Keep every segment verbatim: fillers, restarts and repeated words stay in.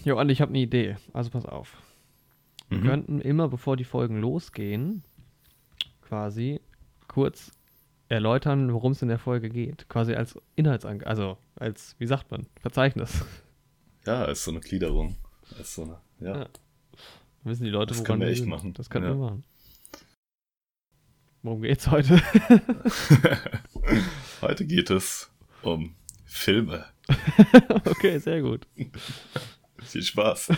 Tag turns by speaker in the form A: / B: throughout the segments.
A: Jo, Andi, ich habe eine Idee. Also pass auf. Wir
B: Mhm.
A: könnten immer, bevor die Folgen losgehen, quasi kurz erläutern, worum es in der Folge geht. Quasi als Inhaltsangabe, also als, wie sagt man, Verzeichnis.
B: Ja, ist so eine Gliederung. Ist so eine, ja.
A: Ja. Dann wissen die Leute,
B: Das
A: woran
B: können wir
A: wir
B: echt
A: sind.
B: machen.
A: Das können
B: Ja.
A: wir machen. Worum geht's heute?
B: Heute geht es um Filme.
A: Okay, sehr gut.
B: Viel Spaß.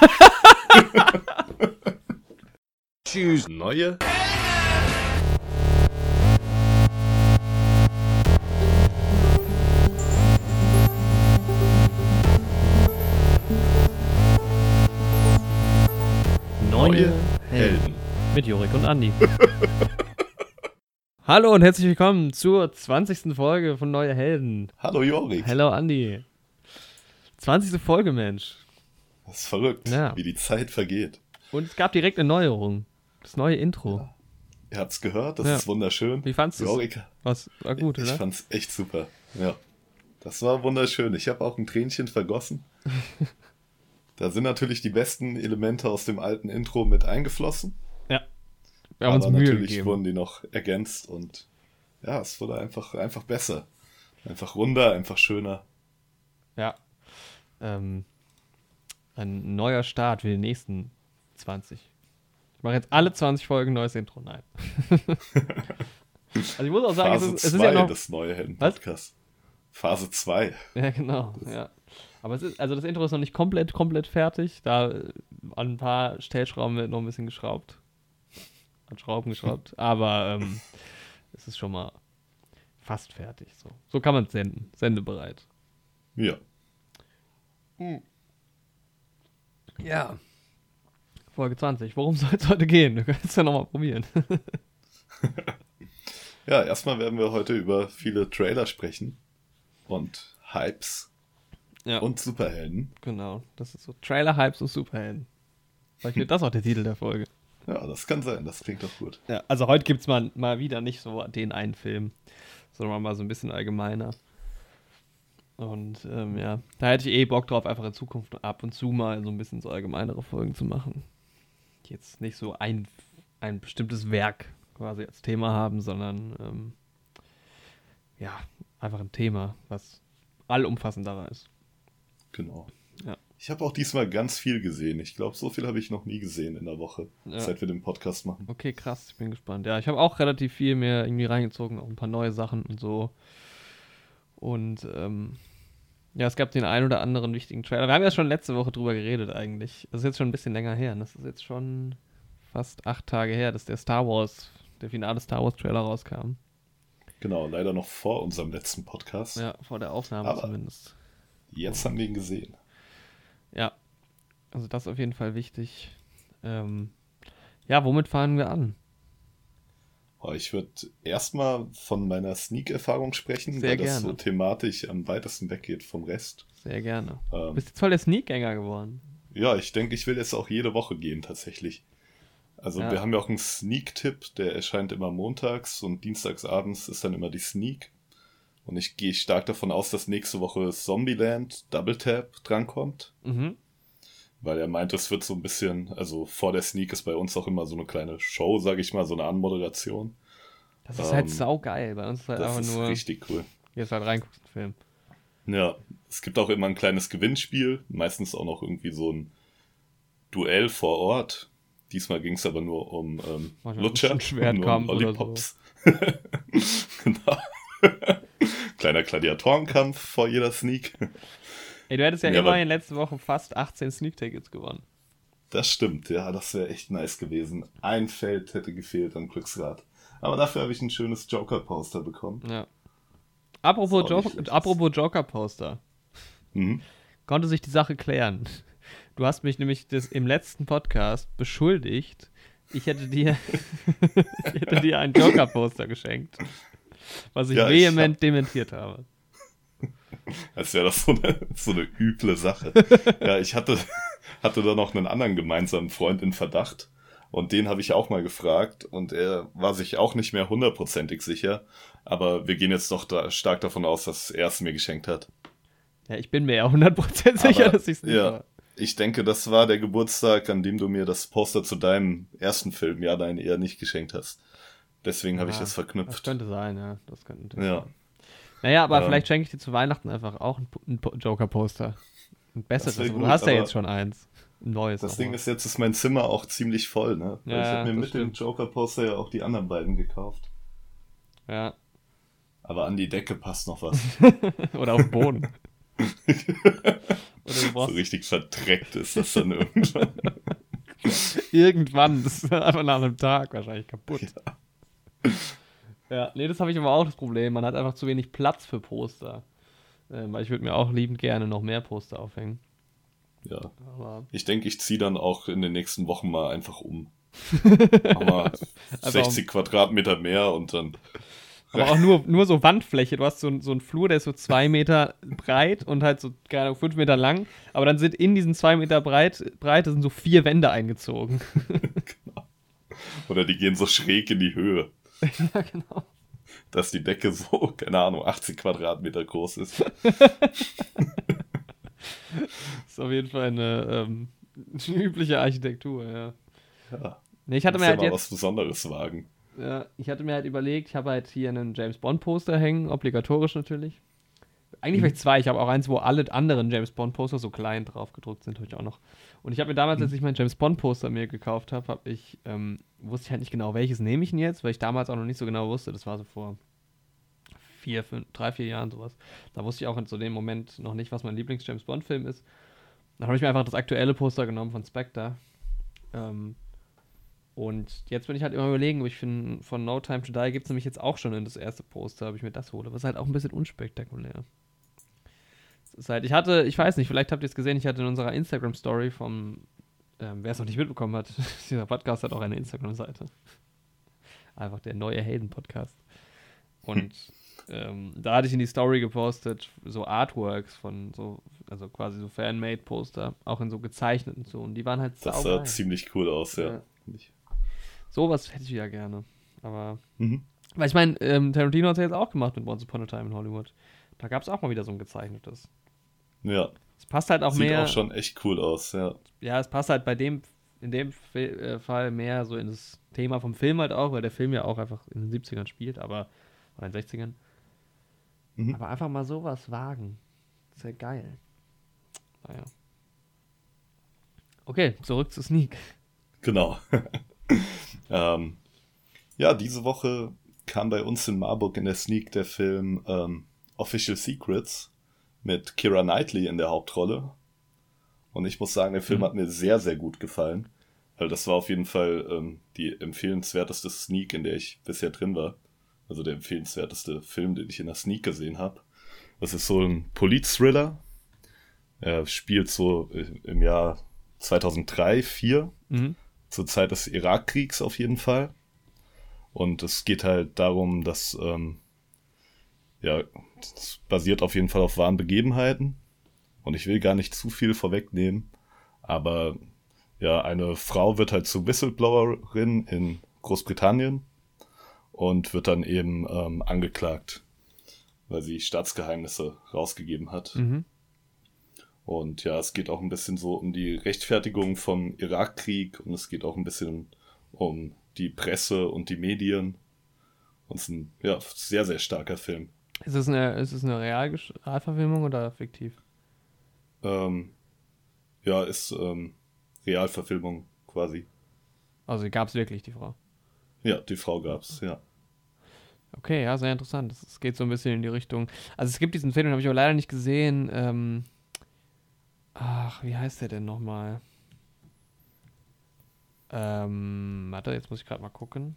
B: Tschüss. Neue
A: Neue Helden. Mit Jorik und Andi. Hallo und herzlich willkommen zur zwanzigsten Folge von Neue Helden.
B: Hallo Jorik.
A: Hallo Andi. zwanzigste Folge, Mensch.
B: Das ist verrückt,
A: Ja.
B: wie die Zeit vergeht.
A: Und es gab direkt eine Neuerung. Das neue Intro.
B: Ja. Ihr habt's gehört, das
A: Ja.
B: ist wunderschön.
A: Wie fandst du es?
B: Jorik,
A: Was war gut,
B: ich
A: oder?
B: fand's echt super. Ja. Das war wunderschön. Ich habe auch ein Tränchen vergossen. Da sind natürlich die besten Elemente aus dem alten Intro mit eingeflossen.
A: Ja. Wir haben uns
B: aber
A: Mühe
B: natürlich
A: gegeben.
B: wurden die noch ergänzt und ja, es wurde einfach, einfach besser. Einfach runder, einfach schöner.
A: Ja. Ähm, ein neuer Start für die nächsten zwanzig. Ich mache jetzt alle zwanzig Folgen neues Intro. Nein. Also ich muss auch sagen,
B: Phase
A: es ist, es ist
B: zwei
A: ja noch...
B: des Neue Helden
A: Was?
B: Podcasts. Phase zwei.
A: Ja, genau. Ja. Aber es ist, also das Intro ist noch nicht komplett, komplett fertig. Da äh, an ein paar Stellschrauben wird noch ein bisschen geschraubt. An Schrauben geschraubt. Aber ähm, es ist schon mal fast fertig. So, so kann man es senden. Sendebereit.
B: Ja.
A: Ja. Folge zwanzig. Worum soll es heute gehen? Wir können es ja nochmal probieren.
B: Ja, erstmal werden wir heute über viele Trailer sprechen. Und Hypes.
A: Ja.
B: Und Superhelden.
A: Genau. Das ist so Trailer-Hypes und Superhelden. Vielleicht wird das auch der Titel der Folge.
B: Ja, das kann sein. Das klingt doch gut.
A: Ja, also heute gibt es mal, mal wieder nicht so den einen Film, sondern mal so ein bisschen allgemeiner. Und ähm, ja, da hätte ich eh Bock drauf, einfach in Zukunft ab und zu mal so ein bisschen so allgemeinere Folgen zu machen. Die jetzt nicht so ein, ein bestimmtes Werk quasi als Thema haben, sondern ähm, ja, einfach ein Thema, was allumfassender ist.
B: Genau.
A: Ja.
B: Ich habe auch diesmal ganz viel gesehen. Ich glaube, so viel habe ich noch nie gesehen in der Woche,
A: Ja.
B: seit wir den Podcast machen.
A: Okay, krass, ich bin gespannt. Ja, ich habe auch relativ viel mehr irgendwie reingezogen, auch ein paar neue Sachen und so. Und ähm, ja, es gab den einen oder anderen wichtigen Trailer. Wir haben ja schon letzte Woche drüber geredet eigentlich. Das ist jetzt schon ein bisschen länger her. Das ist jetzt schon fast acht Tage her, dass der Star Wars, der finale Star Wars Trailer rauskam.
B: Genau, leider noch vor unserem letzten Podcast.
A: Ja, vor der Aufnahme
B: Aber
A: zumindest.
B: Jetzt haben wir ihn gesehen.
A: Ja, also das ist auf jeden Fall wichtig. Ähm, ja, womit fangen wir an?
B: Oh, ich würde erstmal von meiner Sneak-Erfahrung sprechen,
A: Sehr
B: weil das
A: gerne.
B: so thematisch am weitesten weggeht vom Rest.
A: Sehr gerne. Du
B: Ähm,
A: bist jetzt voll der Sneak-Gänger geworden.
B: ja, ich denke, ich will jetzt auch jede Woche gehen tatsächlich. Also
A: Ja.
B: wir haben ja auch einen Sneak-Tipp, der erscheint immer montags und dienstagsabends ist dann immer die Sneak. Und ich gehe stark davon aus, dass nächste Woche Zombieland Double Tap drankommt.
A: Mhm.
B: Weil er meint, es wird so ein bisschen, also vor der Sneak ist bei uns auch immer so eine kleine Show, sage ich mal, so eine Anmoderation.
A: Das ist
B: Ähm,
A: halt saugeil. Bei uns ist halt
B: Das
A: einfach
B: ist
A: nur,
B: richtig cool.
A: jetzt halt reinguckst einen Film.
B: Ja, es gibt auch immer ein kleines Gewinnspiel, meistens auch noch irgendwie so ein Duell vor Ort. Diesmal ging es aber nur um ähm,
A: Manchmal
B: Lutscher,
A: ein Schwertkampf
B: nur um
A: oder
B: Lollipops. Genau. Kleiner Gladiatorenkampf vor jeder Sneak.
A: Ey, du hättest ja,
B: Ja, aber-
A: immerhin letzte Woche fast achtzehn Sneak-Tickets gewonnen.
B: Das stimmt, ja, das wäre echt nice gewesen. Ein Feld hätte gefehlt am Glücksrad. Aber dafür habe ich ein schönes Joker-Poster bekommen.
A: Ja. Apropos,
B: Ist auch nicht
A: jo-
B: schlecht.
A: apropos Joker-Poster.
B: Mhm.
A: Konnte sich die Sache klären. Du hast mich nämlich das im letzten Podcast beschuldigt, ich hätte dir, ich hätte dir ein Joker-Poster geschenkt. Was ich
B: Ja, ich
A: vehement dementiert habe.
B: Als wäre das so eine, so eine üble Sache. Ja, ich hatte, hatte da noch einen anderen gemeinsamen Freund in Verdacht. Und den habe ich auch mal gefragt. Und er war sich auch nicht mehr hundertprozentig sicher. Aber wir gehen jetzt doch da stark davon aus, dass er es mir geschenkt hat.
A: Ja, ich bin mir ja hundert Prozent sicher,
B: Aber,
A: dass ich es nicht
B: ja.
A: war.
B: Ich denke, das war der Geburtstag, an dem du mir das Poster zu deinem ersten Film, ja, nein, eher nicht geschenkt hast. Deswegen habe
A: Ja,
B: ich das verknüpft.
A: Das könnte sein, ja. Das könnte
B: Ja.
A: sein. Naja, aber
B: Ähm,
A: vielleicht schenke ich dir zu Weihnachten einfach auch ein, ein Joker-Poster. Ein besseres.
B: wär
A: Du
B: gut,
A: hast ja
B: aber
A: jetzt schon eins. Ein neues.
B: Das
A: auch
B: Ding
A: mal.
B: ist, jetzt ist mein Zimmer auch ziemlich voll, ne? Weil
A: Ja,
B: ich habe mir
A: das
B: mit dem
A: stimmt.
B: Joker-Poster ja auch die anderen beiden gekauft.
A: Ja.
B: Aber an die Decke passt noch was.
A: Oder auf dem Boden. Oder du
B: So
A: brauchst
B: richtig verdreckt ist das dann irgendwann.
A: irgendwann, das ist einfach nach einem Tag wahrscheinlich kaputt. Ja, ja nee, das habe ich aber auch das Problem. Man hat einfach zu wenig Platz für Poster. Ähm, weil ich würde mir auch liebend gerne noch mehr Poster aufhängen.
B: Ja.
A: Aber
B: Ich denke, ich ziehe dann auch in den nächsten Wochen mal einfach um. Mach mal sechzig Quadratmeter mehr und dann.
A: Aber auch nur, nur so Wandfläche. Du hast so, so einen Flur, der ist so zwei Meter breit und halt so, keine Ahnung, fünf Meter lang. Aber dann sind in diesen zwei Meter breit, Breite sind so vier Wände eingezogen.
B: Genau. Oder die gehen so schräg in die Höhe.
A: Ja, genau.
B: Dass die Decke so, keine Ahnung, achtzig Quadratmeter groß ist.
A: Ist auf jeden Fall eine, ähm, eine übliche Architektur, ja.
B: Ja.
A: Nee, ich hatte
B: Muss
A: mir
B: ja
A: halt
B: mal
A: jetzt,
B: was Besonderes wagen.
A: ja, ich hatte mir halt überlegt, ich habe halt hier einen James Bond Poster hängen, obligatorisch natürlich. Eigentlich
B: Mhm.
A: vielleicht zwei, ich habe auch eins, wo alle anderen James Bond Poster so klein drauf gedruckt sind, habe ich auch noch. Und ich habe mir damals, als ich mein James Bond Poster mir gekauft habe, habe ich, ähm, wusste ich halt nicht genau, welches nehme ich denn jetzt, weil ich damals auch noch nicht so genau wusste, das war so vor vier, fünf, drei, vier Jahren sowas. Da wusste ich auch in so dem Moment noch nicht, was mein Lieblings-James Bond-Film ist. Dann habe ich mir einfach das aktuelle Poster genommen von Spectre. Ähm, und jetzt bin ich halt immer überlegen, ob ich find, von No Time to Die gibt es nämlich jetzt auch schon in das erste Poster, ob ich mir das hole. Was halt auch ein bisschen unspektakulär. Es ist halt, ich hatte, ich weiß nicht, vielleicht habt ihr es gesehen, ich hatte in unserer Instagram-Story vom, ähm, wer es noch nicht mitbekommen hat, dieser Podcast hat auch eine Instagram-Seite. Einfach der neue Helden-Podcast. Und ähm, da hatte ich in die Story gepostet, so Artworks von so, also quasi so Fan-Made-Poster, auch in so gezeichneten so. Und die waren halt
B: Das
A: saugeil.
B: sah ziemlich cool aus, ja.
A: Ja. Sowas hätte ich wieder gerne. Aber,
B: Mhm.
A: weil ich meine, ähm, Tarantino hat es ja jetzt auch gemacht mit Once Upon a Time in Hollywood. Da gab es auch mal wieder so ein gezeichnetes.
B: Ja,
A: Es passt halt auch
B: sieht
A: mehr,
B: auch schon echt cool aus, ja.
A: ja, es passt halt bei dem, in dem Fi- äh, Fall mehr so in das Thema vom Film halt auch, weil der Film ja auch einfach in den siebzigern spielt, aber, oder in den sechzigern.
B: Mhm.
A: Aber einfach mal sowas wagen. Das ist ja geil. Naja. Okay, zurück zu Sneak.
B: Genau. ähm, ja, diese Woche kam bei uns in Marburg in der Sneak der Film ähm, Official Secrets mit Keira Knightley in der Hauptrolle. Und ich muss sagen, der Film
A: Mhm.
B: hat mir sehr, sehr gut gefallen. Weil das war auf jeden Fall ähm, die empfehlenswerteste Sneak, in der ich bisher drin war. Also der empfehlenswerteste Film, den ich in der Sneak gesehen habe. Das ist so ein Polit-Thriller. Er spielt so im Jahr zweitausenddrei, zweitausendvier,
A: Mhm.
B: zur Zeit des Irakkriegs auf jeden Fall. Und es geht halt darum, dass, ähm, ja, es basiert auf jeden Fall auf wahren Begebenheiten. Und ich will gar nicht zu viel vorwegnehmen, aber ja, eine Frau wird halt zur Whistleblowerin in Großbritannien und wird dann eben ähm, angeklagt, weil sie Staatsgeheimnisse rausgegeben hat.
A: Mhm.
B: Und ja, es geht auch ein bisschen so um die Rechtfertigung vom Irakkrieg und es geht auch ein bisschen um die Presse und die Medien. Und es ist ein ja, sehr, sehr starker Film.
A: Ist es eine, ist es eine Real Realverfilmung oder fiktiv?
B: Ähm, ja, ist ähm, Realverfilmung quasi.
A: Also gab es wirklich die Frau.
B: Ja, die Frau gab's, ja.
A: Okay, ja, sehr interessant. Es es geht so ein bisschen in die Richtung. Also es gibt diesen Film, den habe ich aber leider nicht gesehen. Ähm, ach, wie heißt der denn nochmal? Ähm, warte, jetzt muss ich gerade mal gucken.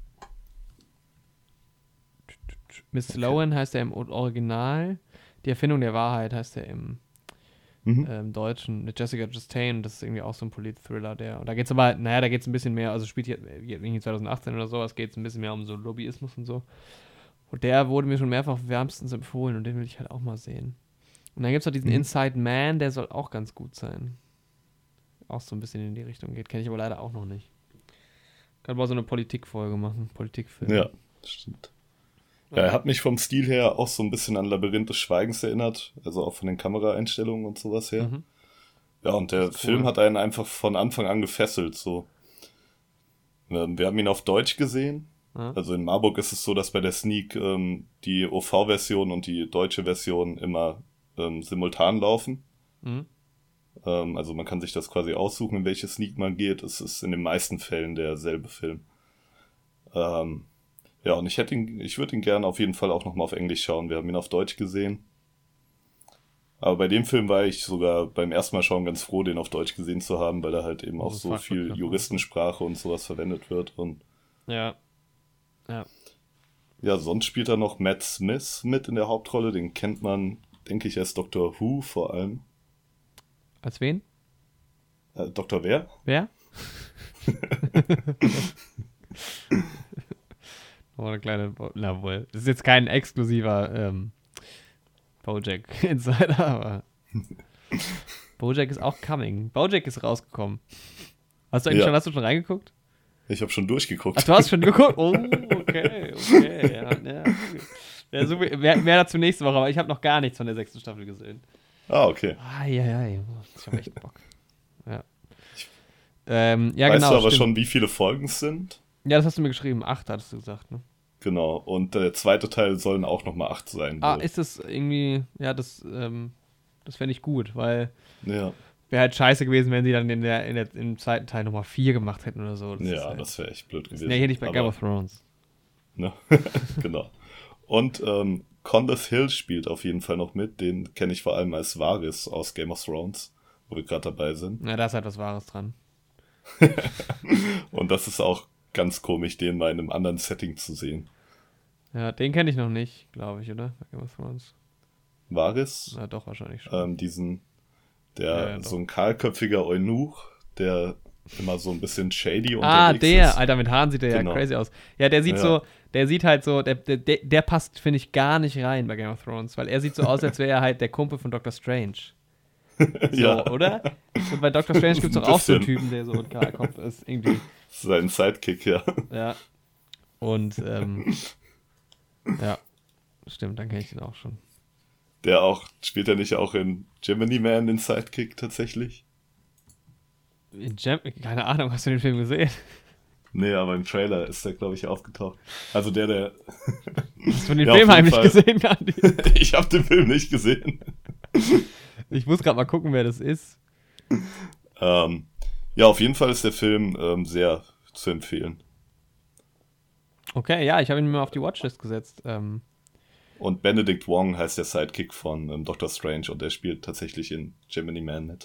A: Miss
B: Okay.
A: Sloan heißt er im Original. Die Erfindung der Wahrheit heißt er im
B: Mhm.
A: ähm, Deutschen. Mit Jessica Chastain. Das ist irgendwie auch so ein Polit-Thriller. Der, und da geht es aber, naja, da geht es ein bisschen mehr, also spielt hier irgendwie zwanzig achtzehn oder sowas, geht es ein bisschen mehr um so Lobbyismus und so. Und der wurde mir schon mehrfach wärmstens empfohlen und den will ich halt auch mal sehen. Und dann gibt es noch diesen
B: Mhm.
A: Inside Man, der soll auch ganz gut sein. Auch so ein bisschen in die Richtung geht. Kenne ich aber leider auch noch nicht. Kann mal so eine Politikfolge machen. Politikfilm.
B: Ja, stimmt. Ja, er hat mich vom Stil her auch so ein bisschen an Labyrinth des Schweigens erinnert, also auch von den Kameraeinstellungen und sowas her.
A: Mhm.
B: Ja, und der
A: Cool.
B: Film hat einen einfach von Anfang an gefesselt, so. Ähm, Wir haben ihn auf Deutsch gesehen.
A: Ja.
B: Also in Marburg ist es so, dass bei der Sneak ähm, die O V-Version und die deutsche Version immer ähm, simultan laufen.
A: Mhm.
B: Ähm, also man kann sich das quasi aussuchen, in welche Sneak man geht. Es ist in den meisten Fällen derselbe Film. Ähm, ja, und ich hätte ihn, ich würde ihn gerne auf jeden Fall auch nochmal auf Englisch schauen. Wir haben ihn auf Deutsch gesehen. Aber bei dem Film war ich sogar beim ersten Mal schauen ganz froh, den auf Deutsch gesehen zu haben, weil da halt eben auch
A: Also
B: so viel
A: Fachbegriffe.
B: Juristensprache und sowas verwendet wird. Und
A: Ja. Ja.
B: ja, sonst spielt da noch Matt Smith mit in der Hauptrolle. Den kennt man, denke ich, als Doktor Who vor allem.
A: Als wen?
B: Äh, Doktor wer?
A: Wer? Oh, eine kleine. Bo- Na wohl. Das ist jetzt kein exklusiver ähm, Bojack-Insider, aber. Bojack ist auch coming. Bojack ist rausgekommen. Hast du eigentlich
B: Ja.
A: schon, hast du schon reingeguckt?
B: Ich habe schon durchgeguckt.
A: Ach, du hast schon geguckt? Oh, okay, okay. Ja, ja. Ja, so viel- mehr, mehr dazu nächste Woche, aber ich habe noch gar nichts von der sechsten Staffel gesehen.
B: Ah, okay.
A: Eieiei, ich habe echt Bock. Ja, ähm, ja
B: weißt
A: genau.
B: du aber
A: stimmt.
B: schon, wie viele Folgen es sind?
A: Ja, das hast du mir geschrieben. Acht hattest du gesagt, ne?
B: Genau. Und der zweite Teil sollen auch nochmal acht sein.
A: Ah,
B: wohl.
A: ist das irgendwie, ja, das, ähm, das fände ich gut, weil
B: Ja,
A: wäre halt scheiße gewesen, wenn sie dann in der, in der, im zweiten Teil Nochmal vier gemacht hätten oder so. Das ist
B: ja,
A: halt,
B: das wäre echt blöd
A: das
B: gewesen.
A: ist ja hier nicht bei
B: Aber,
A: Game of Thrones.
B: ne? Genau. Und ähm, Condas Hill spielt auf jeden Fall noch mit. Den kenne ich vor allem als Varys aus Game of Thrones, wo wir gerade dabei sind.
A: Na, da ist halt was Wahres dran.
B: Und das ist auch ganz komisch, den mal in einem anderen Setting zu sehen.
A: Ja, den kenne ich noch nicht, glaube ich, oder? Bei Game of Thrones.
B: Varys,
A: Na doch, wahrscheinlich schon.
B: ähm, diesen, der,
A: Ja, ja, doch.
B: so ein kahlköpfiger Eunuch, der immer so ein bisschen shady
A: Ah,
B: unterwegs
A: der,
B: ist.
A: Alter, mit Haaren sieht der
B: Genau.
A: ja crazy aus. Ja, der sieht
B: Ja.
A: so, der sieht halt so, der, der, der- der passt, finde ich, gar nicht rein bei Game of Thrones, weil er sieht so aus, als wäre er halt der Kumpel von Doctor Strange. So,
B: Ja,
A: oder? Und bei Doctor Strange gibt es
B: Ein
A: doch auch so einen
B: bisschen.
A: Typen, der so ein Kahlkopf ist, irgendwie.
B: sein Sidekick, ja.
A: Ja. Und, ähm, ja, stimmt, dann kenne ich den auch schon.
B: Der auch, spielt er nicht auch in Gemini Man den Sidekick tatsächlich?
A: In Gem Keine Ahnung, hast du den Film gesehen?
B: Nee, aber im Trailer ist der, glaube ich, aufgetaucht. Also der, der...
A: Hast du den
B: Ja,
A: Film
B: auf jeden
A: heimlich
B: Fall.
A: gesehen, Gandhi?
B: ich habe den Film nicht gesehen.
A: Ich muss gerade mal gucken, wer das ist.
B: Ähm, ja, auf jeden Fall ist der Film ähm, sehr zu empfehlen.
A: Okay, ja, ich habe ihn mir mal auf die Watchlist gesetzt. Ähm,
B: Und Benedict Wong heißt der Sidekick von ähm, Doctor Strange und der spielt tatsächlich in Gemini Man mit.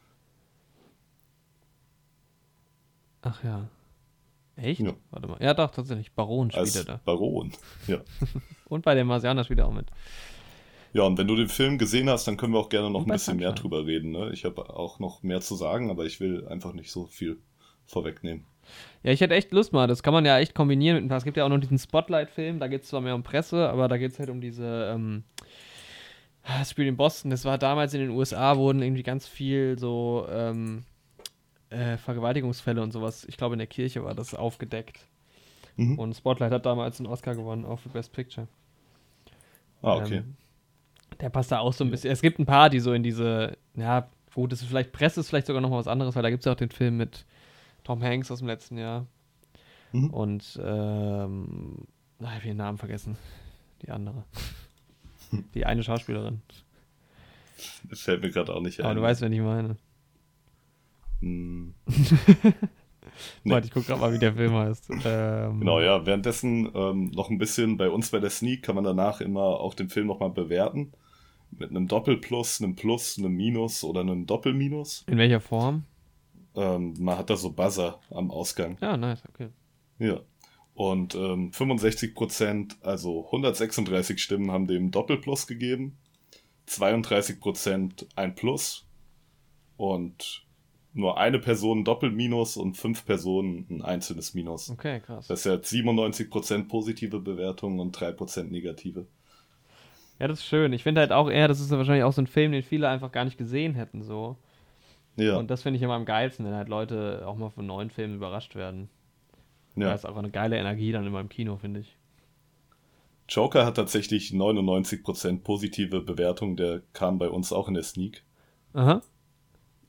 A: ach ja. Echt?
B: Ja.
A: Warte mal. Ja, doch, tatsächlich. Baron spielt
B: Als
A: er da.
B: Baron. Ja.
A: Und bei den Marsianer spielt er auch mit.
B: Ja, und wenn du den Film gesehen hast, dann können wir auch gerne noch
A: Und
B: ein
A: bei
B: bisschen mehr
A: Sunshine.
B: drüber reden. Ne? Ich habe auch noch mehr zu sagen, aber ich will einfach nicht so viel vorwegnehmen.
A: Ja, ich hätte echt Lust mal. Das kann man ja echt kombinieren mit ein paar. Es gibt ja auch noch diesen Spotlight-Film. Da geht es zwar mehr um Presse, aber da geht es halt um diese. Ähm, das Spiel in Boston. Das war damals in den U S A, wurden irgendwie ganz viel so ähm, äh, Vergewaltigungsfälle und sowas. Ich glaube, in der Kirche war das aufgedeckt.
B: Mhm.
A: Und Spotlight hat damals einen Oscar gewonnen, auch für Best Picture.
B: Ah, okay.
A: Ähm, der passt da auch so ein bisschen. Es gibt ein paar, die so in diese, ja, gut, das ist vielleicht Presse, ist vielleicht sogar noch mal was anderes, weil da gibt es ja auch den Film mit Tom Hanks aus dem letzten Jahr.
B: Mhm.
A: Und, ähm, ach, ich habe den Namen vergessen. Die andere. Die eine Schauspielerin.
B: Das fällt mir gerade auch nicht
A: Aber
B: ein.
A: du weißt, wen ich meine.
B: Hm. Nee.
A: Warte, ich guck gerade mal, wie der Film heißt. Ähm,
B: Genau, ja. Währenddessen ähm, noch ein bisschen bei uns bei der Sneak kann man danach immer auch den Film nochmal bewerten. Mit einem Doppelplus, einem Plus, einem Minus oder einem Doppelminus.
A: In welcher Form?
B: Ähm, man hat da so Buzzer am Ausgang.
A: Ja, nice, okay.
B: Ja. Und ähm, fünfundsechzig Prozent, also hundertsechsunddreißig Stimmen haben dem Doppelplus gegeben. zweiunddreißig Prozent ein Plus. Und nur eine Person ein Doppelminus und fünf Personen ein einzelnes Minus.
A: Okay, krass.
B: Das ist ja siebenundneunzig Prozent positive Bewertungen und drei Prozent negative.
A: Ja, das ist schön. Ich finde halt auch eher, das ist ja wahrscheinlich auch so ein Film, den viele einfach gar nicht gesehen hätten, so.
B: Ja,
A: Und das finde ich immer am geilsten, wenn halt Leute auch mal von neuen Filmen überrascht werden. Ja.
B: ja.
A: Das ist auch eine geile Energie dann immer im Kino, finde ich.
B: Joker hat tatsächlich neunundneunzig Prozent positive Bewertungen, der kam bei uns auch in der Sneak.
A: Aha.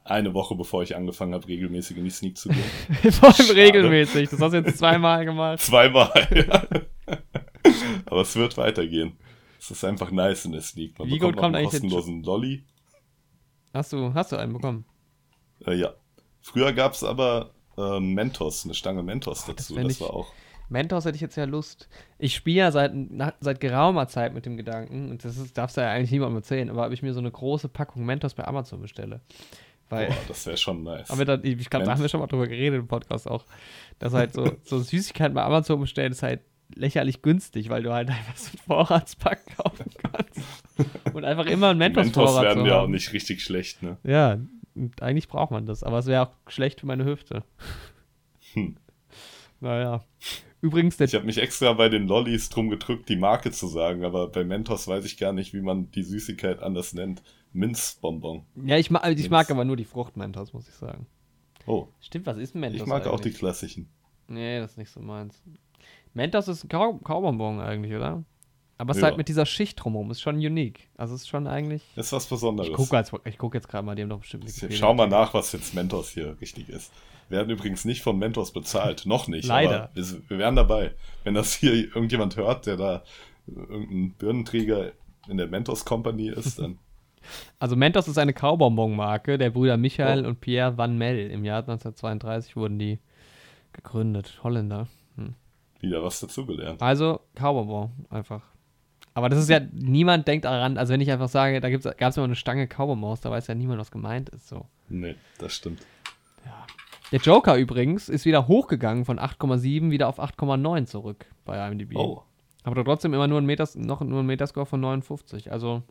B: eine Woche, bevor ich angefangen habe, regelmäßig in die Sneak zu gehen.
A: Vor allem regelmäßig. Das hast du jetzt zweimal gemacht.
B: Zweimal, ja. Aber es wird weitergehen. Es ist einfach nice in der Sneak. Man
A: Wie
B: bekommt
A: gut kommt
B: noch einen
A: eigentlich der
B: kostenlosen Lolli.
A: Hast du, hast du einen bekommen?
B: Äh, ja. Früher gab es aber äh, Mentos, eine Stange Mentos
A: Oh, das
B: dazu.
A: wär
B: Das
A: nicht-
B: war auch.
A: Mentos hätte ich jetzt ja Lust. Ich spiele ja seit, na- seit geraumer Zeit mit dem Gedanken, und das ist, darfst du ja eigentlich niemandem erzählen, aber ob ich mir so eine große Packung Mentos bei Amazon bestelle. Weil,
B: Boah, das wäre schon nice.
A: aber dann, ich glaube, da haben wir schon mal drüber geredet im Podcast auch, dass halt so, so Süßigkeiten bei Amazon bestellen ist halt lächerlich günstig, weil du halt einfach so einen Vorratspack kaufen kannst. Und einfach immer einen
B: Die Mentos
A: Mentos-Vorrat
B: werden
A: zu
B: ja auch
A: haben.
B: nicht richtig schlecht, ne?
A: Ja, und eigentlich braucht man das, aber es wäre auch schlecht für meine Hüfte.
B: Hm.
A: Naja. Übrigens, der
B: Ich habe mich extra bei den Lollis drum gedrückt, die Marke zu sagen, aber bei Mentos weiß ich gar nicht, wie man die Süßigkeit anders nennt. Minzbonbon.
A: Ja, ich, ma ich
B: Minz.
A: mag aber nur die Frucht-Mentos, muss ich sagen.
B: Oh,
A: Stimmt, was ist ein Mentos
B: ich mag auch die
A: eigentlich?
B: klassischen.
A: Nee, das ist nicht so meins. Mentos ist ein Kau Kaubonbon eigentlich, oder? Aber es ist
B: Ja.
A: halt mit dieser Schicht drumherum, ist schon unique. Also es ist schon eigentlich...
B: Das ist was Besonderes.
A: Ich gucke jetzt, ich guck jetzt gerade mal, die haben doch bestimmt... Wikipedia.
B: Schau mal nach, was jetzt Mentos hier richtig ist. Wir werden übrigens nicht von Mentos bezahlt. Noch nicht.
A: Leider.
B: Aber wir, wir wären dabei. Wenn das hier irgendjemand hört, der da irgendein Birnenträger in der Mentos Company ist, dann.
A: Also Mentos ist eine Kaubonbon-Marke der Brüder Michael
B: Oh.
A: und Pierre Van Mel. Im Jahr neunzehnhundertzweiunddreißig wurden die gegründet. Holländer. Hm.
B: Wieder was dazugelernt.
A: Also Kaubonbon einfach. Aber das ist ja, niemand denkt daran, also wenn ich einfach sage, da gab es immer eine Stange Kaubonbons, da weiß ja niemand, was gemeint ist. So.
B: Nee, das stimmt.
A: Der Joker übrigens ist wieder hochgegangen von acht Komma sieben wieder auf acht Komma neun zurück bei IMDb.
B: Oh,
A: Aber doch trotzdem immer nur ein Metas, noch nur ein Metascore von neunundfünfzig. Also,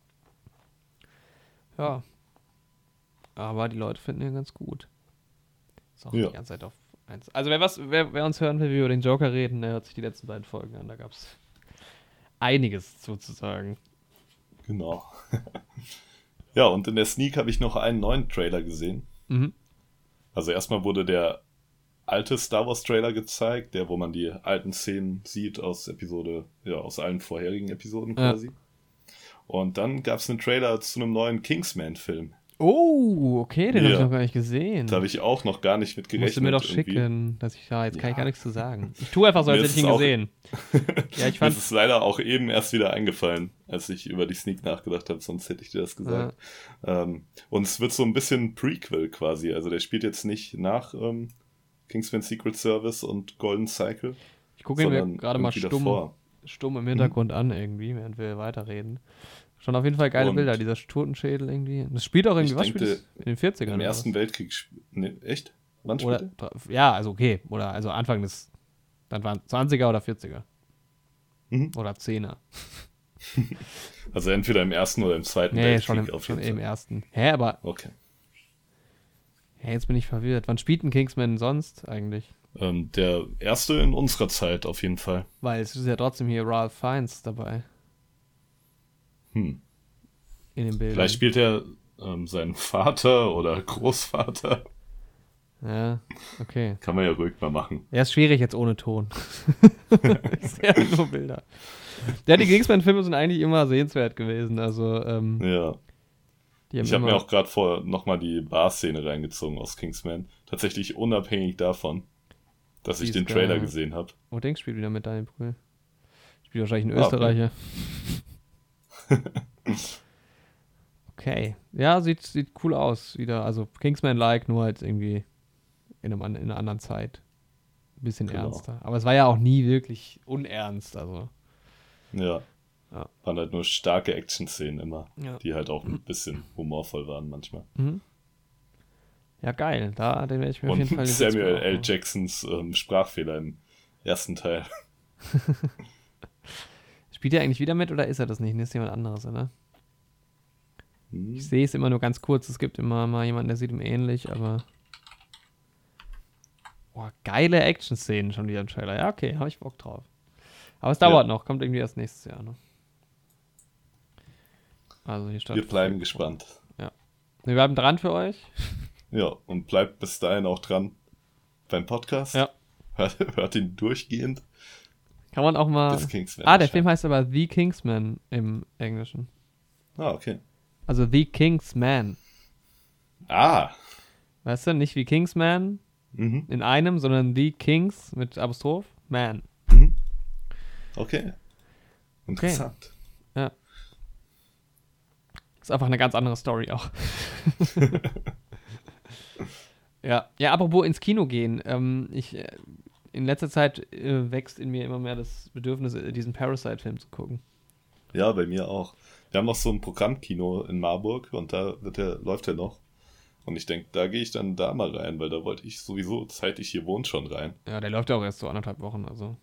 A: ja. Aber die Leute finden ihn ganz gut. Ist auch
B: Ja.
A: die ganze Zeit auf eins. Also, wer, was, wer, wer uns hören will, wie wir über den Joker reden, der hört sich die letzten beiden Folgen an. Da gab es einiges sozusagen.
B: genau. Ja, und in der Sneak habe ich noch einen neuen Trailer gesehen.
A: Mhm.
B: Also erstmal wurde der alte Star Wars Trailer gezeigt, der, wo man die alten Szenen sieht aus Episode, ja, aus allen vorherigen Episoden
A: Ja.
B: quasi. Und dann gab es einen Trailer zu einem neuen Kingsman-Film.
A: Oh, okay, den habe
B: Ja.
A: ich noch gar nicht gesehen.
B: Da habe ich auch noch gar nicht mit gerechnet.
A: Musst du mir doch
B: irgendwie.
A: schicken, dass ich, ja, jetzt kann
B: Ja.
A: ich gar nichts zu sagen. Ich tue einfach so, als
B: Mir
A: hätte ich
B: ist
A: ihn
B: es auch-
A: gesehen. Ja, ich
B: Mir
A: fand,
B: ist es leider auch eben erst wieder eingefallen, als ich über die Sneak nachgedacht habe, sonst hätte ich dir das gesagt. Ähm, und es wird so ein bisschen Prequel quasi. Also der spielt jetzt nicht nach ähm, Kingsman Secret Service und Golden Cycle,
A: ich gucke ihn mir
B: sondern
A: gerade mal
B: irgendwie
A: stumm,
B: davor.
A: stumm im Hintergrund an irgendwie, während wir weiterreden. Schon auf jeden Fall geile
B: Und-
A: Bilder, dieser Totenschädel irgendwie. Das spielt auch irgendwie,
B: Ich
A: was
B: denke,
A: spielt das? In den vierzigern
B: Im
A: oder
B: Ersten
A: was?
B: Weltkrieg. sp- Ne, echt? Wann spielt
A: Oder,
B: er?
A: ja, also okay. Oder also Anfang des, dann waren zwanziger oder vierziger.
B: Mhm.
A: Oder zehner.
B: Also entweder im Ersten oder im Zweiten
A: Nee,
B: Weltkrieg
A: schon im,
B: auf
A: schon
B: jeden
A: im
B: Fall.
A: ersten. Hä, aber,
B: Okay.
A: hä, jetzt bin ich verwirrt. Wann spielt ein Kingsman sonst eigentlich?
B: Ähm, der erste in unserer Zeit auf jeden Fall.
A: Weil es ist ja trotzdem hier Ralph Fiennes dabei.
B: Hm.
A: In den Bildern.
B: Vielleicht spielt er ähm, seinen Vater oder Großvater.
A: Ja, okay.
B: Kann man ja ruhig mal machen.
A: Ja, ist schwierig jetzt ohne Ton. Ist ja nur Bilder. Ja, die Kingsman-Filme sind eigentlich immer sehenswert gewesen. Also, ähm,
B: Ja.
A: die haben
B: Ich habe
A: immer,
B: mir auch gerade vor nochmal die Bar-Szene reingezogen aus Kingsman. Tatsächlich unabhängig davon, dass
A: Die
B: ich
A: ist
B: den Trailer
A: geil.
B: gesehen habe.
A: Oh, Dings spielt wieder mit Daniel Brühl. Spielt wahrscheinlich ein
B: Ah, okay.
A: Österreicher. Okay. Ja, sieht, sieht cool aus. Wieder, also Kingsman-like, nur halt irgendwie in, einem, an- in einer anderen Zeit. Ein bisschen
B: Genau.
A: ernster. Aber es war ja auch nie wirklich unernst. Also.
B: Ja.
A: Ja.
B: Waren halt nur starke Action-Szenen immer,
A: Ja.
B: die halt auch ein bisschen humorvoll waren manchmal.
A: Mhm. Ja, geil. Da, den werde ich mir auf jeden Fall
B: Und
A: den
B: Samuel
A: Sitz
B: L.
A: machen.
B: Jacksons ähm, Sprachfehler im ersten Teil.
A: Spielt er eigentlich wieder mit oder ist er das nicht? Das ist jemand anderes, oder?
B: Hm.
A: Ich sehe es immer nur ganz kurz. Es gibt immer mal jemanden, der sieht ihm ähnlich, aber. Boah, geile Action-Szenen schon wieder im Trailer. Ja, okay, habe ich Bock drauf. Aber es dauert
B: Ja.
A: noch, kommt irgendwie erst nächstes Jahr. Ne? Also hier steht.
B: Wir bleiben gespannt.
A: Wir bleiben dran für euch.
B: Ja, und bleibt bis dahin auch dran beim Podcast.
A: Ja.
B: Hört, hört ihn durchgehend.
A: Kann man auch mal.
B: Bis Kingsman
A: Ah, der
B: erscheint.
A: Film heißt aber The Kingsman im Englischen.
B: Ah, okay.
A: Also The Kingsman.
B: Ah.
A: Weißt du, nicht wie Kingsman
B: Mhm.
A: in einem, sondern The Kings mit Apostroph Man.
B: Mhm. Okay. Interessant.
A: Ja. Ist einfach eine ganz andere Story auch. ja. Ja, apropos ins Kino gehen. Ähm, ich, äh, in letzter Zeit äh, wächst in mir immer mehr das Bedürfnis, äh, diesen Parasite-Film zu gucken.
B: Ja, bei mir auch. Wir haben noch so ein Programmkino in Marburg und da wird der, läuft der noch. Und ich denke, da gehe ich dann da mal rein, weil da wollte ich sowieso, seit ich hier wohne, schon rein.
A: Ja, der läuft ja auch erst so anderthalb Wochen, also.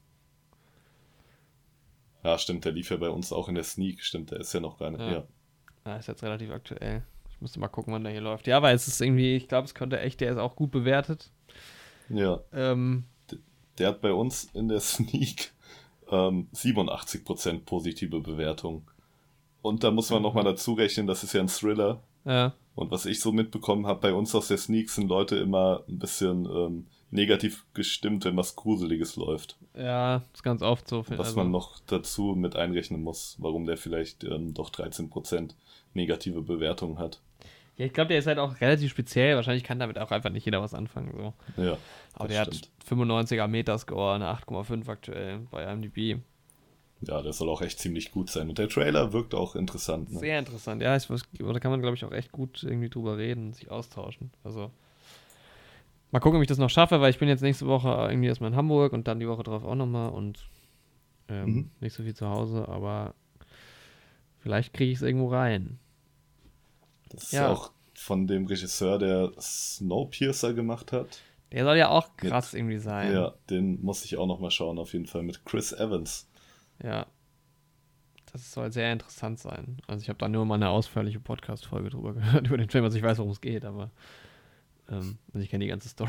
B: Ja, stimmt, der lief ja bei uns auch in der Sneak. Stimmt, der ist ja noch gar nicht.
A: Ja.
B: Ja.
A: Ja, ist jetzt relativ aktuell. Ich müsste mal gucken, wann der hier läuft. Ja, weil es ist irgendwie, ich glaube, es könnte echt, der ist auch gut bewertet.
B: Ja.
A: Ähm,
B: Der hat bei uns in der Sneak ähm, siebenundachtzig Prozent positive Bewertung. Und da muss man
A: Mhm.
B: nochmal dazu rechnen, das ist ja ein Thriller.
A: ja.
B: Und was ich so mitbekommen habe, bei uns aus der Sneak sind Leute immer ein bisschen ähm, negativ gestimmt, wenn was Gruseliges läuft.
A: Ja, ist ganz oft so.
B: Was
A: also,
B: man noch dazu mit einrechnen muss, warum der vielleicht ähm, doch dreizehn Prozent negative Bewertung hat.
A: Ja, ich glaube, der ist halt auch relativ speziell. Wahrscheinlich kann damit auch einfach nicht jeder was anfangen. So.
B: Ja,
A: Aber
B: das
A: der
B: stimmt.
A: hat fünfundneunziger Metascore, eine acht Komma fünf aktuell bei I M D B.
B: Ja, der soll auch echt ziemlich gut sein. Und der Trailer wirkt auch interessant. Ne?
A: Sehr interessant. Ja, ich, weiß- da kann man, glaube ich, auch echt gut irgendwie drüber reden und sich austauschen. Also, mal gucken, ob ich das noch schaffe, weil ich bin jetzt nächste Woche irgendwie erstmal in Hamburg und dann die Woche drauf auch nochmal und ähm,
B: Mhm.
A: nicht so viel zu Hause, aber vielleicht kriege ich es irgendwo rein.
B: Das ist
A: Ja.
B: auch von dem Regisseur, der Snowpiercer gemacht hat.
A: Der soll ja auch krass irgendwie sein.
B: Ja, den muss ich auch noch mal schauen, auf jeden Fall, mit Chris Evans.
A: Ja. Das soll sehr interessant sein. Also ich habe da nur mal eine ausführliche Podcast-Folge drüber gehört, über den Film, also ich weiß, worum es geht, aber ähm, also ich kenne die ganze Story.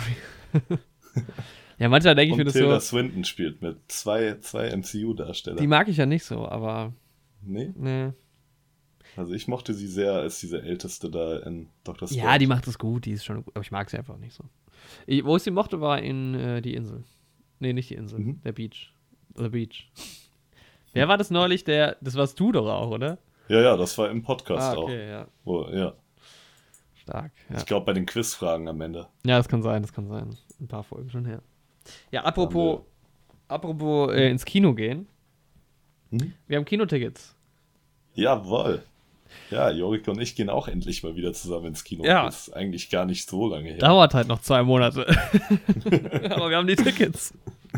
A: ja, manchmal denke ich mir
B: Und
A: das
B: Tilda
A: so,
B: Swinton spielt mit zwei, zwei M C U-Darsteller.
A: die mag ich ja nicht so, aber
B: Nee,
A: ne.
B: also ich mochte sie sehr als diese Älteste da in Doktor Strange.
A: Ja, die macht das gut, die ist schon gut, aber ich mag sie einfach nicht so. Ich, wo ich sie mochte, war in äh, die Insel. Nee, nicht die Insel,
B: Mhm.
A: der Beach. The Beach. Wer war das neulich? Der, das warst du doch auch, oder?
B: Ja, ja, das war im Podcast
A: ah,
B: auch.
A: okay, ja.
B: Wo, ja.
A: Stark, ja.
B: Ich glaube bei den Quizfragen am Ende.
A: Ja, das kann sein, das kann sein. Ein paar Folgen schon her. Ja, apropos, apropos äh, ins Kino gehen.
B: Mhm.
A: Wir haben Kinotickets.
B: Jawohl. Ja, Jorik und ich gehen auch endlich mal wieder zusammen ins Kino.
A: Ja.
B: Das ist eigentlich gar nicht so lange her.
A: Dauert halt noch zwei Monate. aber wir haben die Tickets.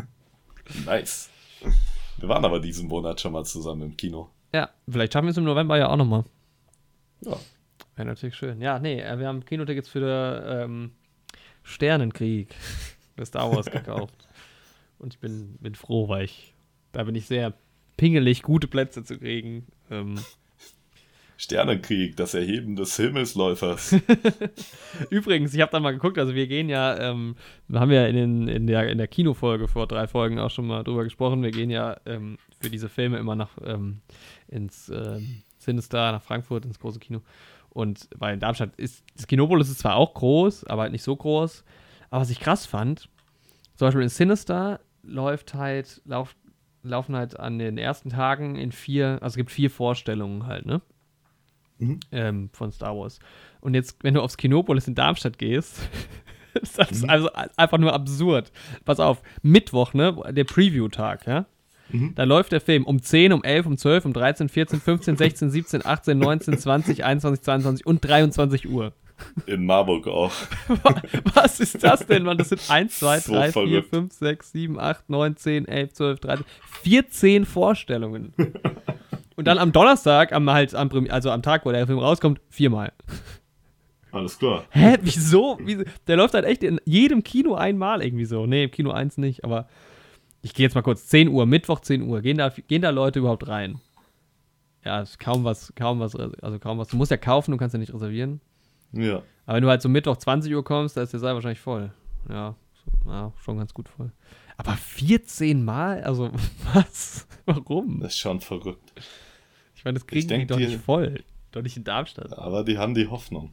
B: Nice. Wir waren aber diesen Monat schon mal zusammen im Kino.
A: Ja, vielleicht schaffen wir es im November ja auch nochmal.
B: Ja.
A: Wäre natürlich schön. Ja, nee, äh, wir haben Kinotickets für den ähm, Sternenkrieg für Star Wars gekauft. Und ich bin, bin froh, weil ich, da bin ich sehr pingelig, gute Plätze zu kriegen. Ähm,
B: Sternenkrieg, das Erheben des Himmelsläufers.
A: Übrigens, ich habe da mal geguckt, also wir gehen ja, ähm, wir haben ja in, den, in, der, in der Kinofolge vor drei Folgen auch schon mal drüber gesprochen, wir gehen ja ähm, für diese Filme immer nach ähm, ins ähm, Cinestar, nach Frankfurt, ins große Kino. Und weil in Darmstadt ist, das Kinopolis ist zwar auch groß, aber halt nicht so groß. Aber was ich krass fand, zum Beispiel in Cinestar läuft halt, lauf, laufen halt an den ersten Tagen in vier, also es gibt vier Vorstellungen halt, ne?
B: Mhm.
A: Ähm, von Star Wars. Und jetzt, wenn du aufs Kinopolis in Darmstadt gehst, ist das
B: Mhm.
A: also einfach nur absurd. Pass auf, Mittwoch, ne, der Preview-Tag, ja?
B: Mhm.
A: Da läuft der Film um zehn, um elf, um zwölf, um dreizehn, vierzehn, fünfzehn, sechzehn, siebzehn, achtzehn, neunzehn, zwanzig, einundzwanzig, zweiundzwanzig und dreiundzwanzig Uhr.
B: In Marburg auch.
A: Was ist das denn, Mann? Das sind eins, zwei,
B: So
A: drei, vier,
B: verrückt.
A: fünf, sechs, sieben, acht, neun, zehn, elf, zwölf, dreizehn, vierzehn Vorstellungen. Und dann am Donnerstag, am halt am, Prem- also am Tag, wo der Film rauskommt, viermal.
B: Alles klar.
A: Hä? Wieso? Wieso? Der läuft halt echt in jedem Kino einmal irgendwie so. Nee, im Kino eins nicht, aber ich gehe jetzt mal kurz. zehn Uhr, Mittwoch zehn Uhr. Gehen da, gehen da Leute überhaupt rein? Ja, ist kaum was, kaum was, also kaum was. Du musst ja kaufen, du kannst ja nicht reservieren.
B: Ja.
A: Aber wenn du halt so Mittwoch zwanzig Uhr kommst, da ist der Saal wahrscheinlich voll. Ja, so, ja, schon ganz gut voll. Aber vierzehn Mal? Also, was? Warum?
B: Das ist schon verrückt.
A: Ich meine, das kriegen
B: Ich denk,
A: die doch
B: die-
A: nicht voll. Doch nicht in Darmstadt.
B: Aber die haben die Hoffnung.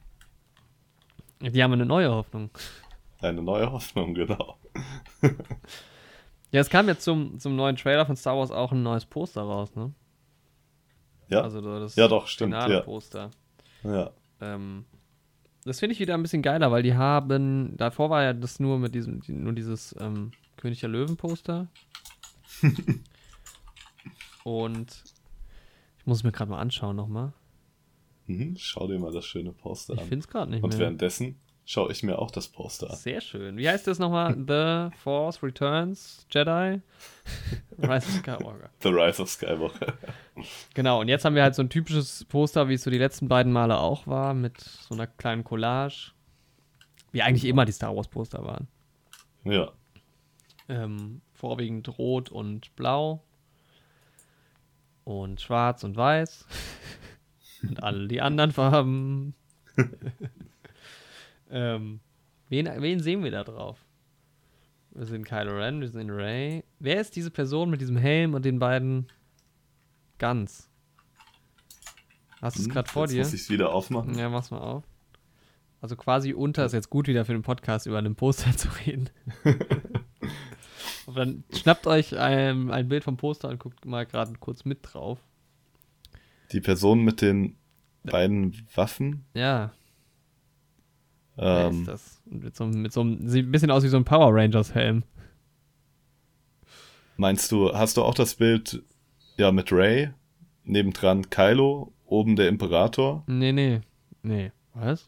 A: Die haben eine neue Hoffnung.
B: Eine neue Hoffnung, genau.
A: Ja, es kam jetzt zum, zum neuen Trailer von Star Wars auch ein neues Poster raus, ne?
B: Ja,
A: Also so das
B: Ja, doch, stimmt,
A: finale
B: ja.
A: Poster.
B: ja.
A: Ähm, das finde ich wieder ein bisschen geiler, weil die haben, davor war ja das nur mit diesem, nur dieses ähm, König der Löwen-Poster. Und ich muss es mir gerade mal anschauen nochmal.
B: Mhm, schau dir mal das schöne Poster
A: Ich
B: an.
A: finde es gerade nicht
B: Und
A: mehr.
B: währenddessen schaue ich mir auch das Poster an.
A: Sehr schön. Wie heißt das nochmal? The Force Returns Jedi? Rise of Skywalker.
B: The Rise of Skywalker.
A: Genau, und jetzt haben wir halt so ein typisches Poster, wie es so die letzten beiden Male auch war, mit so einer kleinen Collage. Wie eigentlich immer die Star Wars Poster waren.
B: Ja.
A: Ähm, vorwiegend rot und blau. Und schwarz und weiß. Und alle die anderen Farben. ähm, wen, wen sehen wir da drauf? Wir sehen Kylo Ren, wir sehen Rey. Wer ist diese Person mit diesem Helm und den beiden Guns? Hast du es
B: Hm,
A: gerade vor
B: jetzt
A: dir?
B: muss ich es wieder aufmachen.
A: Ja, mach's mal auf. Also quasi unter ist jetzt gut wieder für den Podcast über einen Poster zu reden. Und dann schnappt euch ein, ein Bild vom Poster und guckt mal gerade kurz mit drauf.
B: Die Person mit den beiden Waffen.
A: Ja, wer
B: Ähm,
A: ist das? Und mit so, einem- mit so einem, sieht ein bisschen aus wie so ein Power Rangers Helm.
B: meinst du, hast du auch das Bild ja mit Rey, nebendran Kylo, oben der Imperator?
A: Nee, nee. Nee. Was?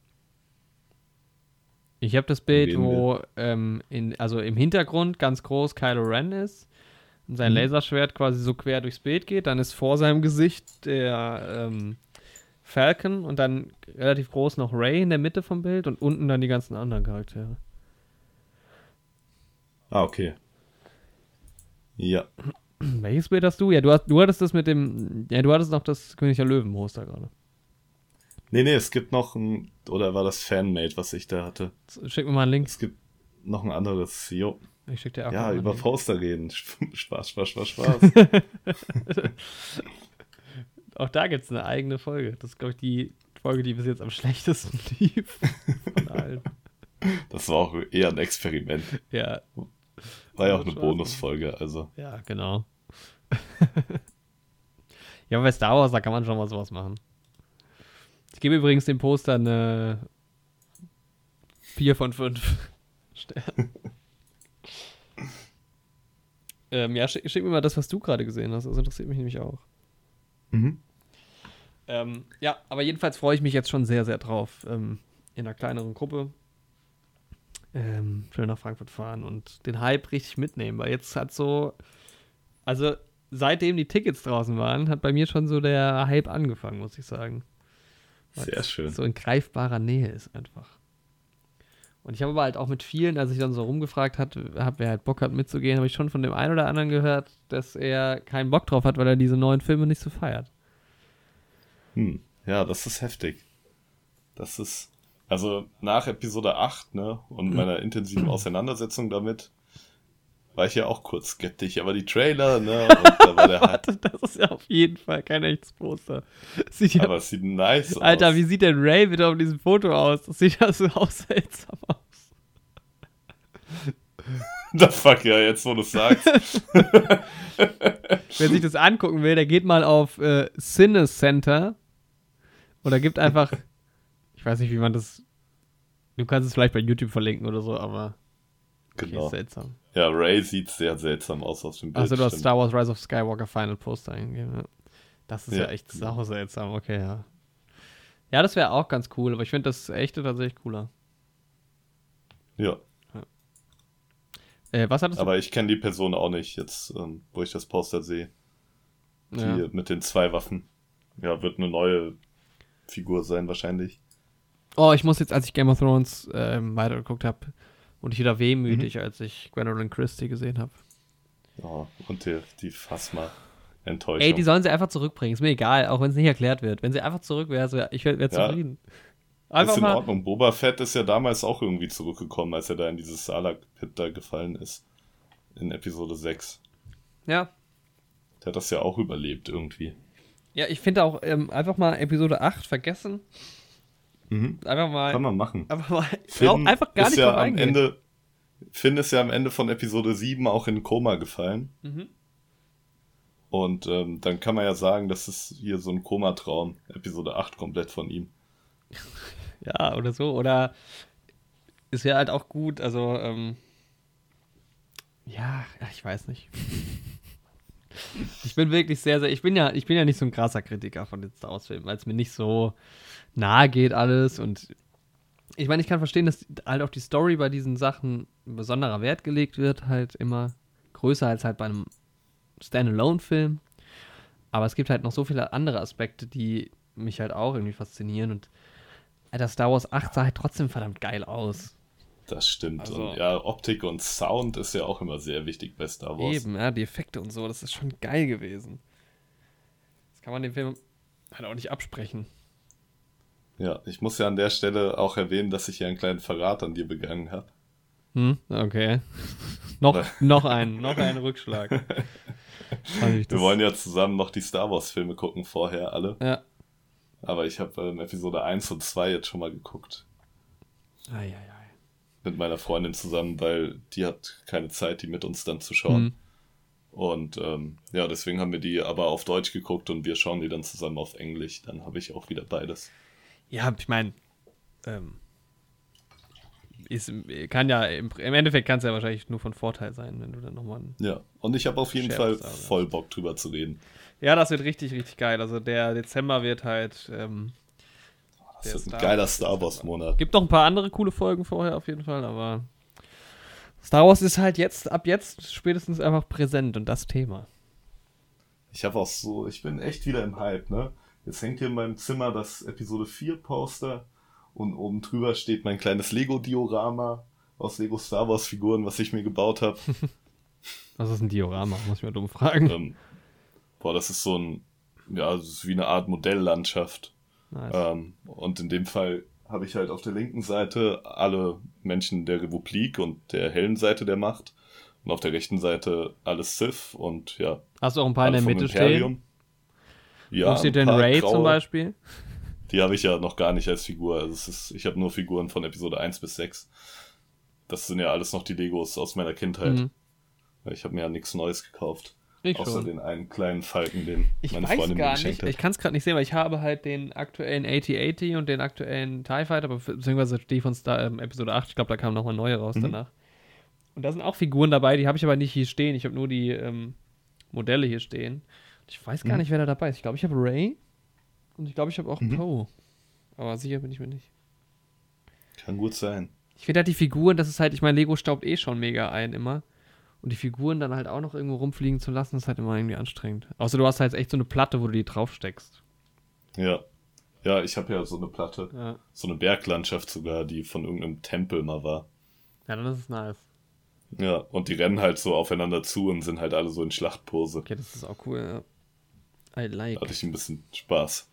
A: Ich habe das Bild,
B: reden
A: wo ähm, in, also im Hintergrund ganz groß Kylo Ren ist und sein
B: Mhm.
A: Laserschwert quasi so quer durchs Bild geht. Dann ist vor seinem Gesicht der ähm, Falcon und dann relativ groß noch Rey in der Mitte vom Bild und unten dann die ganzen anderen Charaktere.
B: Ah, okay. Ja.
A: Welches Bild hast du? Ja, du, hast, du hattest das mit dem, ja, du hattest noch das König der Löwen-Poster gerade.
B: Nee, nee, es gibt noch ein, oder war das Fanmade, was ich da hatte?
A: Schick mir mal einen Link.
B: Es gibt noch ein anderes, jo.
A: Ich schick dir auch
B: Ja,
A: mal einen
B: über
A: Link.
B: Poster reden. Spaß, Spaß, Spaß, Spaß.
A: Auch da gibt es eine eigene Folge. Das ist, glaube ich, die Folge, die bis jetzt am schlechtesten lief. Von allen.
B: Das war auch eher ein Experiment.
A: Ja,
B: War ja auch eine
A: Spaß.
B: Bonusfolge, also.
A: ja, genau. Ja, aber bei Star Wars, da kann man schon mal sowas machen. Ich gebe übrigens dem Poster eine vier von fünf Sternen. ähm, ja, schick, schick mir mal das, was du gerade gesehen hast. Das interessiert mich nämlich auch.
B: Mhm.
A: Ähm, ja, aber jedenfalls freue ich mich jetzt schon sehr, sehr drauf. Ähm, in einer kleineren Gruppe. Ähm, schön nach Frankfurt fahren und den Hype richtig mitnehmen, weil jetzt hat so, also seitdem die Tickets draußen waren, hat bei mir schon so der Hype angefangen, muss ich sagen. Weil
B: Sehr
A: es
B: schön.
A: So in greifbarer Nähe ist einfach. Und ich habe aber halt auch mit vielen, als ich dann so rumgefragt habe, wer halt Bock hat mitzugehen, habe ich schon von dem einen oder anderen gehört, dass er keinen Bock drauf hat, weil er diese neuen Filme nicht so feiert.
B: Hm. Ja, das ist heftig. Das ist, also nach Episode acht, ne, und meiner intensiven Auseinandersetzung damit, war ich ja auch kurz skeptisch. Aber die Trailer, ne, und da war der Hype.
A: Warte, das ist ja auf jeden Fall kein echtes Poster. Sieht ja,
B: Aber es sieht nice aus.
A: Alter, wie sieht denn Ray bitte auf diesem Foto aus? Das sieht ja so auch seltsam aus.
B: The fuck, ja, jetzt wo du es sagst.
A: Wer sich das angucken will, der geht mal auf äh, Cine Center oder gibt einfach, ich weiß nicht, wie man das, du kannst es vielleicht bei YouTube verlinken oder so, aber okay,
B: Genau.
A: ist seltsam.
B: Ja, Ray sieht sehr seltsam aus aus dem Bild.
A: Also du hast
B: stimmt.
A: Star Wars Rise of Skywalker Final Poster eingegeben. Ja. Das ist ja,
B: Ja,
A: echt
B: genau.
A: sau seltsam, okay, ja. Ja, das wäre auch ganz cool, aber ich finde das echte tatsächlich cooler.
B: Ja,
A: Äh, was hattest du?
B: aber ich kenne die Person auch nicht, jetzt, ähm, wo ich das Poster sehe. Die
A: Ja.
B: mit den zwei Waffen. Ja, wird eine neue Figur sein wahrscheinlich.
A: Oh, ich muss jetzt, als ich Game of Thrones ähm, weitergeguckt habe, und ich wieder wehmütig, als ich Gwendolyn Christie gesehen habe.
B: Ja, und die, die Phasma Enttäuschung.
A: Ey, die sollen sie einfach zurückbringen. Ist mir egal, auch wenn es nicht erklärt wird. Wenn sie einfach zurück wäre, so, ich wäre wär
B: Ja.
A: zufrieden.
B: ist
A: Einfach
B: in
A: mal.
B: Ordnung. Boba Fett ist ja damals auch irgendwie zurückgekommen, als er da in dieses Salak-Pit da gefallen ist. In Episode sechs.
A: Ja.
B: Der hat das ja auch überlebt irgendwie.
A: Ja, ich finde auch ähm, einfach mal Episode acht vergessen.
B: Mhm.
A: Einfach mal.
B: Kann man machen.
A: Einfach mal.
B: Finn
A: einfach gar
B: ist
A: nicht
B: ja
A: drauf
B: am
A: eingehen.
B: Ende, Finn ist ja am Ende von Episode sieben auch in Koma gefallen.
A: Mhm.
B: Und ähm, dann kann man ja sagen, das ist hier so ein Komatraum. Episode acht komplett von ihm.
A: Ja, oder so. Oder ist ja halt auch gut, also, ähm, ja, ich weiß nicht. Ich bin wirklich sehr, sehr, ich bin ja, ich bin ja nicht so ein krasser Kritiker von den Star Wars-Filmen, weil es mir nicht so nahe geht alles und ich meine, ich kann verstehen, dass halt auf die Story bei diesen Sachen ein besonderer Wert gelegt wird, halt immer größer als halt bei einem Standalone-Film. Aber es gibt halt noch so viele andere Aspekte, die mich halt auch irgendwie faszinieren und Alter, Star Wars acht sah halt trotzdem verdammt geil aus.
B: Das stimmt.
A: Also,
B: und ja, Optik und Sound ist ja auch immer sehr wichtig bei Star Wars.
A: Eben, ja, die Effekte und so, das ist schon geil gewesen. Das kann man dem Film halt auch nicht absprechen.
B: Ja, ich muss ja an der Stelle auch erwähnen, dass ich hier einen kleinen Verrat an dir begangen habe.
A: Hm, okay. noch, noch einen, noch einen Rückschlag.
B: Wir wollen ja zusammen noch die Star Wars Filme gucken vorher, alle.
A: Ja.
B: Aber ich habe ähm, Episode eins und zwei jetzt schon mal geguckt.
A: Eieiei.
B: Mit meiner Freundin zusammen, weil die hat keine Zeit, die mit uns dann zu schauen.
A: Hm.
B: Und ähm, ja, deswegen haben wir die aber auf Deutsch geguckt und wir schauen die dann zusammen auf Englisch. Dann habe ich auch wieder beides.
A: Ja, ich meine, ähm, ist, kann ja, im, im Endeffekt kann es ja wahrscheinlich nur von Vorteil sein, wenn du dann nochmal einen
B: Ja, und ich habe auf jeden
A: Share
B: Fall voll Bock drüber zu reden.
A: Ja, das wird richtig, richtig geil. Also der Dezember wird halt ähm,
B: das wird ein geiler Star Wars Monat.
A: Gibt noch ein paar andere coole Folgen vorher auf jeden Fall, aber Star Wars ist halt jetzt, ab jetzt spätestens einfach präsent und das Thema.
B: Ich habe auch so, ich bin echt wieder im Hype, ne? Jetzt hängt hier in meinem Zimmer das Episode vier Poster und oben drüber steht mein kleines Lego-Diorama aus Lego Star Wars Figuren, was ich mir gebaut habe.
A: Was ist ein Diorama? Muss ich mal dumm fragen.
B: ähm, boah, das ist so ein, ja, das ist wie eine Art Modelllandschaft.
A: Nice.
B: Ähm, und in dem Fall habe ich halt auf der linken Seite alle Menschen der Republik und der hellen Seite der Macht. Und auf der rechten Seite alle Sith und ja.
A: Hast du auch ein paar in der Mitte
B: Imperium.
A: stehen?
B: Ja,
A: wo steht denn Rey zum Beispiel?
B: Die habe ich ja noch gar nicht als Figur. Also es ist, ich habe nur Figuren von Episode eins bis sechs. Das sind ja alles noch die Legos aus meiner Kindheit.
A: Mhm.
B: Ich habe mir ja nichts Neues gekauft.
A: Ich
B: außer
A: schon.
B: den einen kleinen Falken, den
A: Ich
B: meine
A: weiß
B: Freundin mir
A: gar
B: geschenkt
A: nicht, ich
B: hat.
A: kann es gerade nicht sehen, weil ich habe halt den aktuellen achtzig achtzig und den aktuellen TIE Fighter, beziehungsweise die von Star, ähm, Episode acht, ich glaube, da kam noch mal neue raus
B: Mhm.
A: danach. Und da sind auch Figuren dabei, die habe ich aber nicht hier stehen, ich habe nur die ähm, Modelle hier stehen. Ich weiß gar
B: Mhm.
A: nicht, wer da dabei ist. Ich glaube, ich habe Rey und ich glaube, ich habe auch
B: Mhm.
A: Poe. Aber sicher bin ich mir nicht.
B: Kann gut sein.
A: Ich finde halt die Figuren, das ist halt, ich meine, Lego staubt eh schon mega ein immer. Und die Figuren dann halt auch noch irgendwo rumfliegen zu lassen, ist halt immer irgendwie anstrengend. Außer du hast halt echt so eine Platte, wo du die draufsteckst.
B: Ja. Ja, ich habe ja so eine Platte.
A: Ja.
B: So eine Berglandschaft sogar, die von irgendeinem Tempel mal war.
A: Ja, dann ist es nice.
B: Ja, und die rennen halt so aufeinander zu und sind halt alle so in Schlachtpose.
A: Okay, das ist auch cool, ja. I like.
B: Da hatte ich ein bisschen Spaß.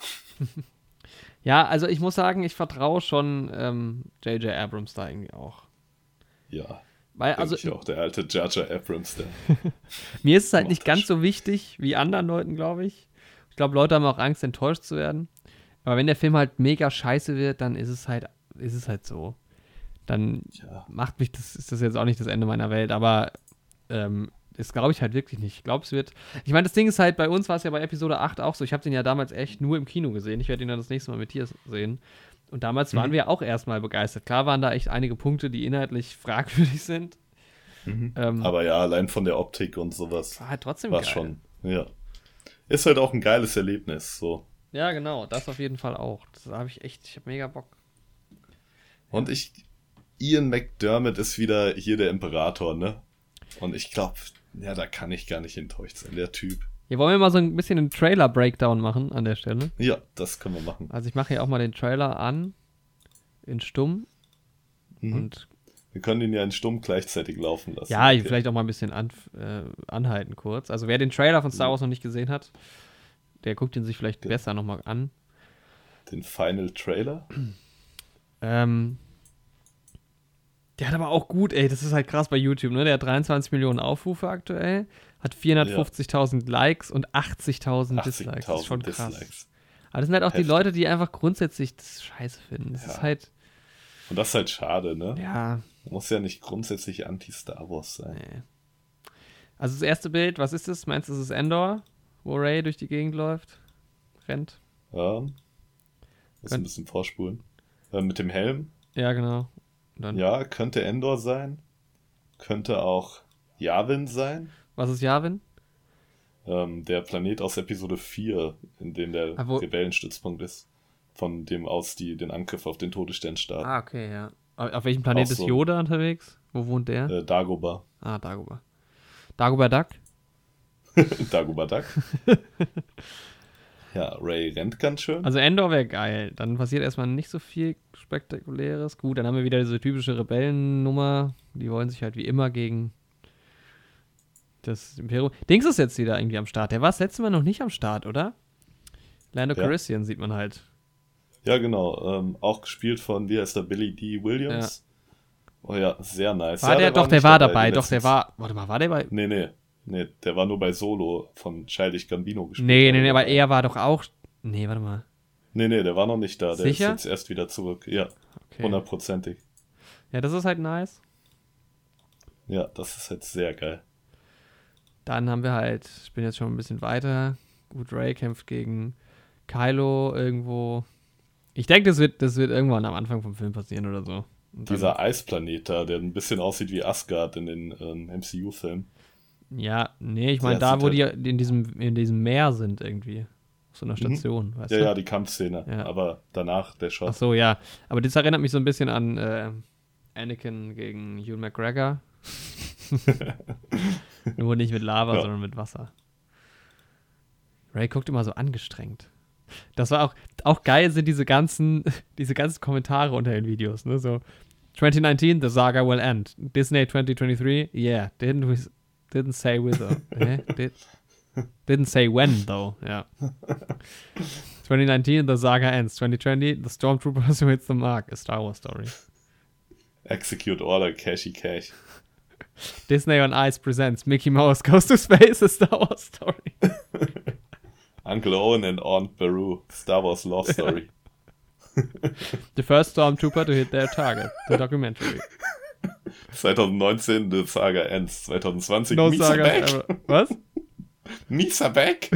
A: Ja, also ich muss sagen, ich vertraue schon ähm, J J Abrams da irgendwie auch.
B: Ja,
A: Weil,
B: also
A: also
B: ich auch, der alte Jar Jar Abrams, der
A: mir ist es halt
B: macht
A: nicht
B: das
A: ganz
B: schon.
A: so wichtig wie anderen Leuten, glaube ich. Ich glaube, Leute haben auch Angst, enttäuscht zu werden. Aber wenn der Film halt mega scheiße wird, dann ist es halt, ist es halt so. Dann
B: Ja.
A: macht mich das, ist das jetzt auch nicht das Ende meiner Welt, aber ähm, das glaube ich halt wirklich nicht. Ich glaube, es wird. Ich meine, das Ding ist halt, bei uns war es ja bei Episode acht auch so. Ich habe den ja damals echt nur im Kino gesehen. Ich werde ihn dann das nächste Mal mit dir sehen. Und damals
B: Mhm.
A: waren wir auch erstmal begeistert. Klar waren da echt einige Punkte, die inhaltlich fragwürdig sind.
B: Mhm.
A: Ähm,
B: Aber ja, allein von der Optik und sowas
A: war halt trotzdem
B: war
A: geil.
B: schon, ja. Ist halt auch ein geiles Erlebnis, so.
A: Ja, genau. Das auf jeden Fall auch. Das habe ich echt, ich habe mega Bock.
B: Und ich, Ian McDermott ist wieder hier der Imperator, ne? Und ich glaube, ja, da kann ich gar nicht enttäuscht sein, der Typ.
A: Hier wollen wir mal so ein bisschen einen Trailer-Breakdown machen an der Stelle.
B: Ja, das können wir machen.
A: Also ich mache hier auch mal den Trailer an, in stumm.
B: Mhm.
A: Und
B: Wir können ihn ja in stumm gleichzeitig laufen lassen.
A: ja, ich
B: Okay.
A: vielleicht auch mal ein bisschen an, äh, anhalten kurz. Also wer den Trailer von Star Wars noch nicht gesehen hat, der guckt ihn sich vielleicht
B: Ja.
A: besser nochmal an.
B: Den Final Trailer.
A: Ähm, der hat aber auch gut, ey, das ist halt krass bei YouTube, ne? Der hat dreiundzwanzig Millionen Aufrufe aktuell, hat vierhundertfünfzigtausend Likes und achtzigtausend Dislikes. Das ist schon krass.
B: Dislikes.
A: Aber das sind halt auch die
B: Heftig.
A: Leute, die einfach grundsätzlich das scheiße finden. Das
B: Ja.
A: ist halt,
B: Und das ist halt schade, ne?
A: ja,
B: Muss ja nicht grundsätzlich anti-Star Wars sein.
A: nee. Also das erste Bild, was ist das? Meinst du, es ist Endor, wo Rey durch die Gegend läuft? Rennt?
B: Ja. Muss ein
A: Könnt-
B: bisschen vorspulen. Äh, mit dem Helm.
A: Ja, genau. Dann,
B: Ja, könnte Endor sein. Könnte auch Yavin sein.
A: was ist Yavin?
B: Ähm, der Planet aus Episode vier, in dem der
A: Ah, wo-
B: Rebellenstützpunkt ist. Von dem aus die den Angriff auf den Todesstern starten.
A: Ah, okay, ja. Auf auf welchem Planet
B: Auch
A: ist
B: so.
A: Yoda unterwegs? Wo wohnt der?
B: Äh, Dagobah.
A: Ah, Dagobah. Dagobah Duck?
B: Dagobah Duck. Ja, Ray rennt ganz schön.
A: Also Endor wäre geil. Dann passiert erstmal nicht so viel Spektakuläres. Gut, dann haben wir wieder diese typische Rebellennummer. Die wollen sich halt wie immer gegen das Imperium. Dings ist jetzt wieder irgendwie am Start. Der war das letzte Mal noch nicht am Start, oder? Lando
B: Ja.
A: Calrissian sieht man halt.
B: Ja, genau. Ähm, auch gespielt von, wie heißt der, Billy D. Williams. Oh ja, sehr nice.
A: War
B: ja,
A: der, doch,
B: nicht
A: der war dabei. Doch,
B: letztens.
A: der war. Warte mal, war der bei.
B: Nee, nee. Nee, der war nur bei Solo von Childish Gambino gespielt.
A: Nee, nee, nee, aber er war doch auch. Nee, warte mal.
B: Nee, nee, der war noch nicht da. Der
A: Sicher?
B: ist jetzt erst wieder zurück. Ja,
A: Okay.
B: hundertprozentig.
A: Ja, das ist halt nice.
B: Ja, das ist jetzt sehr geil.
A: Dann haben wir halt, ich bin jetzt schon ein bisschen weiter. Gut, Rey kämpft gegen Kylo irgendwo. Ich denke, das wird, das wird irgendwann am Anfang vom Film passieren oder so. Und dann-
B: Dieser Eisplanet da, der ein bisschen aussieht wie Asgard in den ähm, M C U-Filmen.
A: Ja, nee, ich meine
B: Ja,
A: da,
B: sieht
A: wo
B: halt-
A: die in diesem, in diesem Meer sind irgendwie. Auf so einer Station, weißt
B: Ja,
A: du?
B: ja, die Kampfszene.
A: Ja.
B: Aber danach der
A: Ach
B: Shot.
A: so, ja. Aber das erinnert mich so ein bisschen an äh, Anakin gegen Ewan McGregor. Nur nicht mit Lava,
B: Ja.
A: sondern mit Wasser. Ray guckt immer so angestrengt. Das war auch, auch geil, sind diese ganzen, diese ganzen Kommentare unter den Videos, ne? So, twenty nineteen, the saga will end. Disney twenty twenty-three, yeah, didn't we, didn't say whether. eh? Did, didn't say when, though, ja. twenty nineteen, the saga ends. twenty twenty, the stormtroopers who hits the mark. A Star Wars story.
B: Execute Order, Cashy Cash.
A: Disney on Ice presents Mickey Mouse Goes to Space, a Star Wars story.
B: Uncle Owen and Aunt Beru, Star Wars Love Story.
A: The first stormtrooper to hit their target. The documentary.
B: zwanzig neunzehn, The Saga Ends. zwanzig zwanzig,
A: No
B: Misa
A: saga
B: Back.
A: ever. Was?
B: Misa Back.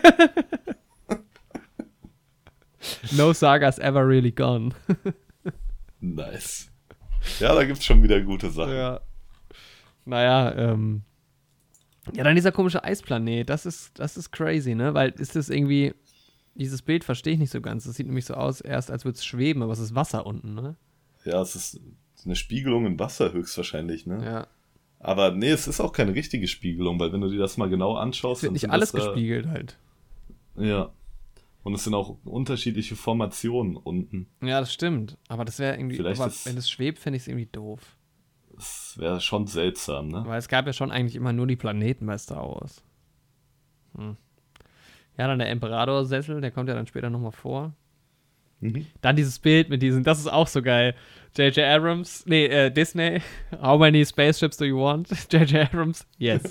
A: No sagas ever really gone.
B: Nice. Ja, da gibt's schon wieder gute Sachen.
A: Ja. Naja, ähm. Ja, dann dieser komische Eisplanet. Das ist, das ist crazy, ne? Weil ist das irgendwie. Dieses Bild verstehe ich nicht so ganz. Das sieht nämlich so aus, erst als würde es schweben, aber es ist Wasser unten, ne?
B: Ja, es ist eine Spiegelung in Wasser höchstwahrscheinlich, ne?
A: Ja.
B: Aber nee, es ist auch keine richtige Spiegelung, weil wenn du dir das mal genau
A: Es
B: anschaust,
A: wird
B: dann
A: nicht
B: sind
A: alles
B: das da,
A: gespiegelt halt.
B: Ja. Und es sind auch unterschiedliche Formationen unten.
A: Ja, das stimmt. Aber das wäre irgendwie.
B: Vielleicht
A: aber
B: ist-
A: wenn es schwebt, finde ich es irgendwie doof.
B: Das wäre schon seltsam, ne?
A: Weil es gab ja schon eigentlich immer nur die Planeten bei Star Wars. Hm. Ja, dann der Imperator-Sessel, der kommt ja dann später nochmal vor.
B: Mhm.
A: Dann dieses Bild mit diesen, das ist auch so geil. J J Abrams, nee, äh, Disney, how many spaceships do you want? J J Abrams, yes.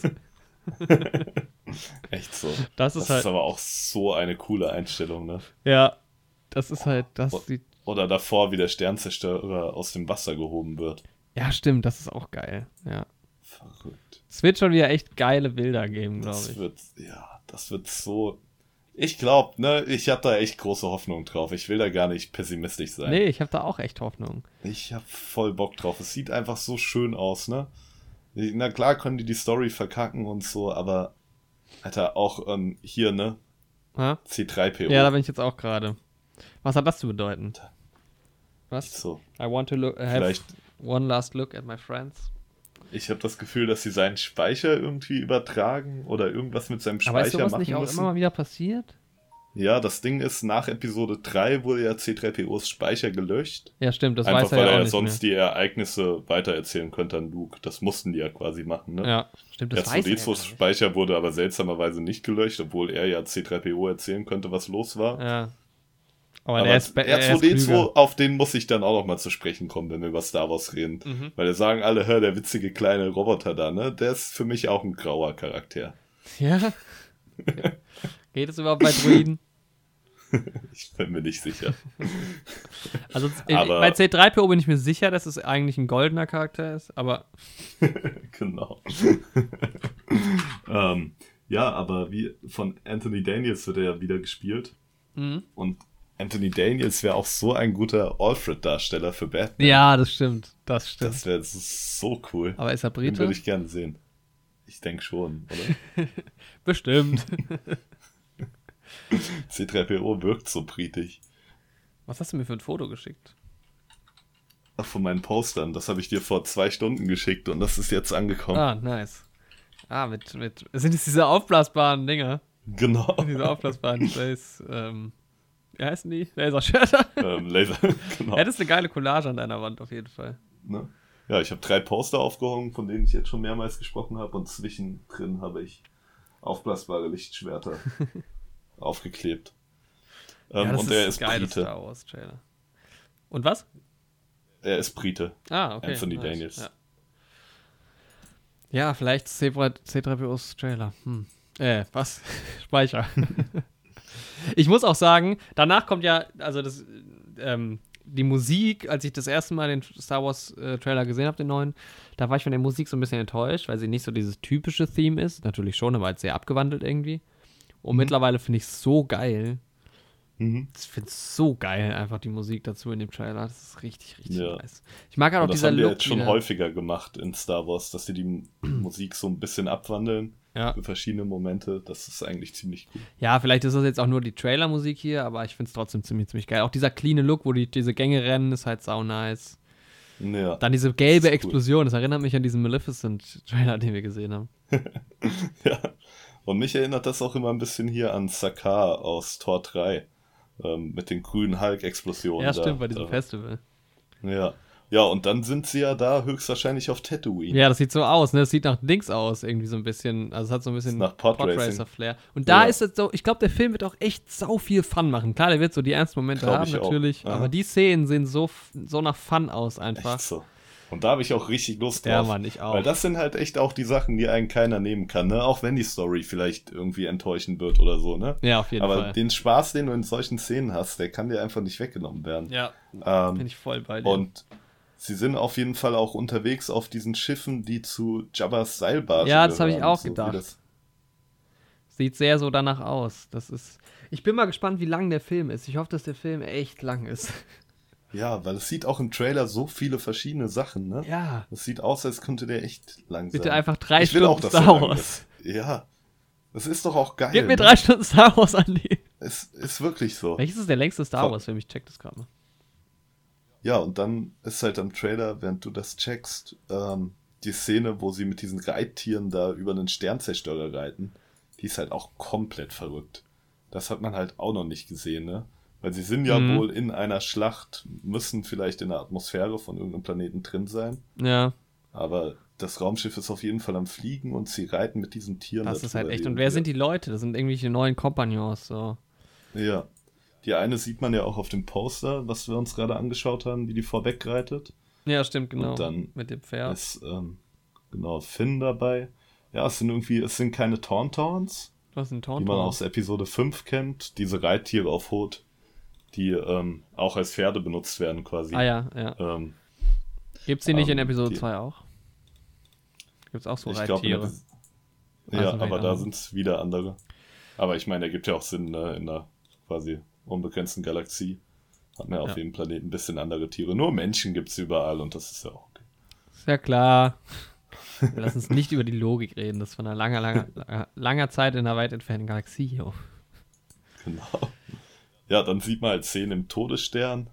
B: Echt so.
A: Das
B: Das
A: ist halt,
B: ist aber auch so eine coole Einstellung, ne?
A: ja, das ist halt, das
B: Oh.
A: sieht,
B: Oder davor, wie der Sternzerstörer aus dem Wasser gehoben wird.
A: ja, stimmt, das ist auch geil, ja.
B: Verrückt.
A: Es wird schon wieder echt geile Bilder geben, glaube
B: Das
A: ich.
B: wird, ja, das wird so. Ich glaube, ne, ich habe da echt große Hoffnung drauf. Ich will da gar nicht pessimistisch sein.
A: Nee, ich habe da auch echt Hoffnung.
B: Ich habe voll Bock drauf. Es sieht einfach so schön aus, ne? Na klar können die die Story verkacken und so, aber Alter, auch ähm, hier, ne?
A: Ha?
B: C drei P O.
A: Ja, da bin ich jetzt auch gerade. Was hat das zu bedeuten? Was?
B: so.
A: I want to look, have
B: Vielleicht,
A: one last look at my friends.
B: ich habe das Gefühl, dass sie seinen Speicher irgendwie übertragen oder irgendwas mit seinem
A: Aber ist
B: Speicher
A: sowas
B: machen
A: nicht auch
B: müssen.
A: immer mal wieder passiert?
B: Ja, das Ding ist, nach Episode drei wurde ja C drei P Os Speicher gelöscht.
A: Ja, stimmt, das
B: Einfach
A: weiß er
B: weil
A: ja auch
B: er
A: nicht
B: sonst
A: mehr.
B: die Ereignisse weitererzählen könnte an Luke. Das mussten die ja quasi machen, ne?
A: Ja, stimmt, das
B: Der
A: weiß er ja
B: R zwei D
A: gar nicht.
B: zwei-Speicher wurde aber seltsamerweise nicht gelöscht, obwohl er ja C drei P O erzählen könnte, was los war.
A: Ja. Aber,
B: Aber
A: der ist, be-
B: R
A: er
B: zwei
A: ist
B: D
A: klüger.
B: zwei, auf den muss ich dann auch noch mal zu sprechen kommen, wenn wir über Star Wars reden.
A: Mhm.
B: Weil da sagen alle, hör, der witzige kleine Roboter da, ne? Der ist für mich auch ein grauer Charakter.
A: Ja? Geht es überhaupt bei Druiden?
B: Ich bin mir nicht sicher.
A: Also äh,
B: Aber-
A: bei C drei P O bin ich mir sicher, dass es eigentlich ein goldener Charakter ist, aber
B: Genau. ähm, ja, aber wie von Anthony Daniels wird er ja wieder gespielt.
A: mhm.
B: Und Anthony Daniels wäre auch so ein guter Alfred-Darsteller für Batman.
A: Ja, das stimmt. Das stimmt.
B: Das wäre so cool.
A: Aber ist er Brite?
B: Den würde ich gerne sehen. Ich denke schon, oder?
A: Bestimmt.
B: C drei P O wirkt so britisch.
A: Was hast du mir für ein Foto geschickt?
B: Ach, von meinen Postern. Das habe ich dir vor zwei Stunden geschickt und das ist jetzt angekommen.
A: Ah, nice. Ah, mit, mit, sind es diese aufblasbaren Dinger?
B: Genau.
A: Diese aufblasbaren Laser, ähm, wie heißen die? Laserschwerter?
B: ähm, Laser, genau.
A: Ja, das ist eine geile Collage an deiner Wand auf jeden Fall.
B: Ne? Ja, ich habe drei Poster aufgehangen, von denen ich jetzt schon mehrmals gesprochen habe und zwischendrin habe ich aufblasbare Lichtschwerter aufgeklebt. Ähm,
A: Ja, das
B: und
A: ist
B: er
A: ein
B: ist
A: geiles
B: Brite.
A: Star Wars Trailer. Und was?
B: Er ist Brite.
A: Ah, okay.
B: Anthony
A: nice.
B: Daniels.
A: Ja, ja vielleicht C drei P Os Trailer. Hm. Äh, was? Speicher. Ich muss auch sagen, danach kommt ja, also das, ähm, die Musik, als ich das erste Mal den Star Wars äh, Trailer gesehen habe, den neuen, da war ich von der Musik so ein bisschen enttäuscht, weil sie nicht so dieses typische Theme ist. Natürlich schon, aber halt sehr abgewandelt irgendwie. Und
B: Mhm.
A: mittlerweile finde ich es so geil.
B: Mhm.
A: Ich finde es so geil, einfach die Musik dazu in dem Trailer. Das ist richtig, richtig
B: Ja.
A: nice. Ich mag halt auch
B: Und das
A: dieser
B: haben wir
A: Look.
B: jetzt schon
A: wieder.
B: häufiger gemacht in Star Wars, dass sie die Musik so ein bisschen abwandeln
A: Ja.
B: für verschiedene Momente. Das ist eigentlich ziemlich cool.
A: Ja, vielleicht ist das jetzt auch nur die Trailer-Musik hier, aber ich finde es trotzdem ziemlich, ziemlich geil. Auch dieser cleane Look, wo die diese Gänge rennen, ist halt sau nice.
B: Ja.
A: Dann diese gelbe
B: Das ist cool.
A: Explosion, das erinnert mich an diesen Maleficent-Trailer, den wir gesehen haben.
B: Ja. Und mich erinnert das auch immer ein bisschen hier an Sakaar aus Tor drei. Ähm, mit den grünen Hulk-Explosionen.
A: Ja,
B: da.
A: stimmt, bei diesem
B: da.
A: Festival.
B: Ja. Ja, und dann sind sie ja da höchstwahrscheinlich auf Tatooine.
A: Ja, das sieht so aus, ne? Das sieht nach Dings aus, irgendwie so ein bisschen. Also es hat so ein bisschen
B: Nach Podracing.
A: Podracer-Flair. Und da
B: Ja.
A: ist es so, ich glaube, der Film wird auch echt sau viel Fun machen. Klar, der wird so die ernsten Momente
B: Glaub
A: haben,
B: ich auch.
A: natürlich.
B: Aha.
A: Aber die Szenen sehen so, so nach Fun aus einfach.
B: Echt so. Und da habe ich auch richtig Lust drauf.
A: Ja, Mann, ich auch.
B: Weil das sind halt echt auch die Sachen, die einen keiner nehmen kann, ne? Auch wenn die Story vielleicht irgendwie enttäuschend wird oder so, ne?
A: Ja, auf jeden
B: Aber
A: Fall.
B: den Spaß, den du in solchen Szenen hast, der kann dir einfach nicht weggenommen werden.
A: Ja,
B: Ähm,
A: bin ich voll bei dir.
B: und sie sind auf jeden Fall auch unterwegs auf diesen Schiffen, die zu Jabbas Seilbahn
A: Ja, das habe ich
B: gehören,
A: auch
B: so wie
A: gedacht.
B: das-
A: Sieht sehr so danach aus. Das ist. Ich bin mal gespannt, wie lang der Film ist. Ich hoffe, dass der Film echt lang ist.
B: Ja, weil es sieht auch im Trailer so viele verschiedene Sachen, ne?
A: Ja.
B: Es sieht aus, als könnte der echt lang sein.
A: Bitte einfach drei
B: ich will
A: Stunden
B: auch, dass der
A: Star
B: lang
A: Wars.
B: ist. Ja. Das ist doch auch geil.
A: Gib mir
B: ne?
A: drei Stunden Star Wars an die.
B: Es ist wirklich so.
A: Welches ist der längste Star
B: Voll.
A: Wars-Film? Ich check das gerade mal.
B: Ja, und dann ist halt am Trailer, während du das checkst, ähm, die Szene, wo sie mit diesen Reittieren da über einen Sternzerstörer reiten, die ist halt auch komplett verrückt. Das hat man halt auch noch nicht gesehen, ne? Weil sie sind ja
A: Mhm.
B: wohl in einer Schlacht, müssen vielleicht in der Atmosphäre von irgendeinem Planeten drin sein,
A: Ja,
B: aber das Raumschiff ist auf jeden Fall am Fliegen und sie reiten mit diesen Tieren.
A: das
B: da
A: ist halt
B: drüber
A: echt.
B: hin
A: Und wer
B: her.
A: sind die Leute? Das sind irgendwelche neuen Kompagnons. So.
B: Ja. Die eine sieht man ja auch auf dem Poster, was wir uns gerade angeschaut haben, wie die vorweg reitet.
A: Ja, stimmt, genau.
B: Und dann
A: mit dem Pferd.
B: Ist, ähm, genau, Finn dabei. Ja, es sind irgendwie, es sind keine Tauntauns,
A: Was ist ein
B: die
A: Tauntaun?
B: man aus Episode fünf kennt. Diese Reittiere auf Hoth, die ähm, auch als Pferde benutzt werden quasi.
A: Ah ja, ja.
B: Ähm,
A: Gibt's die nicht in
B: ähm,
A: Episode
B: die-
A: zwei auch? Gibt's auch so
B: ich glaube,
A: Reittiere?
B: ja,
A: Also
B: aber
A: vielleicht
B: da
A: andere.
B: sind es wieder andere. Aber ich meine, der gibt ja auch Sinn, ne, in einer quasi unbegrenzten Galaxie. Hat man ja auf
A: Ja.
B: jedem Planeten ein bisschen andere Tiere. Nur Menschen gibt es überall und das ist ja auch okay.
A: Ist ja klar. Wir lassen uns nicht über die Logik reden. Das ist von einer langer, langer, langer, langer Zeit in einer weit entfernten Galaxie. Jo.
B: Genau. Ja, dann sieht man halt Szenen im Todesstern.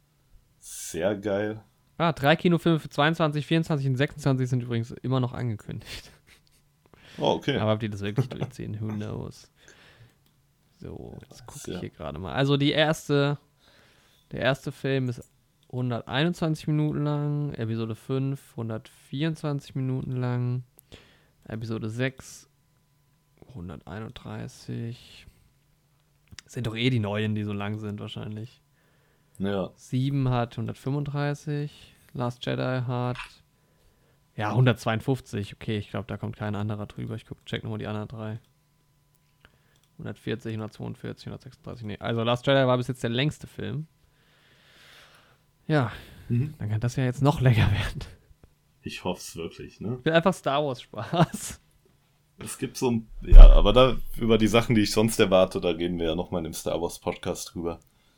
B: Sehr geil.
A: Ah, drei Kinofilme für zweiundzwanzig, vierundzwanzig und sechsundzwanzig sind übrigens immer noch angekündigt.
B: Oh, okay.
A: Aber ob die das wirklich durchziehen, who knows. So, jetzt gucke ich
B: Ja.
A: hier gerade mal. Also die erste, der erste Film ist hunderteinundzwanzig Minuten lang, Episode fünf hundertvierundzwanzig Minuten lang, Episode sechs hunderteinunddreißig. Sind doch eh die neuen, die so lang sind wahrscheinlich.
B: Ja.
A: sieben hat hundertfünfunddreißig, Last Jedi hat ja hundertzweiundfünfzig. Okay, ich glaube, da kommt kein anderer drüber. Ich guck, check nochmal die anderen drei. hundertvierzig, hundertzweiundvierzig, hundertsechsunddreißig. Nee, also Last Jedi war bis jetzt der längste Film. Ja,
B: Mhm.
A: dann kann das ja jetzt noch länger werden.
B: Ich hoffe es wirklich, ne?
A: Ich will einfach Star Wars Spaß.
B: Es gibt so ein. Ja, aber da über die Sachen, die ich sonst erwarte, da reden wir ja nochmal in dem Star Wars Podcast drüber.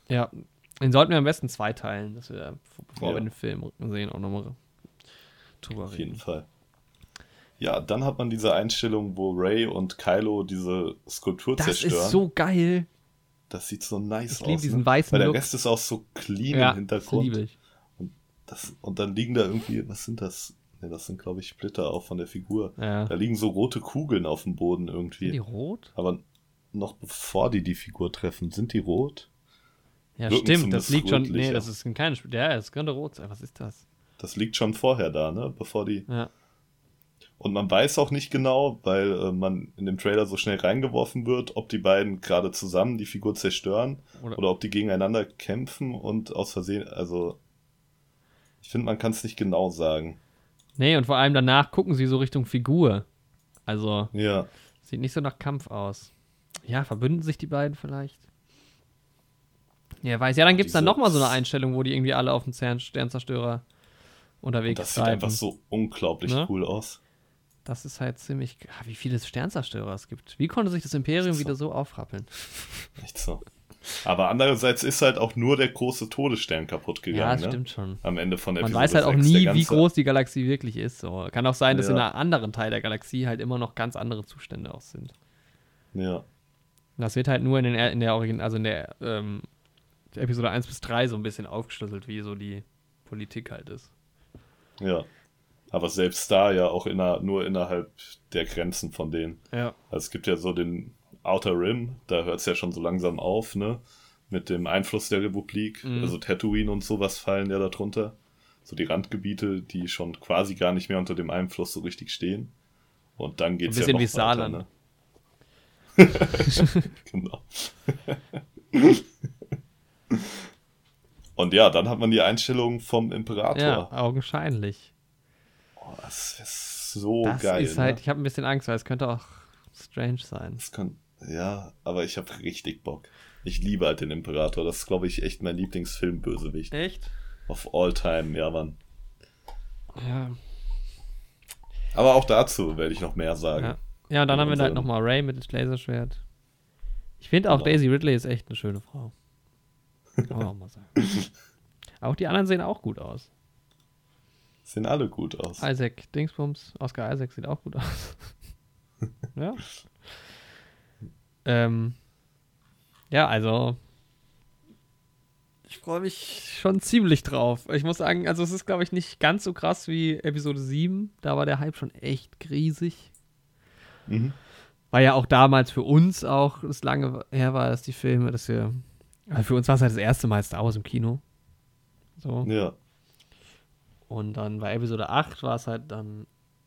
A: Ja, den sollten wir am besten zweiteilen, dass wir, bevor
B: Ja.
A: wir den Film sehen, auch nochmal drüber
B: Auf jeden
A: reden.
B: Fall. Ja, dann hat man diese Einstellung, wo Rey und Kylo diese Skulptur
A: Das
B: zerstören.
A: ist so geil.
B: Das sieht so nice
A: Ich
B: aus.
A: liebe diesen
B: ne?
A: weißen
B: Weil der
A: Look.
B: Rest ist auch so clean
A: Ja,
B: im
A: das
B: Hintergrund.
A: liebe ich.
B: Das, und dann liegen da irgendwie, was sind das? Ne, das sind, glaube ich, Splitter auch von der Figur.
A: Ja.
B: Da liegen so rote Kugeln auf dem Boden
A: Sind
B: irgendwie.
A: die rot?
B: Aber noch bevor die die Figur treffen, sind die rot?
A: Ja,
B: Wirken
A: stimmt. Das
B: zumindest
A: liegt schon.
B: rötlich,
A: Nee,
B: ja.
A: das ist keine Sp- Ja, das könnte rot sein. Was ist das?
B: Das liegt schon vorher da, ne? Bevor die.
A: Ja.
B: Und man weiß auch nicht genau, weil äh, man in dem Trailer so schnell reingeworfen wird, ob die beiden gerade zusammen die Figur zerstören
A: Oder,
B: oder ob die gegeneinander kämpfen und aus Versehen, also ich finde, man kann es nicht genau sagen.
A: Nee, und vor allem danach gucken sie so Richtung Figur. Also,
B: Ja,
A: sieht nicht so nach Kampf aus. Ja, verbünden sich die beiden vielleicht? Ja, weiß. Ja, dann gibt es dann
B: Diese-
A: nochmal so eine Einstellung, wo die irgendwie alle auf dem Stern- Sternzerstörer
B: und
A: unterwegs
B: das sieht
A: reiten.
B: einfach so unglaublich
A: Ne?
B: cool aus.
A: Das ist halt ziemlich. Ah, wie viele Sternzerstörer es gibt. Wie konnte sich das Imperium
B: So.
A: wieder so aufrappeln?
B: Echt so. Aber andererseits ist halt auch nur der große Todesstern kaputt
A: Ja,
B: gegangen,
A: das
B: ne?
A: stimmt schon.
B: Am Ende von
A: Man
B: Episode
A: weiß halt auch
B: sechs.
A: nie,
B: Der
A: wie
B: ganze-
A: groß die Galaxie wirklich ist. So. Kann auch sein, dass in
B: Ja.
A: einem anderen Teil der Galaxie halt immer noch ganz andere Zustände auch sind.
B: Ja,
A: Das wird halt nur in, den, in der Origin, also in der ähm, Episode eins bis drei so ein bisschen aufgeschlüsselt, wie so die Politik halt ist.
B: ja. Aber selbst da ja auch inner, nur innerhalb der Grenzen von denen.
A: Ja.
B: Also es gibt ja so den Outer Rim, da hört es ja schon so langsam auf, ne? Mit dem Einfluss der Republik.
A: Mhm.
B: Also Tatooine und sowas fallen ja darunter. So die Randgebiete, die schon quasi gar nicht mehr unter dem Einfluss so richtig stehen. Und dann geht's
A: Ein bisschen
B: ja noch
A: wie
B: weiter,
A: Saarland.
B: ne? Genau. Und ja, dann hat man die Einstellung vom Imperator.
A: Ja, augenscheinlich.
B: Oh, das ist so
A: Das
B: geil.
A: ist halt,
B: ne?
A: ich habe ein bisschen Angst, weil es könnte auch strange sein.
B: Das kann, ja, aber ich habe richtig Bock. Ich liebe halt den Imperator. Das ist, glaube ich, echt mein Lieblingsfilm-Bösewicht.
A: Echt?
B: Of all time, ja, Mann.
A: Ja.
B: Aber auch dazu werde ich noch mehr sagen.
A: Ja, ja und dann
B: In
A: haben wir da halt
B: unserem-
A: nochmal Ray mit dem Laserschwert. Ich finde auch
B: Genau.
A: Daisy Ridley ist echt eine schöne Frau. Kann man auch mal sagen. Auch die anderen sehen auch gut aus.
B: Sehen alle gut aus.
A: Isaac Dingsbums, Oscar Isaac sieht auch gut aus. Ja. Ähm, ja, also ich freue mich schon ziemlich drauf. Ich muss sagen, also es ist, glaube ich, nicht ganz so krass wie Episode sieben. Da war der Hype schon echt riesig.
B: Mhm.
A: Weil ja auch damals für uns auch das lange her war, dass die Filme, dass wir, also für uns war es halt das erste Mal Star Wars im Kino. So.
B: Ja.
A: Und dann bei Episode acht war es halt dann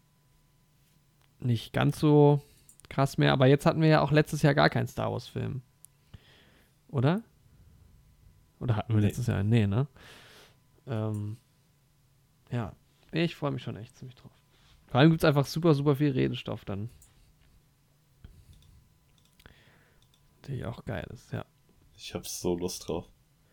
A: nicht ganz so krass mehr. Aber jetzt hatten wir ja auch letztes Jahr gar keinen Star Wars-Film. Oder? Oder hatten wir
B: Nee.
A: letztes Jahr? Nee, ne? Ähm, ja, ich freue mich schon echt ziemlich drauf. Vor allem gibt es einfach super, super viel Redestoff dann. Der auch geil ist, ja.
B: Ich habe so Lust drauf.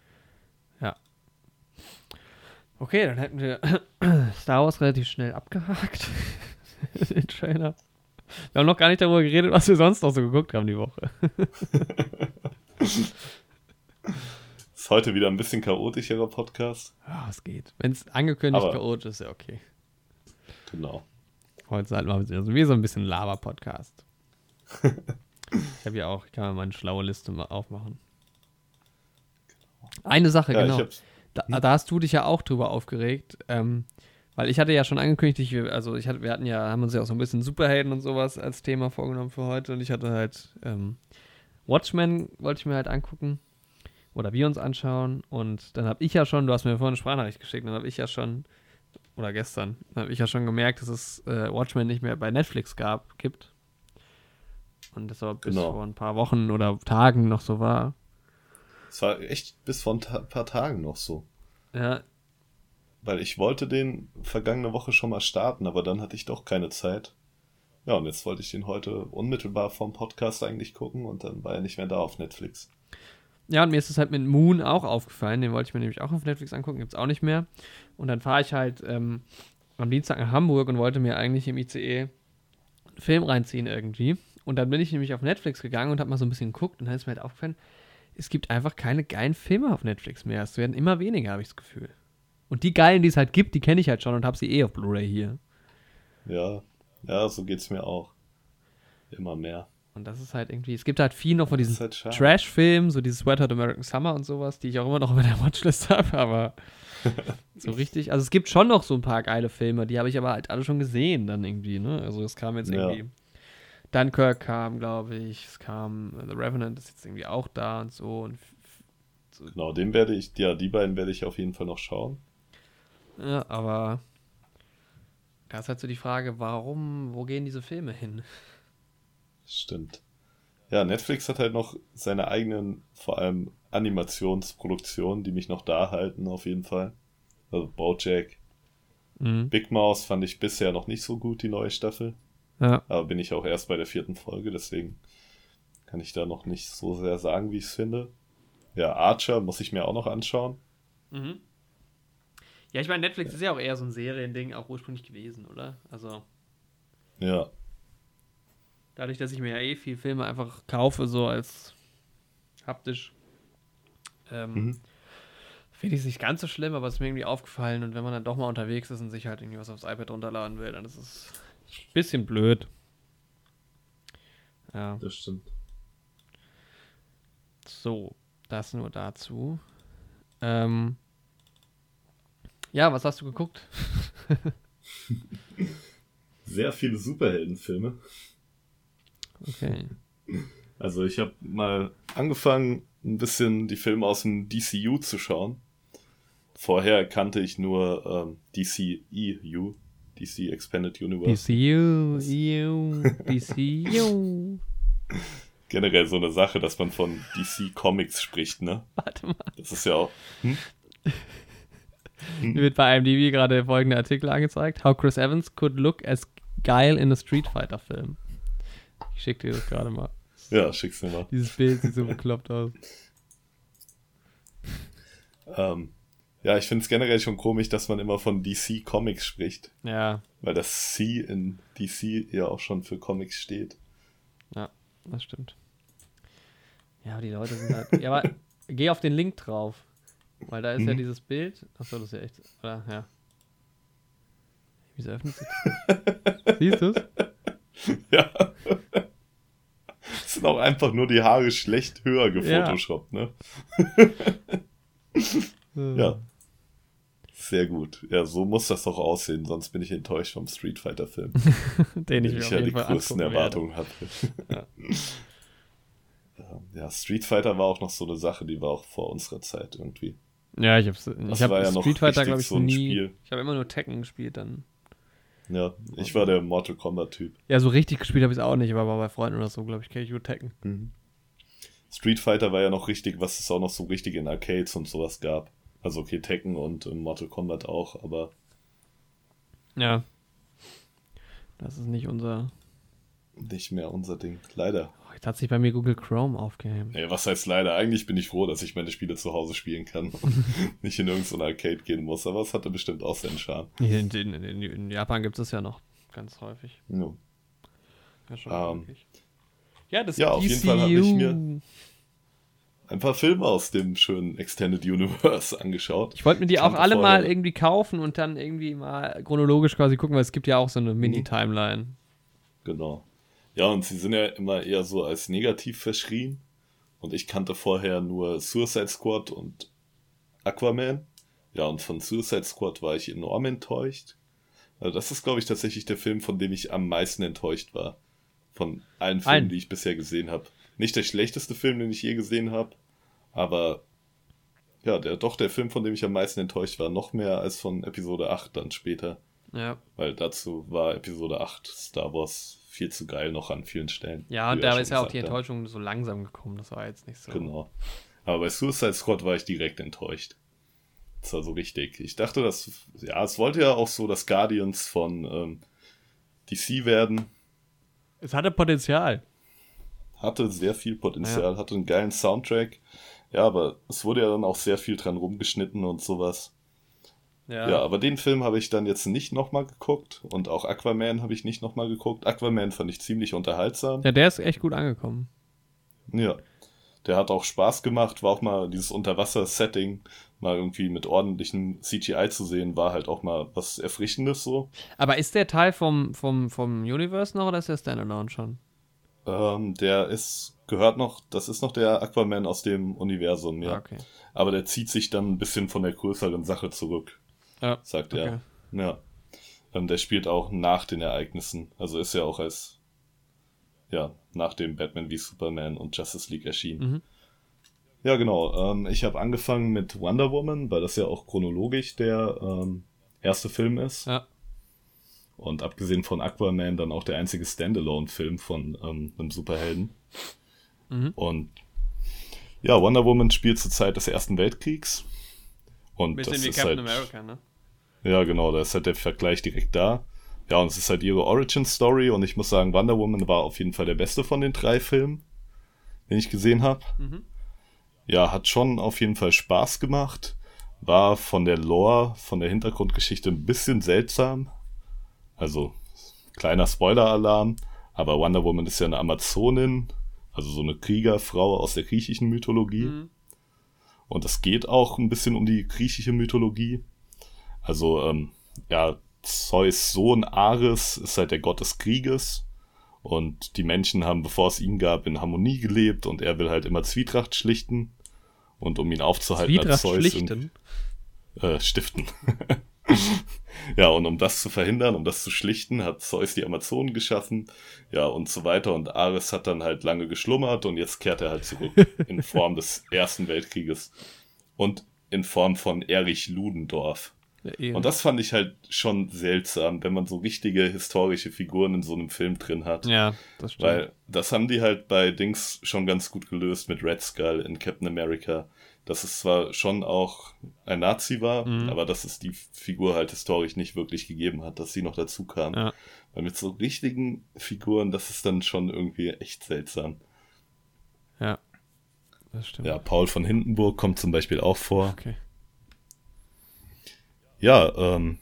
A: Okay, dann hätten wir Star Wars relativ schnell abgehakt. Den Trailer. Wir haben noch gar nicht darüber geredet, was wir sonst noch so geguckt haben die Woche.
B: Ist heute wieder ein bisschen chaotischerer Podcast.
A: Ja, es geht. Wenn es angekündigt
B: Aber-
A: chaotisch ist, ja okay.
B: Genau.
A: Heute ist halt mal so wie so ein bisschen Laber-Podcast. Ich habe ja auch, ich kann mal meine schlaue Liste mal aufmachen. Eine Sache,
B: Ja,
A: genau.
B: ich hab's.
A: Da, da hast du dich ja auch drüber aufgeregt, ähm, weil ich hatte ja schon angekündigt, ich, also ich hatte, wir hatten ja, haben uns ja auch so ein bisschen Superhelden und sowas als Thema vorgenommen für heute und ich hatte halt ähm, Watchmen wollte ich mir halt angucken oder wir uns anschauen und dann habe ich ja schon, du hast mir vorhin eine Sprachnachricht geschickt, dann habe ich ja schon, oder gestern, dann habe ich ja schon gemerkt, dass es äh, Watchmen nicht mehr bei Netflix gab, gibt und das aber bis
B: Genau.
A: vor ein paar Wochen oder Tagen noch so war.
B: Es war echt bis vor ein ta- paar Tagen noch so.
A: Ja,
B: Weil ich wollte den vergangene Woche schon mal starten, aber dann hatte ich doch keine Zeit. Ja, und jetzt wollte ich den heute unmittelbar vom Podcast eigentlich gucken und dann war er nicht mehr da auf Netflix.
A: Ja, und mir ist es halt mit Moon auch aufgefallen. Den wollte ich mir nämlich auch auf Netflix angucken, gibt's auch nicht mehr. Und dann fahre ich halt ähm, am Dienstag nach Hamburg und wollte mir eigentlich im I C E einen Film reinziehen irgendwie. Und dann bin ich nämlich auf Netflix gegangen und habe mal so ein bisschen geguckt und dann ist mir halt aufgefallen, es gibt einfach keine geilen Filme auf Netflix mehr. Es werden immer weniger, habe ich das Gefühl. Und die geilen, die es halt gibt, die kenne ich halt schon und habe sie eh auf Blu-ray hier.
B: Ja, ja, so geht's mir auch. Immer mehr.
A: Und das ist halt irgendwie, es gibt halt viel noch von
B: Das
A: diesen
B: ist halt schade.
A: Trash-Filmen, so dieses Wet Hot American Summer und sowas, die ich auch immer noch auf meiner Watchlist habe, aber so richtig, also es gibt schon noch so ein paar geile Filme, die habe ich aber halt alle schon gesehen dann irgendwie, ne? Also es kam jetzt
B: Ja.
A: irgendwie, Dunkirk kam, glaube ich, es kam, äh, The Revenant ist jetzt irgendwie auch da und so und f- f- so,
B: Genau, den werde ich, ja, die beiden werde ich auf jeden Fall noch schauen.
A: ja, aber da ist halt so die Frage, warum, wo gehen diese Filme hin?
B: Stimmt. Ja, Netflix hat halt noch seine eigenen, vor allem Animationsproduktionen, die mich noch da halten, auf jeden Fall. Also BoJack.
A: Mhm.
B: Big Mouth fand ich bisher noch nicht so gut, die neue Staffel.
A: Ja.
B: Aber bin ich auch erst bei der vierten Folge, deswegen kann ich da noch nicht so sehr sagen, wie ich es finde. Ja, Archer muss ich mir auch noch anschauen.
A: Mhm. Ja, ich meine, Netflix ist ja auch eher so ein Seriending auch ursprünglich gewesen, oder? Also
B: Ja,
A: dadurch, dass ich mir ja eh viel Filme einfach kaufe, so als haptisch, ähm,
B: mhm.
A: finde ich es nicht ganz so schlimm, aber es ist mir irgendwie aufgefallen und wenn man dann doch mal unterwegs ist und sich halt irgendwie was aufs iPad runterladen will, dann ist es ein bisschen blöd. Ja,
B: Das stimmt.
A: so, das nur dazu. Ähm, ja, was hast du geguckt?
B: Sehr viele Superheldenfilme.
A: Okay.
B: Also ich habe mal angefangen, ein bisschen die Filme aus dem D C U zu schauen. Vorher kannte ich nur ähm, D C E U, D C Expanded Universe.
A: D C U, E U, D C U.
B: Generell so eine Sache, dass man von D C Comics spricht, ne?
A: Warte mal.
B: Das ist ja auch... Hm?
A: Mir wird bei I M D B gerade folgender Artikel angezeigt. How Chris Evans could look as geil in a Street Fighter Film. Ich schick dir das gerade mal.
B: Ja, schick's mir mal.
A: Dieses Bild sieht so bekloppt aus.
B: Ähm, ja, ich finde es generell schon komisch, dass man immer von D C Comics spricht.
A: Ja,
B: Weil das C in D C ja auch schon für Comics steht.
A: ja, das stimmt. Ja, aber die Leute sind halt. Ja, aber geh auf den Link drauf. Weil da ist
B: Mhm.
A: ja dieses Bild. Achso, das ist ja echt. Oder? Ja. Wieso öffnet sich das? Siehst du es?
B: Ja. Es sind auch einfach nur die Haare schlecht höher gefotoshoppt, ne? Ja. Sehr gut. Ja, so muss das doch aussehen, sonst bin ich enttäuscht vom Street Fighter Film.
A: Den ich
B: Den
A: mir
B: ich
A: auf
B: ja die
A: jeden Fall
B: größten
A: angucken
B: Erwartungen hatte.
A: Ja.
B: Ja, Street Fighter war auch noch so eine Sache, die war auch vor unserer Zeit irgendwie.
A: Ja, ich hab's.
B: Das
A: Ich hab
B: war ja noch
A: Street Fighter,
B: richtig
A: glaube ich,
B: so ein
A: nie.
B: Spiel.
A: Ich habe immer nur Tekken gespielt dann.
B: Ja, ich war der Mortal Kombat-Typ.
A: Ja, so richtig gespielt habe ich es auch nicht, aber war bei Freunden oder so, glaube ich, kenne ich nur Tekken.
B: Mhm. Street Fighter war ja noch richtig, was es auch noch so richtig in Arcades und sowas gab. Also okay, Tekken und äh, Mortal Kombat auch, aber
A: Ja. Das ist nicht unser.
B: nicht mehr unser Ding. Leider.
A: Oh, jetzt hat sich bei mir Google Chrome aufgehängt.
B: Nee, was heißt leider? Eigentlich bin ich froh, dass ich meine Spiele zu Hause spielen kann und nicht in irgendein Arcade gehen muss, aber es hatte bestimmt auch seinen Charme.
A: In, in, in, in Japan gibt es ja noch ganz häufig.
B: Ja.
A: Ja, schon
B: Ähm,
A: wirklich. Ja, das
B: ja, auf jeden Fall habe ich mir ein paar Filme aus dem schönen Extended Universe angeschaut.
A: Ich wollte mir die
B: Ich
A: auch
B: kannte
A: alle mal
B: vorher-
A: irgendwie kaufen und dann irgendwie mal chronologisch quasi gucken, weil es gibt ja auch so eine Mini-Timeline.
B: Genau. Ja, und sie sind ja immer eher so als negativ verschrien. Und ich kannte vorher nur Suicide Squad und Aquaman. Ja, und von Suicide Squad war ich enorm enttäuscht. Also das ist, glaube ich, tatsächlich der Film, von dem ich am meisten enttäuscht war. Von allen Filmen,
A: Ein.
B: die ich bisher gesehen habe. Nicht der schlechteste Film, den ich je gesehen habe, aber ja, der, doch der Film, von dem ich am meisten enttäuscht war. Noch mehr als von Episode acht dann später.
A: Ja.
B: Weil dazu war Episode acht Star Wars viel zu geil noch an vielen Stellen.
A: Ja,
B: wie
A: und
B: wir
A: da
B: schon
A: ist ja auch
B: gesagt
A: die
B: haben.
A: Enttäuschung so langsam gekommen. Das war jetzt nicht so.
B: Genau. Aber bei Suicide Squad war ich direkt enttäuscht. Das war so richtig. Ich dachte, dass, ja, es wollte ja auch so das Guardians von ähm, D C werden.
A: Es hatte Potenzial.
B: Hatte sehr viel Potenzial, hatte einen geilen Soundtrack. Ja, aber es wurde ja dann auch sehr viel dran rumgeschnitten und sowas.
A: Ja.
B: Ja, aber den Film habe ich dann jetzt nicht nochmal geguckt. Und auch Aquaman habe ich nicht nochmal geguckt. Aquaman fand ich ziemlich unterhaltsam.
A: Ja, der ist echt gut angekommen.
B: Ja. der hat auch Spaß gemacht, war auch mal dieses Unterwasser-Setting, mal irgendwie mit ordentlichem C G I zu sehen, war halt auch mal was Erfrischendes so.
A: Aber ist der Teil vom, vom, vom Universe noch oder ist der Standalone schon?
B: Ähm, der ist, gehört noch, das ist noch der Aquaman aus dem Universum, ja.
A: Ah, okay.
B: Aber der zieht sich dann ein bisschen von der größeren Sache zurück,
A: Ja,
B: sagt
A: okay.
B: er. Ja. Ähm, der spielt auch nach den Ereignissen, also ist ja auch als, ja, nach dem Batman wie Superman und Justice League erschienen.
A: Mhm.
B: Ja, genau. Ähm, ich habe angefangen mit Wonder Woman, weil das ja auch chronologisch der ähm, erste Film ist.
A: Ja.
B: Und abgesehen von Aquaman dann auch der einzige Standalone-Film von ähm, einem Superhelden.
A: Mhm.
B: Und ja, Wonder Woman spielt zur Zeit des Ersten Weltkriegs. Und
A: Bisschen
B: das
A: wie
B: ist
A: Captain
B: halt,
A: America, ne?
B: Ja, genau, da ist halt der Vergleich direkt da. Ja, und es ist halt ihre Origin-Story. Und ich muss sagen, Wonder Woman war auf jeden Fall der beste von den drei Filmen, den ich gesehen habe.
A: Mhm.
B: Ja, hat schon auf jeden Fall Spaß gemacht. War von der Lore, von der Hintergrundgeschichte ein bisschen seltsam. Also, kleiner Spoiler-Alarm. Aber Wonder Woman ist ja eine Amazonin. Also so eine Kriegerfrau aus der griechischen Mythologie.
A: Mhm.
B: Und es geht auch ein bisschen um die griechische Mythologie. Also, ähm, ja, Zeus' Sohn Ares ist halt der Gott des Krieges. Und die Menschen haben, bevor es ihn gab, in Harmonie gelebt. Und er will halt immer Zwietracht schlichten. Und um ihn aufzuhalten, hat
A: Zwietracht
B: Zeus...
A: schlichten?
B: In, äh, stiften. Ja, und um das zu verhindern, um das zu schlichten, hat Zeus die Amazonen geschaffen. Ja, und so weiter. Und Ares hat dann halt lange geschlummert. Und jetzt kehrt er halt zurück in Form des Ersten Weltkrieges. Und in Form von Erich Ludendorff.
A: Ja, eh.
B: Und das fand ich halt schon seltsam, wenn man so wichtige historische Figuren in so einem Film drin hat.
A: Ja, das stimmt.
B: Weil das haben die halt bei Dings schon ganz gut gelöst mit Red Skull in Captain America. Dass es zwar schon auch ein Nazi war,
A: Mhm.
B: aber dass es die Figur halt historisch nicht wirklich gegeben hat, dass sie noch dazu kam.
A: Ja.
B: Weil mit so richtigen Figuren, das ist dann schon irgendwie echt seltsam.
A: Ja, das stimmt.
B: Ja, Paul von Hindenburg kommt zum Beispiel auch vor.
A: Okay.
B: Ja, ähm.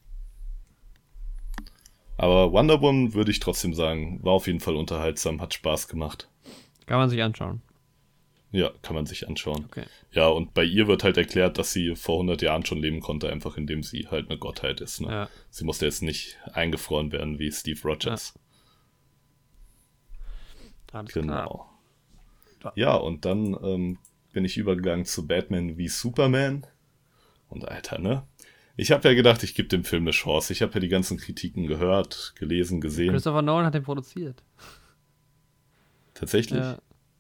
B: Aber Wonder Woman würde ich trotzdem sagen, war auf jeden Fall unterhaltsam, hat Spaß gemacht.
A: Kann man sich anschauen.
B: Ja, kann man sich anschauen.
A: Okay.
B: Ja, und bei ihr wird halt erklärt, dass sie vor hundert Jahren schon leben konnte, einfach indem sie halt eine Gottheit ist. Ne?
A: Ja.
B: Sie musste jetzt nicht eingefroren werden wie Steve Rogers.
A: Alles klar.
B: Genau. Ja, und dann ähm, bin ich übergegangen zu Batman wie Superman. Und Alter, ne? Ich habe ja gedacht, ich gebe dem Film eine Chance. Ich habe ja die ganzen Kritiken gehört, gelesen, gesehen.
A: Christopher Nolan hat den produziert.
B: Tatsächlich?
A: Ja.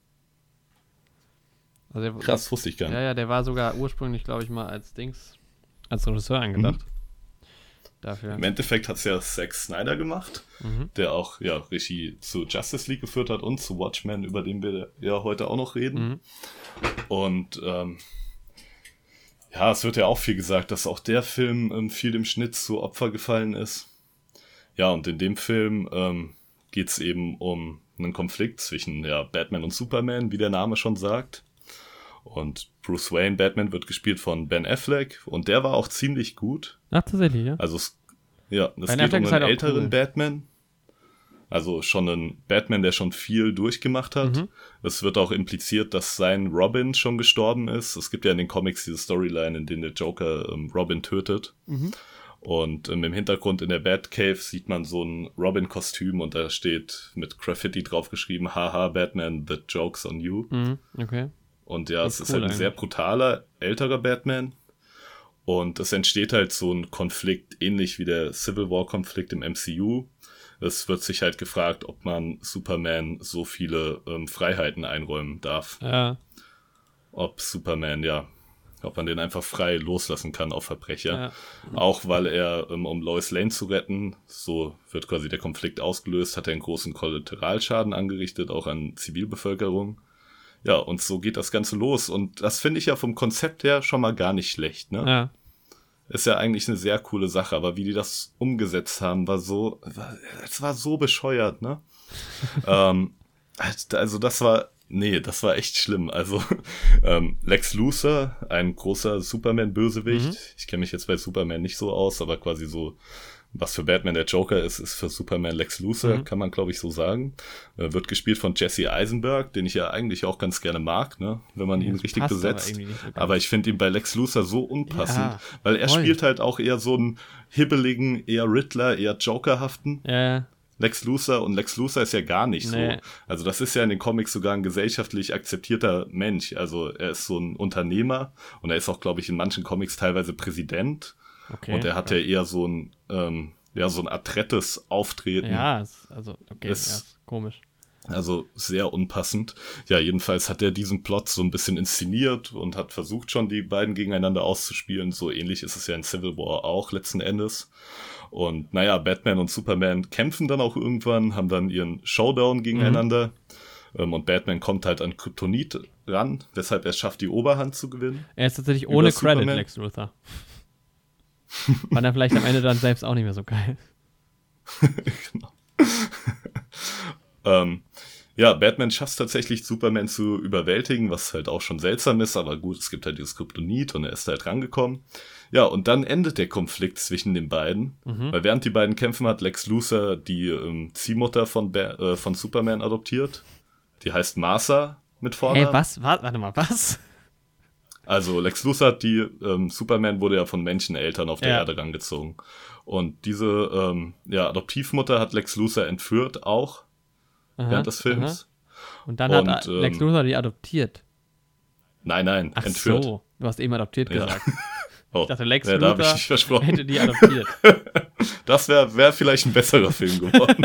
A: Also der,
B: Krass, wusste ich gar nicht.
A: Ja, ja, der war sogar ursprünglich, glaube ich, mal als Dings, als Regisseur angedacht.
B: Mhm.
A: Dafür.
B: Im Endeffekt hat es ja Zack Snyder gemacht,
A: Mhm.
B: der auch ja Regie zu Justice League geführt hat und zu Watchmen, über den wir ja heute auch noch reden.
A: Mhm.
B: Und ähm, ja, es wird ja auch viel gesagt, dass auch der Film ähm, viel im Schnitt zu Opfer gefallen ist. Ja, und in dem Film ähm, geht es eben um einen Konflikt zwischen ja, Batman und Superman, wie der Name schon sagt. Und Bruce Wayne, Batman, wird gespielt von Ben Affleck und der war auch ziemlich gut.
A: Ach, tatsächlich, ja?
B: Also es, ja, es
A: Ben
B: geht
A: Affleck
B: um
A: ist
B: einen
A: halt auch
B: älteren
A: cool.
B: Batman. Also schon ein Batman, der schon viel durchgemacht hat.
A: Mhm.
B: Es wird auch impliziert, dass sein Robin schon gestorben ist. Es gibt ja in den Comics diese Storyline, in denen der Joker ähm, Robin tötet.
A: Mhm.
B: Und ähm, im Hintergrund in der Batcave sieht man so ein Robin-Kostüm und da steht mit Graffiti draufgeschrieben, haha, Batman, the joke's on you.
A: Mhm. Okay.
B: Und ja,
A: Das
B: es
A: ist
B: ist
A: cool
B: halt ein sehr
A: eigentlich.
B: brutaler, älterer Batman. Und es entsteht halt so ein Konflikt, ähnlich wie der Civil War-Konflikt im M C U. Es wird sich halt gefragt, ob man Superman so viele ähm, Freiheiten einräumen darf.
A: Ja.
B: Ob Superman, ja, ob man den einfach frei loslassen kann auf Verbrecher.
A: Ja.
B: Auch weil er, ähm, um Lois Lane zu retten, so wird quasi der Konflikt ausgelöst, hat er einen großen Kollateralschaden angerichtet, auch an Zivilbevölkerung. Ja, und so geht das Ganze los. Und das finde ich ja vom Konzept her schon mal gar nicht schlecht, ne?
A: Ja.
B: Ist ja eigentlich eine sehr coole Sache, aber wie die das umgesetzt haben, war so, es war so bescheuert, ne? ähm, also das war, nee, das war echt schlimm. Also ähm, Lex Luthor, ein großer Superman-Bösewicht.
A: Mhm.
B: Ich kenne mich jetzt bei Superman nicht so aus, aber quasi so was für Batman der Joker ist, ist für Superman Lex Luthor, mhm. kann man glaube ich so sagen. Äh, wird gespielt von Jesse Eisenberg, den ich ja eigentlich auch ganz gerne mag, ne, wenn man ja, ihn richtig besetzt. Aber, so aber ich finde ihn bei Lex Luthor so unpassend, ja, weil er voll. spielt halt auch eher so einen hibbeligen, eher Riddler, eher Jokerhaften.
A: Ja.
B: Lex Luthor und Lex Luthor ist ja gar nicht
A: nee.
B: so. Also das ist ja in den Comics sogar ein gesellschaftlich akzeptierter Mensch. Also er ist so ein Unternehmer und er ist auch, glaube ich, in manchen Comics teilweise Präsident.
A: Okay,
B: und er hat ja, ja eher so ein, ähm, ja, so ein adrettes Auftreten.
A: Ja, also okay,
B: ist,
A: ja, ist komisch.
B: Also sehr unpassend. Ja, jedenfalls hat er diesen Plot so ein bisschen inszeniert und hat versucht schon, die beiden gegeneinander auszuspielen. So ähnlich ist es ja in Civil War auch letzten Endes. Und naja, Batman und Superman kämpfen dann auch irgendwann, haben dann ihren Showdown gegeneinander. Mhm. Ähm, und Batman kommt halt an Kryptonit ran, weshalb er es schafft, die Oberhand zu gewinnen.
A: Er ist tatsächlich ohne Credit, Superman. Lex Luthor. War dann vielleicht am Ende dann selbst auch nicht mehr so geil.
B: Genau. ähm, ja, Batman schafft es tatsächlich, Superman zu überwältigen, was halt auch schon seltsam ist, aber gut, es gibt halt dieses Kryptonit und er ist halt rangekommen. Ja, und dann endet der Konflikt zwischen den beiden, mhm. weil während die beiden kämpfen, hat Lex Luthor die ähm, Ziehmutter von, ba- äh, von Superman adoptiert. Die heißt Martha mit Vornamen.
A: Hey, was? Warte mal, was?
B: Also Lex Luthor hat die, ähm, Superman wurde ja von Menscheneltern auf der
A: ja.
B: Erde rangezogen. Und diese ähm, ja, Adoptivmutter hat Lex Luthor entführt auch aha, während des Films.
A: Aha. Und dann und, hat Lex Luthor die adoptiert.
B: Nein, nein,
A: Ach
B: entführt.
A: So, du hast eben adoptiert
B: ja.
A: gesagt.
B: Oh,
A: ich dachte, Lex
B: ja,
A: Luthor hätte die adoptiert.
B: Das wäre wär vielleicht ein besserer Film geworden.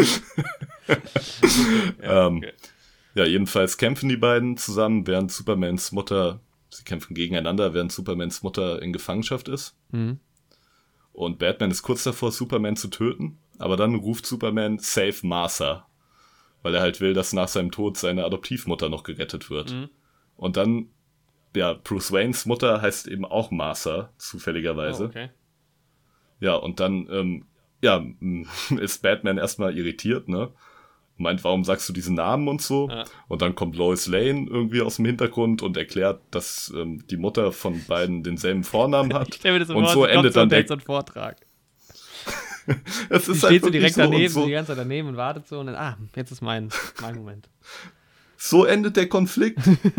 A: ja,
B: ähm,
A: okay.
B: ja, jedenfalls kämpfen die beiden zusammen, während Supermans Mutter, sie kämpfen gegeneinander, während Supermans Mutter in Gefangenschaft ist.
A: Mhm.
B: Und Batman ist kurz davor, Superman zu töten, aber dann ruft Superman Save Martha, weil er halt will, dass nach seinem Tod seine Adoptivmutter noch gerettet wird.
A: Mhm.
B: Und dann, ja, Bruce Waynes Mutter heißt eben auch Martha, zufälligerweise.
A: Oh, okay.
B: Ja, und dann, ähm, ja, ist Batman erstmal irritiert, ne? Meint, warum sagst du diesen Namen und so?
A: Ja.
B: Und dann kommt Lois Lane irgendwie aus dem Hintergrund und erklärt, dass ähm, die Mutter von beiden denselben Vornamen hat.
A: Ich stell mir das so
B: und
A: vor,
B: so endet dann der
A: so ein Vortrag.
B: Es
A: Sie
B: ist
A: steht
B: halt
A: so direkt
B: so
A: daneben,
B: so.
A: die ganze Zeit daneben und wartet so und dann, ah, jetzt ist mein, mein Moment.
B: So endet der Konflikt.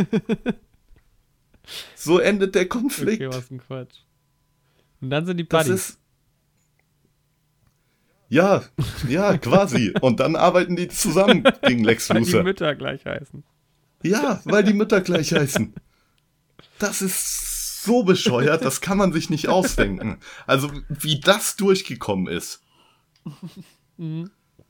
B: So endet der Konflikt.
A: Okay, was ein Quatsch. Und dann sind die
B: Das
A: Buddies.
B: ist Ja, ja, quasi. Und dann arbeiten die zusammen gegen Lex
A: Weil die
B: Luthor.
A: Mütter gleich heißen.
B: Ja, weil die Mütter gleich heißen. Das ist so bescheuert, das kann man sich nicht ausdenken. Also, wie das durchgekommen ist.
A: Mhm.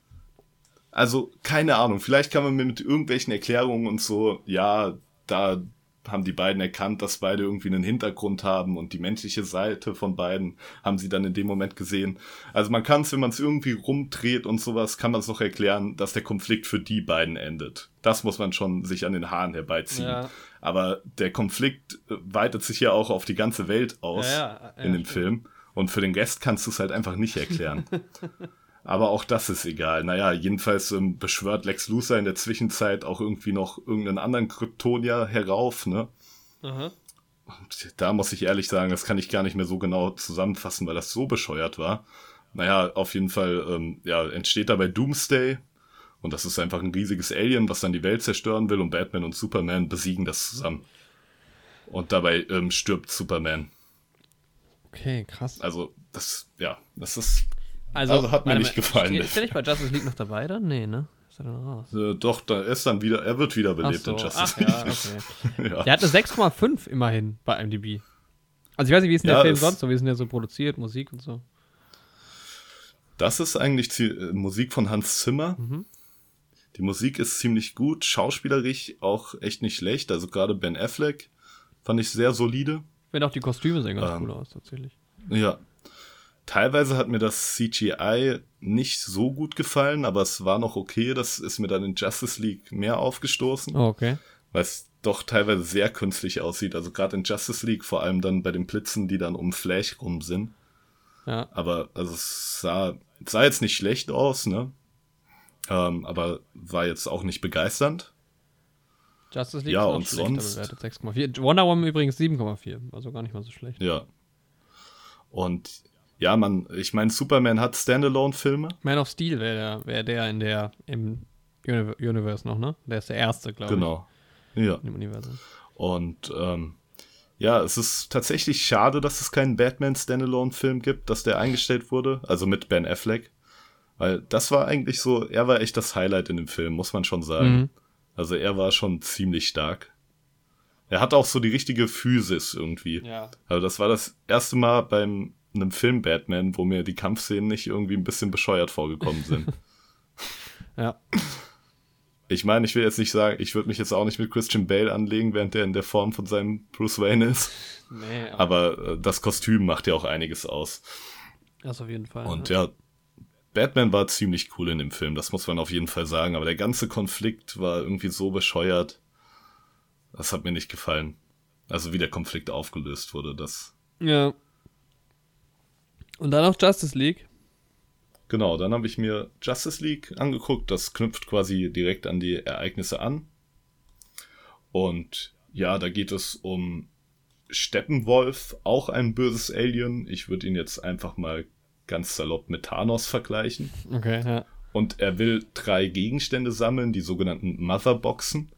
B: Also, keine Ahnung. Vielleicht kann man mir mit irgendwelchen Erklärungen und so, ja, da haben die beiden erkannt, dass beide irgendwie einen Hintergrund haben und die menschliche Seite von beiden haben sie dann in dem Moment gesehen. Also man kann es, wenn man es irgendwie rumdreht und sowas, kann man es noch erklären, dass der Konflikt für die beiden endet. Das muss man schon sich an den Haaren herbeiziehen.
A: Ja.
B: Aber der Konflikt weitet sich ja auch auf die ganze Welt aus
A: ja, ja, ja,
B: in dem
A: stimmt.
B: Film. Und für den Rest kannst du es halt einfach nicht erklären. Aber auch das ist egal. Naja, jedenfalls ähm, beschwört Lex Luthor in der Zwischenzeit auch irgendwie noch irgendeinen anderen Kryptonier herauf, ne?
A: Aha.
B: Und da muss ich ehrlich sagen, das kann ich gar nicht mehr so genau zusammenfassen, weil das so bescheuert war. Naja, auf jeden Fall ähm, ja, entsteht dabei Doomsday. Und das ist einfach ein riesiges Alien, was dann die Welt zerstören will. Und Batman und Superman besiegen das zusammen. Und dabei ähm, stirbt Superman.
A: Okay, krass.
B: Also, das, ja, das ist...
A: Also,
B: Also hat mir
A: warte
B: nicht
A: mal,
B: gefallen.
A: Steht, ist der nicht bei Justice League noch dabei dann? Nee, ne? Ist er dann raus?
B: Äh, doch, da ist dann wieder, er wird wiederbelebt
A: Ach so,
B: in Justice
A: ach,
B: League.
A: ja, okay.
B: Ja.
A: Der hatte sechs Komma fünf immerhin bei I M D B. Also ich weiß nicht, wie ist denn
B: Ja,
A: der Film
B: es-
A: sonst so? Wie ist denn der so produziert, Musik und so?
B: Das ist eigentlich die äh, Musik von Hans Zimmer.
A: Mhm.
B: Die Musik ist ziemlich gut, schauspielerisch auch echt nicht schlecht. Also gerade Ben Affleck fand ich sehr solide.
A: Ich finde auch die Kostüme sehen ganz
B: Ähm.
A: cool aus, tatsächlich.
B: Ja. Teilweise hat mir das C G I nicht so gut gefallen, aber es war noch okay. Das ist mir dann in Justice League mehr aufgestoßen,
A: Oh, okay.
B: weil es doch teilweise sehr künstlich aussieht. Also gerade in Justice League, vor allem dann bei den Blitzen, die dann um Flash rum sind.
A: Ja.
B: Aber also es sah, es sah jetzt nicht schlecht aus, ne? Ähm, aber war jetzt auch nicht begeisternd.
A: Justice League
B: Ja,
A: ist auch
B: und
A: schlechter
B: sonst?
A: bewertet, sechs Komma vier. Wonder Woman übrigens sieben Komma vier, also gar nicht mal so schlecht.
B: Ja. Und Ja, man, ich meine, Superman hat Standalone-Filme.
A: Man of Steel wäre der, wär der in der, im Uni- Universe noch, ne? Der ist der erste, glaube ich.
B: Genau. Ja.
A: Im Universum.
B: Und ähm, ja, es ist tatsächlich schade, dass es keinen Batman-Standalone-Film gibt, dass der eingestellt wurde. Also mit Ben Affleck. Weil das war eigentlich so, er war echt das Highlight in dem Film, muss man schon sagen.
A: Mhm.
B: Also er war schon ziemlich stark. Er hat auch so die richtige Physis irgendwie.
A: Ja.
B: Also das war das erste Mal beim einem Film Batman, wo mir die Kampfszenen nicht irgendwie ein bisschen bescheuert vorgekommen sind.
A: Ja.
B: Ich meine, ich will jetzt nicht sagen, ich würde mich jetzt auch nicht mit Christian Bale anlegen, während der in der Form von seinem Bruce Wayne ist.
A: Nee, aber
B: Aber äh, das Kostüm macht ja auch einiges aus.
A: das auf jeden Fall.
B: Und
A: ne?
B: ja, Batman war ziemlich cool in dem Film, das muss man auf jeden Fall sagen. Aber der ganze Konflikt war irgendwie so bescheuert. Das hat mir nicht gefallen. Also wie der Konflikt aufgelöst wurde, das...
A: Ja. Und dann noch Justice League.
B: Genau, dann habe ich mir Justice League angeguckt. Das knüpft quasi direkt an die Ereignisse an. Und ja, da geht es um Steppenwolf, auch ein böses Alien. Ich würde ihn jetzt einfach mal ganz salopp mit Thanos vergleichen.
A: Okay, ja.
B: Und er will drei Gegenstände sammeln, die sogenannten Motherboxen.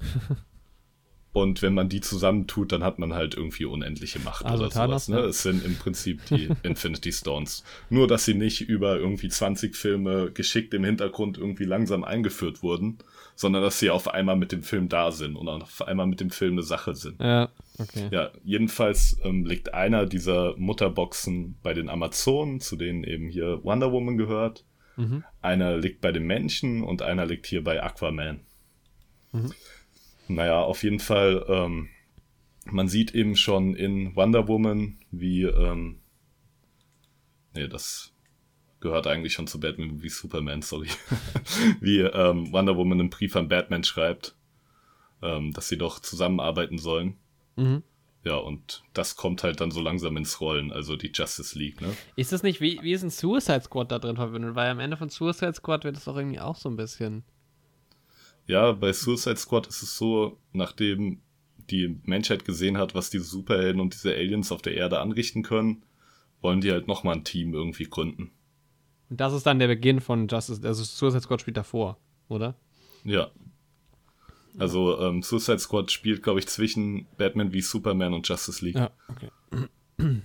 B: Und wenn man die zusammentut, dann hat man halt irgendwie unendliche Macht
A: Also
B: oder
A: Thanos,
B: sowas. Ne?
A: ja.
B: Es sind im Prinzip die Infinity Stones. Nur, dass sie nicht über irgendwie zwanzig Filme geschickt im Hintergrund irgendwie langsam eingeführt wurden, sondern dass sie auf einmal mit dem Film da sind und auf einmal mit dem Film eine Sache sind.
A: Ja, okay.
B: Ja, jedenfalls ähm, liegt einer dieser Mutterboxen bei den Amazonen, zu denen eben hier Wonder Woman gehört.
A: Mhm.
B: Einer liegt bei den Menschen und einer liegt hier bei Aquaman.
A: Mhm.
B: Naja, auf jeden Fall, ähm, man sieht eben schon in Wonder Woman, wie, ähm, nee, das gehört eigentlich schon zu Batman wie Superman, sorry, wie ähm, Wonder Woman einen Brief an Batman schreibt, ähm, dass sie doch zusammenarbeiten sollen.
A: Mhm.
B: Ja, und das kommt halt dann so langsam ins Rollen, also die Justice League, ne?
A: Ist das nicht, wie, wie ist ein Suicide Squad da drin verbündet? Weil am Ende von Suicide Squad wird es doch irgendwie auch so ein bisschen...
B: Ja, bei Suicide Squad ist es so, nachdem die Menschheit gesehen hat, was diese Superhelden und diese Aliens auf der Erde anrichten können, wollen die halt nochmal ein Team irgendwie gründen.
A: Und das ist dann der Beginn von Justice, also Suicide Squad spielt davor, oder?
B: Ja. Also ähm, Suicide Squad spielt, glaube ich, zwischen Batman wie Superman und Justice League.
A: Ja, okay.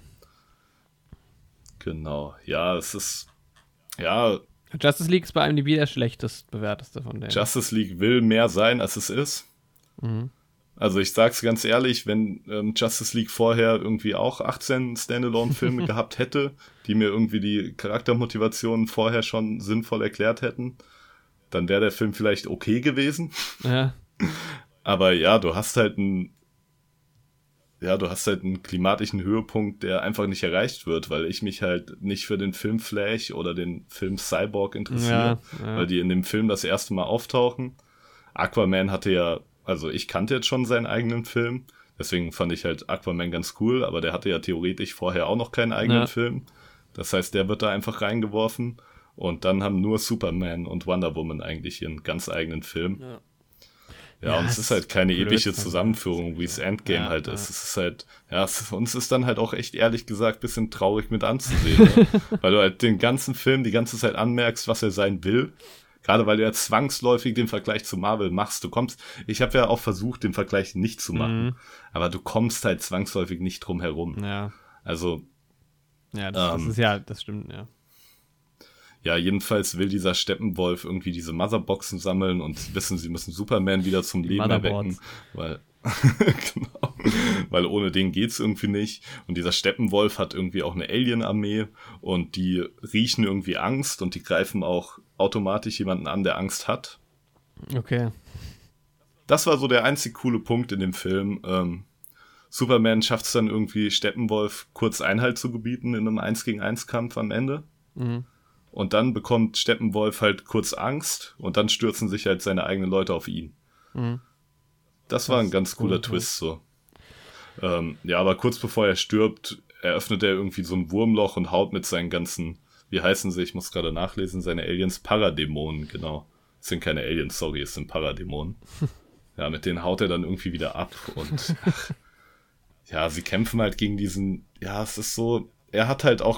B: Genau. Ja, es ist... Ja,
A: Justice League ist bei einem der schlechtest bewerteste von denen.
B: Justice League will mehr sein, als es ist.
A: Mhm.
B: Also ich sag's ganz ehrlich, wenn ähm, Justice League vorher irgendwie auch achtzehn Standalone-Filme gehabt hätte, die mir irgendwie die Charaktermotivationen vorher schon sinnvoll erklärt hätten, dann wäre der Film vielleicht okay gewesen.
A: Ja.
B: Aber ja, du hast halt einen, ja, du hast halt einen klimatischen Höhepunkt, der einfach nicht erreicht wird, weil ich mich halt nicht für den Film Flash oder den Film Cyborg interessiere,
A: Ja, ja.
B: weil die in dem Film das erste Mal auftauchen. Aquaman hatte ja, also ich kannte jetzt schon seinen eigenen Film, deswegen fand ich halt Aquaman ganz cool, aber der hatte ja theoretisch vorher auch noch keinen eigenen
A: Ja.
B: Film. Das heißt, der wird da einfach reingeworfen und dann haben nur Superman und Wonder Woman eigentlich ihren ganz eigenen Film.
A: Ja.
B: Ja,
A: Ja,
B: und es
A: es
B: ist halt keine
A: ist
B: epische
A: Blödsinn.
B: Zusammenführung, wie es Endgame
A: Ja,
B: halt
A: ja.
B: ist. Es ist halt, ja, es, uns ist dann halt auch echt ehrlich gesagt ein bisschen traurig mit anzusehen, ne? Weil du halt den ganzen Film die ganze Zeit anmerkst, was er sein will. Gerade weil du ja zwangsläufig den Vergleich zu Marvel machst. Du kommst, ich habe ja auch versucht, den Vergleich nicht zu machen,
A: Mhm.
B: aber du kommst halt zwangsläufig nicht drum herum.
A: Ja.
B: Also,
A: Ja, das,
B: Ähm.
A: das ist ja, das stimmt, ja.
B: ja, jedenfalls will dieser Steppenwolf irgendwie diese Motherboxen sammeln und wissen, sie müssen Superman wieder zum Leben erwecken,
A: Motherboards.
B: weil, genau, weil ohne den geht's irgendwie nicht. Und dieser Steppenwolf hat irgendwie auch eine Alien-Armee und die riechen irgendwie Angst und die greifen auch automatisch jemanden an, der Angst hat.
A: Okay.
B: Das war so der einzig coole Punkt in dem Film. Ähm, Superman schafft es dann irgendwie, Steppenwolf kurz Einhalt zu gebieten in einem eins gegen eins Kampf am Ende.
A: Mhm.
B: Und dann bekommt Steppenwolf halt kurz Angst und dann stürzen sich halt seine eigenen Leute auf ihn.
A: Mhm.
B: Das war ein
A: Das
B: ganz
A: ist
B: cooler
A: cool,
B: Twist so. Ähm, ja, aber kurz bevor er stirbt, eröffnet er irgendwie so ein Wurmloch und haut mit seinen ganzen, wie heißen sie, ich muss gerade nachlesen, seine Aliens, Paradämonen, genau. Es sind keine Aliens, sorry, es sind Paradämonen. Ja, mit denen haut er dann irgendwie wieder ab und ach, ja, sie kämpfen halt gegen diesen, ja, es ist so, er hat halt auch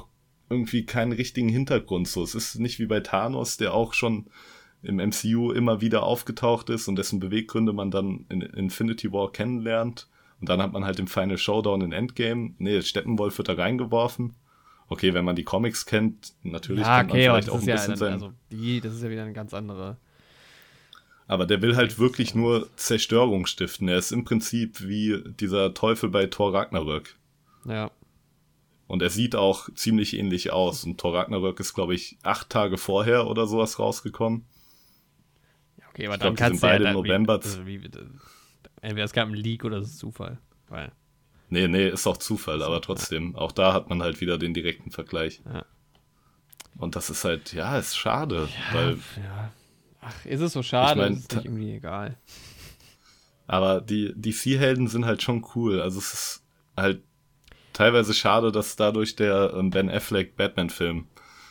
B: irgendwie keinen richtigen Hintergrund. So, es ist nicht wie bei Thanos, der auch schon im M C U immer wieder aufgetaucht ist und dessen Beweggründe man dann in Infinity War kennenlernt. Und dann hat man halt im Final Showdown in Endgame. Nee, Steppenwolf wird da reingeworfen. Okay, wenn man die Comics kennt, natürlich
A: ja,
B: kennt
A: okay,
B: man vielleicht
A: aber das
B: auch ein
A: ist
B: bisschen
A: ja
B: sein...
A: dann, also die, das ist ja wieder eine ganz andere...
B: Aber der will halt wirklich nur Zerstörung stiften. Er ist im Prinzip wie dieser Teufel bei Thor Ragnarök.
A: Ja.
B: Und er sieht auch ziemlich ähnlich aus. Und Thor Ragnarök ist, glaube ich, acht Tage vorher oder sowas rausgekommen.
A: Ja, okay, aber
B: ich
A: dann
B: glaub,
A: kannst
B: die
A: du
B: sind beide
A: ja...
B: im November.
A: Also wie, entweder es gab einen Leak oder es ist Zufall. Weil...
B: Nee, nee, ist auch Zufall, so, aber trotzdem. Ja. Auch da hat man halt wieder den direkten Vergleich.
A: Ja.
B: Und das ist halt, ja, ist schade.
A: Ja,
B: weil
A: ja. Ach, ist es so schade,
B: ich mein,
A: ist nicht irgendwie egal.
B: Aber die D C-Helden sind halt schon cool. Also es ist halt teilweise schade, dass dadurch der ähm, Ben Affleck Batman-Film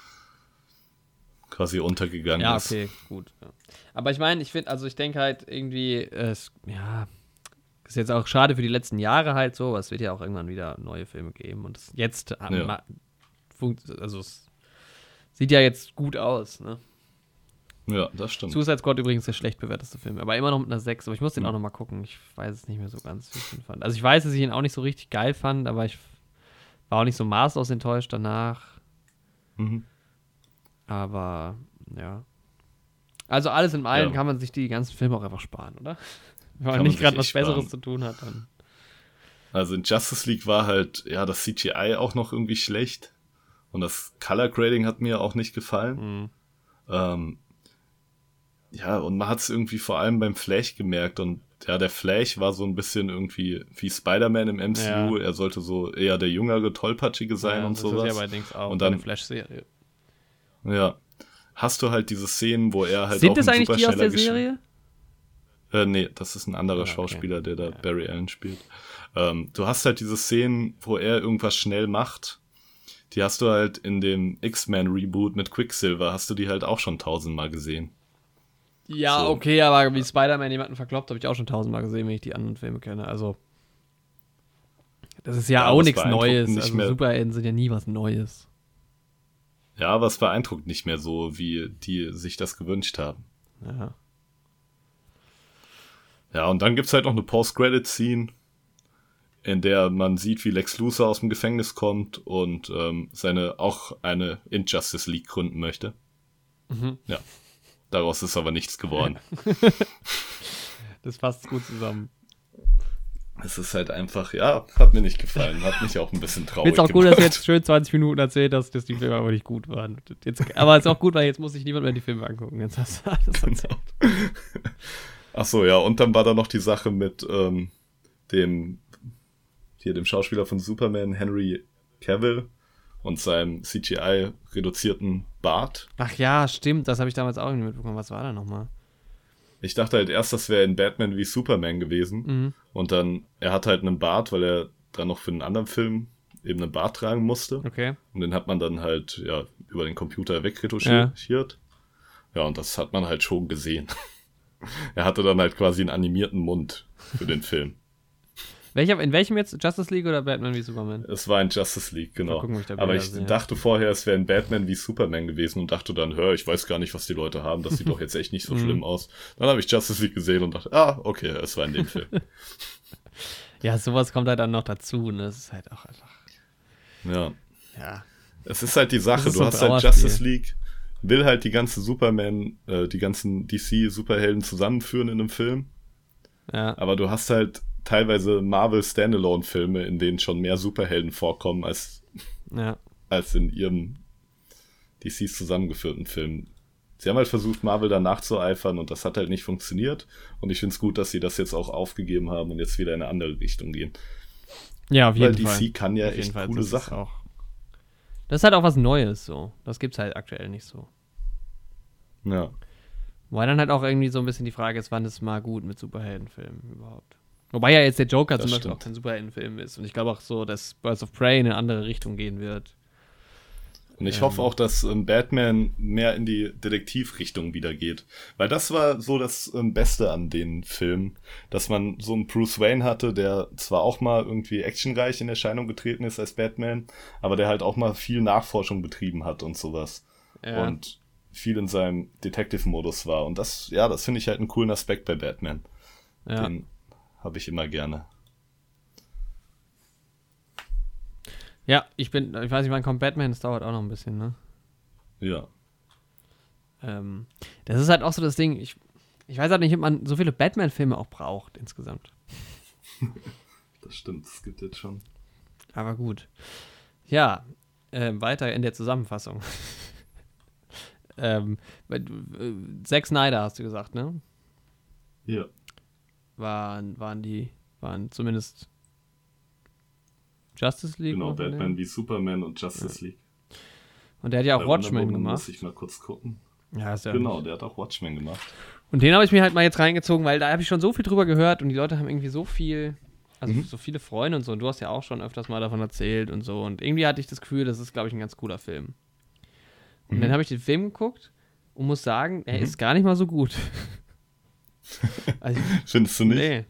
B: quasi untergegangen
A: ja,
B: ist.
A: Ja, okay, gut. Ja. Aber ich meine, ich finde, also ich denke halt irgendwie, es, ja, ist jetzt auch schade für die letzten Jahre halt so, aber es wird ja auch irgendwann wieder neue Filme geben und das jetzt, ja. funkt, also es sieht ja jetzt gut aus, ne?
B: Ja, das stimmt.
A: Suicide Squad übrigens der schlecht bewerteste Film, aber immer noch mit einer sechs, aber ich muss den mhm. auch noch mal gucken, ich weiß es nicht mehr so ganz, wie ich ihn fand. Also ich weiß, dass ich ihn auch nicht so richtig geil fand, aber ich war auch nicht so maßlos enttäuscht danach.
B: Mhm.
A: Aber, ja. Also alles in allem
B: ja.
A: kann man sich die ganzen Filme auch einfach sparen, oder? Wenn man kann nicht gerade was sparen. Besseres zu tun hat, dann.
B: Also in Justice League war halt, ja, das C G I auch noch irgendwie schlecht. Und das Color Grading hat mir auch nicht gefallen.
A: Mhm.
B: Ähm, ja, und man hat es irgendwie vor allem beim Flash gemerkt. Und ja, der Flash war so ein bisschen irgendwie wie Spider-Man im M C U. Ja. Er sollte so eher der jüngere, tollpatschige sein ja, und sowas. Das ist ja
A: bei Dings auch,
B: und dann,
A: bei der Flash-Serie.
B: Ja. Hast du halt diese Szenen, wo er halt
A: Sind
B: auch
A: das
B: ein
A: eigentlich
B: super
A: die aus der
B: Gesch-
A: Serie?
B: Äh, nee, das ist ein anderer ah, okay. Schauspieler, der da ja. Barry Allen spielt. Ähm, du hast halt diese Szenen, wo er irgendwas schnell macht. Die hast du halt in dem X-Men-Reboot mit Quicksilver, hast du die halt auch schon tausendmal gesehen.
A: Ja, so. Okay, aber wie Spider-Man jemanden verkloppt, habe ich auch schon tausendmal gesehen, wenn ich die anderen Filme kenne. Also, das ist ja, ja auch nichts Neues. Nicht also, Superhelden sind ja nie was Neues.
B: Ja, aber es beeindruckt nicht mehr so, wie die sich das gewünscht haben.
A: Ja.
B: Ja, und dann gibt's halt noch eine Post-Credit-Scene, in der man sieht, wie Lex Luthor aus dem Gefängnis kommt und ähm, seine auch eine Injustice League gründen möchte.
A: Mhm.
B: Ja. Daraus ist aber nichts geworden.
A: Das passt gut zusammen.
B: Es ist halt einfach, ja, hat mir nicht gefallen. Hat mich auch ein bisschen traurig
A: gemacht. Ist auch gut,
B: gemacht.
A: dass du jetzt schön zwanzig Minuten erzählt hast, dass die Filme aber nicht gut waren. Jetzt, aber es ist auch gut, weil jetzt muss sich niemand mehr die Filme angucken. Jetzt hast du alles erzählt.
B: Ach so, ja, und dann war da noch die Sache mit ähm, dem hier dem Schauspieler von Superman, Henry Cavill, und seinem C G I-reduzierten Bart.
A: Ach ja, stimmt, das habe ich damals auch nicht mitbekommen. Was war da nochmal?
B: Ich dachte halt erst, das wäre in Batman wie Superman gewesen.
A: Mhm.
B: Und dann, er hat halt einen Bart, weil er dann noch für einen anderen Film eben einen Bart tragen musste.
A: Okay.
B: Und den hat man dann halt, ja, über den Computer wegretuschiert. Ja. ja, und das hat man halt schon gesehen. Er hatte dann halt quasi einen animierten Mund für den Film.
A: Welcher, in welchem jetzt? Justice League oder Batman wie Superman?
B: Es war in Justice League, genau.
A: Gucken, ich
B: Aber ich sehe. dachte vorher, es wäre in Batman wie Superman gewesen und dachte dann, hör, ich weiß gar nicht, was die Leute haben. Das sieht doch jetzt echt nicht so schlimm aus. Dann habe ich Justice League gesehen und dachte, ah, okay, es war in dem Film.
A: Ja, sowas kommt halt dann noch dazu, ne? Das ist halt auch einfach...
B: Ja.
A: Ja.
B: Es ist halt die Sache, du
A: so
B: hast halt Justice League, will halt die ganze Superman, äh, die ganzen D C-Superhelden zusammenführen in einem Film.
A: Ja.
B: Aber du hast halt teilweise Marvel-Standalone-Filme, in denen schon mehr Superhelden vorkommen als,
A: ja.
B: als in ihrem D Cs zusammengeführten Film. Sie haben halt versucht, Marvel da nachzueifern und das hat halt nicht funktioniert. Und ich finde es gut, dass sie das jetzt auch aufgegeben haben und jetzt wieder in eine andere Richtung gehen.
A: Ja, auf jeden
B: Weil
A: Fall.
B: D C kann ja
A: auf
B: echt
A: Fall.
B: coole
A: das
B: Sachen.
A: Auch, das ist halt auch was Neues so. Das gibt's halt aktuell nicht so.
B: Ja.
A: Wobei dann halt auch irgendwie so ein bisschen die Frage ist, wann ist mal gut mit Superheldenfilmen überhaupt. Wobei ja jetzt der Joker
B: das
A: zum Beispiel
B: stimmt.
A: auch kein Superheldenfilm ist. Und ich glaube auch so, dass Birds of Prey in eine andere Richtung gehen wird.
B: Und ich
A: ähm,
B: hoffe auch, dass ähm, Batman mehr in die Detektivrichtung wieder geht. Weil das war so das ähm, Beste an den Filmen, dass man so einen Bruce Wayne hatte, der zwar auch mal irgendwie actionreich in Erscheinung getreten ist als Batman, aber der halt auch mal viel Nachforschung betrieben hat und sowas.
A: ja,
B: Und viel in seinem Detective-Modus war. Und das, ja, das finde ich halt einen coolen Aspekt bei Batman.
A: ja.
B: Den habe ich immer gerne.
A: Ja, ich bin, ich weiß nicht, wann kommt Batman, das dauert auch noch ein bisschen, ne?
B: Ja.
A: Ähm, das ist halt auch so das Ding, ich, ich weiß halt nicht, ob man so viele Batman-Filme auch braucht insgesamt.
B: Das stimmt, es gibt jetzt schon.
A: Aber gut. Ja, ähm, weiter in der Zusammenfassung. ähm, äh, Zack Snyder hast du gesagt, ne?
B: Ja.
A: Waren, waren die, waren zumindest Justice League.
B: Genau,
A: noch von
B: Batman
A: dem?
B: wie Superman und Justice League.
A: Und der hat ja auch
B: Bei Wonder
A: Watchmen
B: Woman
A: gemacht.
B: Muss ich mal kurz gucken.
A: Ja, ist ja
B: Genau,
A: nicht.
B: der hat auch Watchmen gemacht.
A: Und den habe ich mir halt mal jetzt reingezogen, weil da habe ich schon so viel drüber gehört und die Leute haben irgendwie so viel, also
B: Mhm.
A: so viele Freunde und so. Und du hast ja auch schon öfters mal davon erzählt und so. Und irgendwie hatte ich das Gefühl, das ist, glaube ich, ein ganz cooler Film. Und
B: Mhm.
A: dann habe ich den Film geguckt und muss sagen, er
B: Mhm.
A: ist gar nicht mal so gut. Also,
B: Findest du nicht?
A: nee.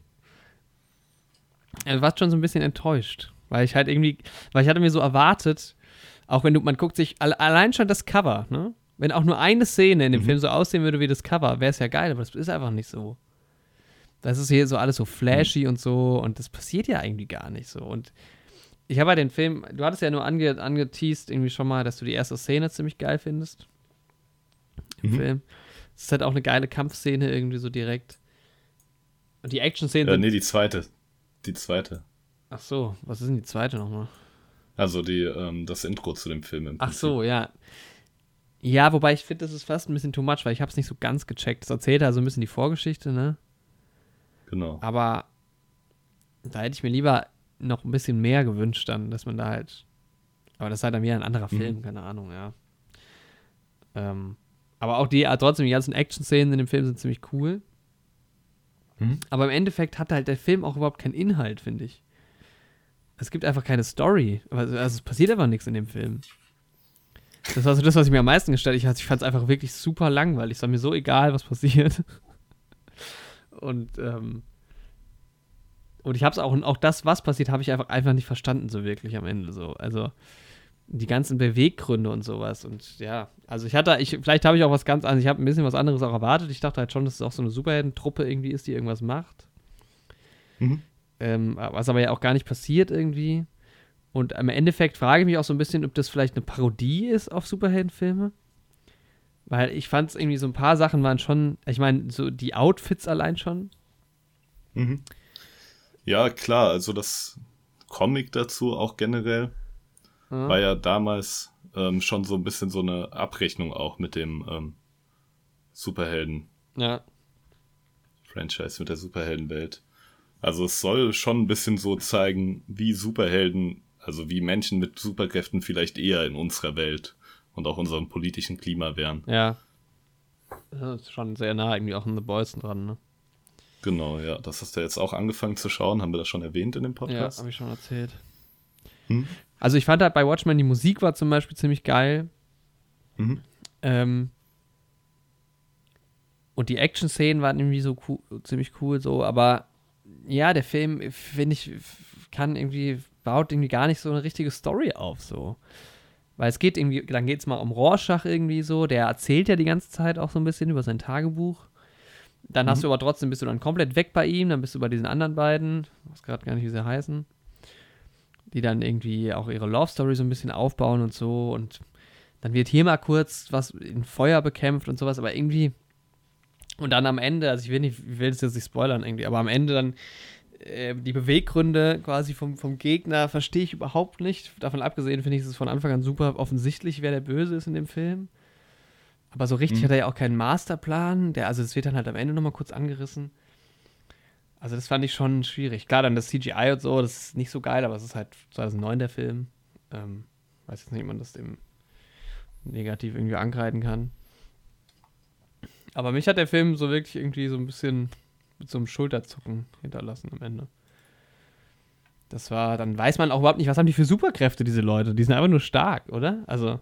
A: Er war schon so ein bisschen enttäuscht. Weil ich halt irgendwie, weil ich hatte mir so erwartet, auch wenn du, man guckt sich, alle, allein schon das Cover, ne? Wenn auch nur eine Szene in dem
B: Mhm.
A: Film so aussehen würde wie das Cover, wäre es ja geil, aber das ist einfach nicht so. Das ist hier so alles so flashy und so und das passiert ja irgendwie gar nicht so. Und ich habe ja den Film, du hattest ja nur ange, angeteased irgendwie schon mal, dass du die erste Szene ziemlich geil findest im
B: Mhm.
A: Film. Es ist halt auch eine geile Kampfszene irgendwie so direkt. Und die Action-Szenen
B: Äh,
A: sind,
B: nee, die zweite. Die zweite.
A: ach so, was ist denn die zweite nochmal?
B: Also die, ähm, das Intro zu dem Film im
A: Ach
B: Prinzip.
A: so, ja. Ja, wobei ich finde, das ist fast ein bisschen too much, weil ich habe es nicht so ganz gecheckt. Das erzählt also ein bisschen die Vorgeschichte, ne?
B: Genau.
A: Aber da hätte ich mir lieber noch ein bisschen mehr gewünscht dann, dass man da halt, aber das ist halt dann wieder ein anderer
B: Mhm.
A: Film, keine Ahnung, ja. Ähm, aber auch die, äh, trotzdem, die ganzen Action-Szenen in dem Film sind ziemlich cool.
B: Mhm.
A: Aber im Endeffekt hat halt der Film auch überhaupt keinen Inhalt, finde ich. Es gibt einfach keine Story. Also, also es passiert einfach nichts in dem Film. Das war so das, was ich mir am meisten gestellt habe. Ich, ich fand es einfach wirklich super langweilig. Es war mir so egal, was passiert. Und, ähm, und ich habe es auch, auch das, was passiert, habe ich einfach, einfach nicht verstanden, so wirklich am Ende. So. Also die ganzen Beweggründe und sowas. Und ja, also ich hatte, ich, vielleicht habe ich auch was ganz anderes, ich habe ein bisschen was anderes auch erwartet. Ich dachte halt schon, dass es auch so eine Superheldentruppe irgendwie ist, die irgendwas macht.
B: Mhm.
A: Ähm, was aber ja auch gar nicht passiert irgendwie. Und im Endeffekt frage ich mich auch so ein bisschen, ob das vielleicht eine Parodie ist auf Superheldenfilme. Weil ich fand es irgendwie so ein paar Sachen waren schon, ich meine, so die Outfits allein schon.
B: Mhm. Ja, klar, also das Comic dazu auch generell
A: Ja.
B: war ja damals ähm, schon so ein bisschen so eine Abrechnung auch mit dem ähm, Superhelden-Franchise,
A: Ja.
B: mit der Superheldenwelt. Also es soll schon ein bisschen so zeigen, wie Superhelden, also wie Menschen mit Superkräften vielleicht eher in unserer Welt und auch unserem politischen Klima wären.
A: Ja. Das ist schon sehr nah irgendwie auch an The Boys dran, ne?
B: Genau, ja. Das hast du jetzt auch angefangen zu schauen. Haben wir das schon erwähnt in dem
A: Ja,
B: Podcast?
A: habe ich schon erzählt.
B: Hm?
A: Also ich fand halt bei Watchmen, die Musik war zum Beispiel ziemlich geil.
B: Mhm.
A: Ähm, und die Action-Szenen waren irgendwie so cool, ziemlich cool so, aber ja, der Film, finde ich, kann irgendwie, baut irgendwie gar nicht so eine richtige Story auf, so. Weil es geht irgendwie, dann geht es mal um Rorschach irgendwie so, der erzählt ja die ganze Zeit auch so ein bisschen über sein Tagebuch. Dann
B: Mhm.
A: hast du aber trotzdem, bist du dann komplett weg bei ihm, dann bist du bei diesen anderen beiden, ich weiß gerade gar nicht, wie sie heißen, die dann irgendwie auch ihre Love Story so ein bisschen aufbauen und so und dann wird hier mal kurz was in Feuer bekämpft und sowas, aber irgendwie und dann am Ende, also ich will nicht, ich will das jetzt nicht spoilern irgendwie, aber am Ende dann äh, die Beweggründe quasi vom, vom Gegner verstehe ich überhaupt nicht. Davon abgesehen finde ich es von Anfang an super offensichtlich, wer der Böse ist in dem Film. Aber so richtig
B: Mhm.
A: hat er ja auch keinen Masterplan. Der, also es wird dann halt am Ende nochmal kurz angerissen. Also das fand ich schon schwierig. Klar, dann das C G I und so, das ist nicht so geil, aber es ist halt zweitausendneun der Film. Ähm, weiß jetzt nicht, ob man das dem negativ irgendwie ankreiden kann. Aber mich hat der Film so wirklich irgendwie so ein bisschen mit so einem Schulterzucken hinterlassen am Ende. Das war, dann weiß man auch überhaupt nicht, was haben die für Superkräfte, diese Leute. Die sind einfach nur stark, oder? Also.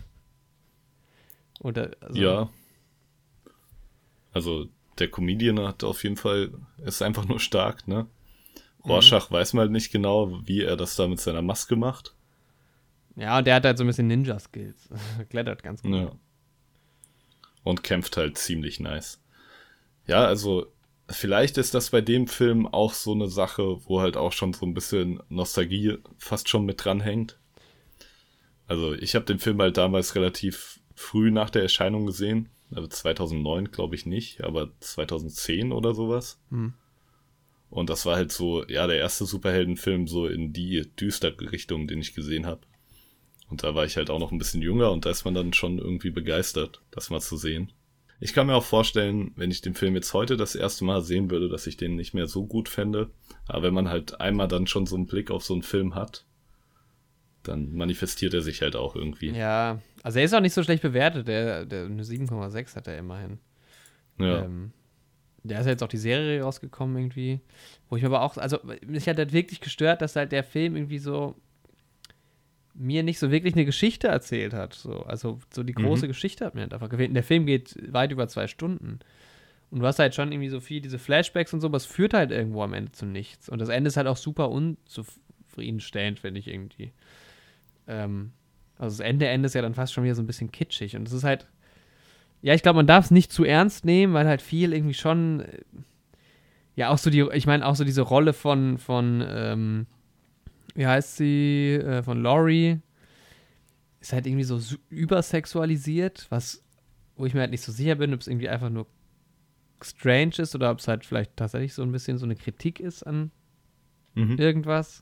A: Oder, also
B: ja. Also, der Comedian hat auf jeden Fall, ist einfach nur stark, ne? Rorschach mhm. weiß man halt nicht genau, wie er das da mit seiner Maske macht.
A: Ja, und der hat halt so ein bisschen Ninja-Skills. Klettert ganz gut.
B: Ja. Und kämpft halt ziemlich nice. Ja, also vielleicht ist das bei dem Film auch so eine Sache, wo halt auch schon so ein bisschen Nostalgie fast schon mit dranhängt. Also ich habe den Film halt damals relativ früh nach der Erscheinung gesehen. Also zweitausendneun glaube ich nicht, aber zweitausendzehn oder sowas.
A: Hm.
B: Und das war halt so, ja, der erste Superheldenfilm so in die düstere Richtung, den ich gesehen habe. Und da war ich halt auch noch ein bisschen jünger und da ist man dann schon irgendwie begeistert, das mal zu sehen. Ich kann mir auch vorstellen, wenn ich den Film jetzt heute das erste Mal sehen würde, dass ich den nicht mehr so gut fände. Aber wenn man halt einmal dann schon so einen Blick auf so einen Film hat, dann manifestiert er sich halt auch irgendwie.
A: Ja, also er ist auch nicht so schlecht bewertet. Der, der eine sieben Komma sechs hat er immerhin.
B: Ja.
A: Ähm, der ist ja jetzt auch die Serie rausgekommen irgendwie. Wo ich mir aber auch, also mich hat halt wirklich gestört, dass halt der Film irgendwie so mir nicht so wirklich eine Geschichte erzählt hat. So. Also so die große mhm. Geschichte hat mir halt einfach gefehlt. Und der Film geht weit über zwei Stunden. Und du hast halt schon irgendwie so viel, diese Flashbacks und so, aber es führt halt irgendwo am Ende zu nichts. Und das Ende ist halt auch super unzufriedenstellend, finde ich irgendwie. Ähm, also das Ende, Ende ist ja dann fast schon wieder so ein bisschen kitschig. Und es ist halt, ja, ich glaube, man darf es nicht zu ernst nehmen, weil halt viel irgendwie schon, äh, ja, auch so die, ich meine, auch so diese Rolle von, von, ähm, wie heißt sie, äh, von Laurie, ist halt irgendwie so su- übersexualisiert, was, wo ich mir halt nicht so sicher bin, ob es irgendwie einfach nur strange ist oder ob es halt vielleicht tatsächlich so ein bisschen so eine Kritik ist an mhm. irgendwas.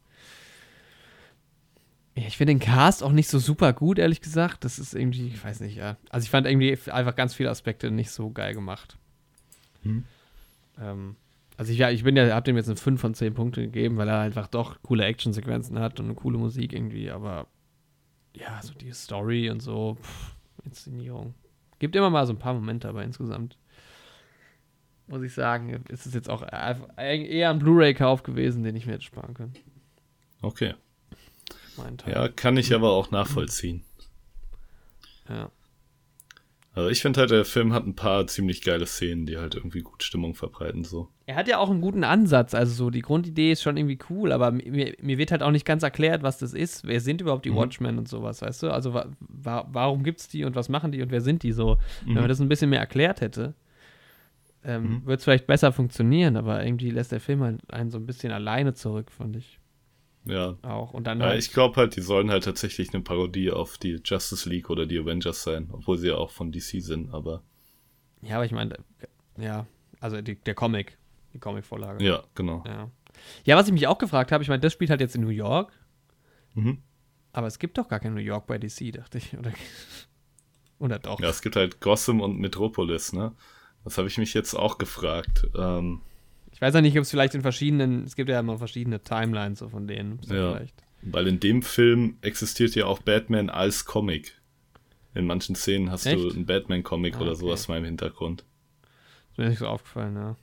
A: Ja, ich finde den Cast auch nicht so super gut, ehrlich gesagt. Das ist irgendwie, ich weiß nicht, ja. Also ich fand irgendwie einfach ganz viele Aspekte nicht so geil gemacht. Mhm. Ähm, also ich, ja, ich bin ja, hab dem jetzt eine fünf von zehn Punkte gegeben, weil er einfach doch coole Actionsequenzen hat und eine coole Musik irgendwie, aber ja, so die Story und so, pff, Inszenierung. Gibt immer mal so ein paar Momente, aber insgesamt muss ich sagen, ist es jetzt auch eher ein Blu-ray-Kauf gewesen, den ich mir hätte sparen können.
B: Okay. Ja, kann ich aber auch nachvollziehen.
A: Ja.
B: Also ich finde halt, der Film hat ein paar ziemlich geile Szenen, die halt irgendwie gut Stimmung verbreiten, so.
A: Er hat ja auch einen guten Ansatz, also so die Grundidee ist schon irgendwie cool, aber mir, mir wird halt auch nicht ganz erklärt, was das ist. Wer sind überhaupt die mhm. Watchmen und sowas, weißt du? Also wa- wa- warum gibt's die und was machen die und wer sind die so? Mhm. Wenn man das ein bisschen mehr erklärt hätte, ähm, mhm. würde es vielleicht besser funktionieren, aber irgendwie lässt der Film halt einen so ein bisschen alleine zurück, fand ich.
B: Ja.
A: Auch. Und dann
B: ja,
A: halt,
B: ich glaube halt, die sollen halt tatsächlich eine Parodie auf die Justice League oder die Avengers sein, obwohl sie ja auch von D C sind, aber.
A: Ja, aber ich meine, ja, also die, der Comic, die Comic-Vorlage.
B: Ja, genau.
A: Ja. ja, was ich mich auch gefragt habe, ich meine, das spielt halt jetzt in New York,
B: mhm.
A: aber es gibt doch gar kein New York bei D C, dachte ich, oder? Oder doch?
B: Ja, es gibt halt Gotham und Metropolis, ne? Das habe ich mich jetzt auch gefragt. Ähm,
A: Ich weiß ja nicht, ob es vielleicht in verschiedenen, es gibt ja immer verschiedene Timelines so von denen. So
B: ja,
A: vielleicht.
B: Weil in dem Film existiert ja auch Batman als Comic. In manchen Szenen hast
A: Echt?
B: du einen Batman-Comic
A: Ah,
B: oder
A: okay.
B: sowas mal im Hintergrund.
A: Ist mir nicht so aufgefallen, ja.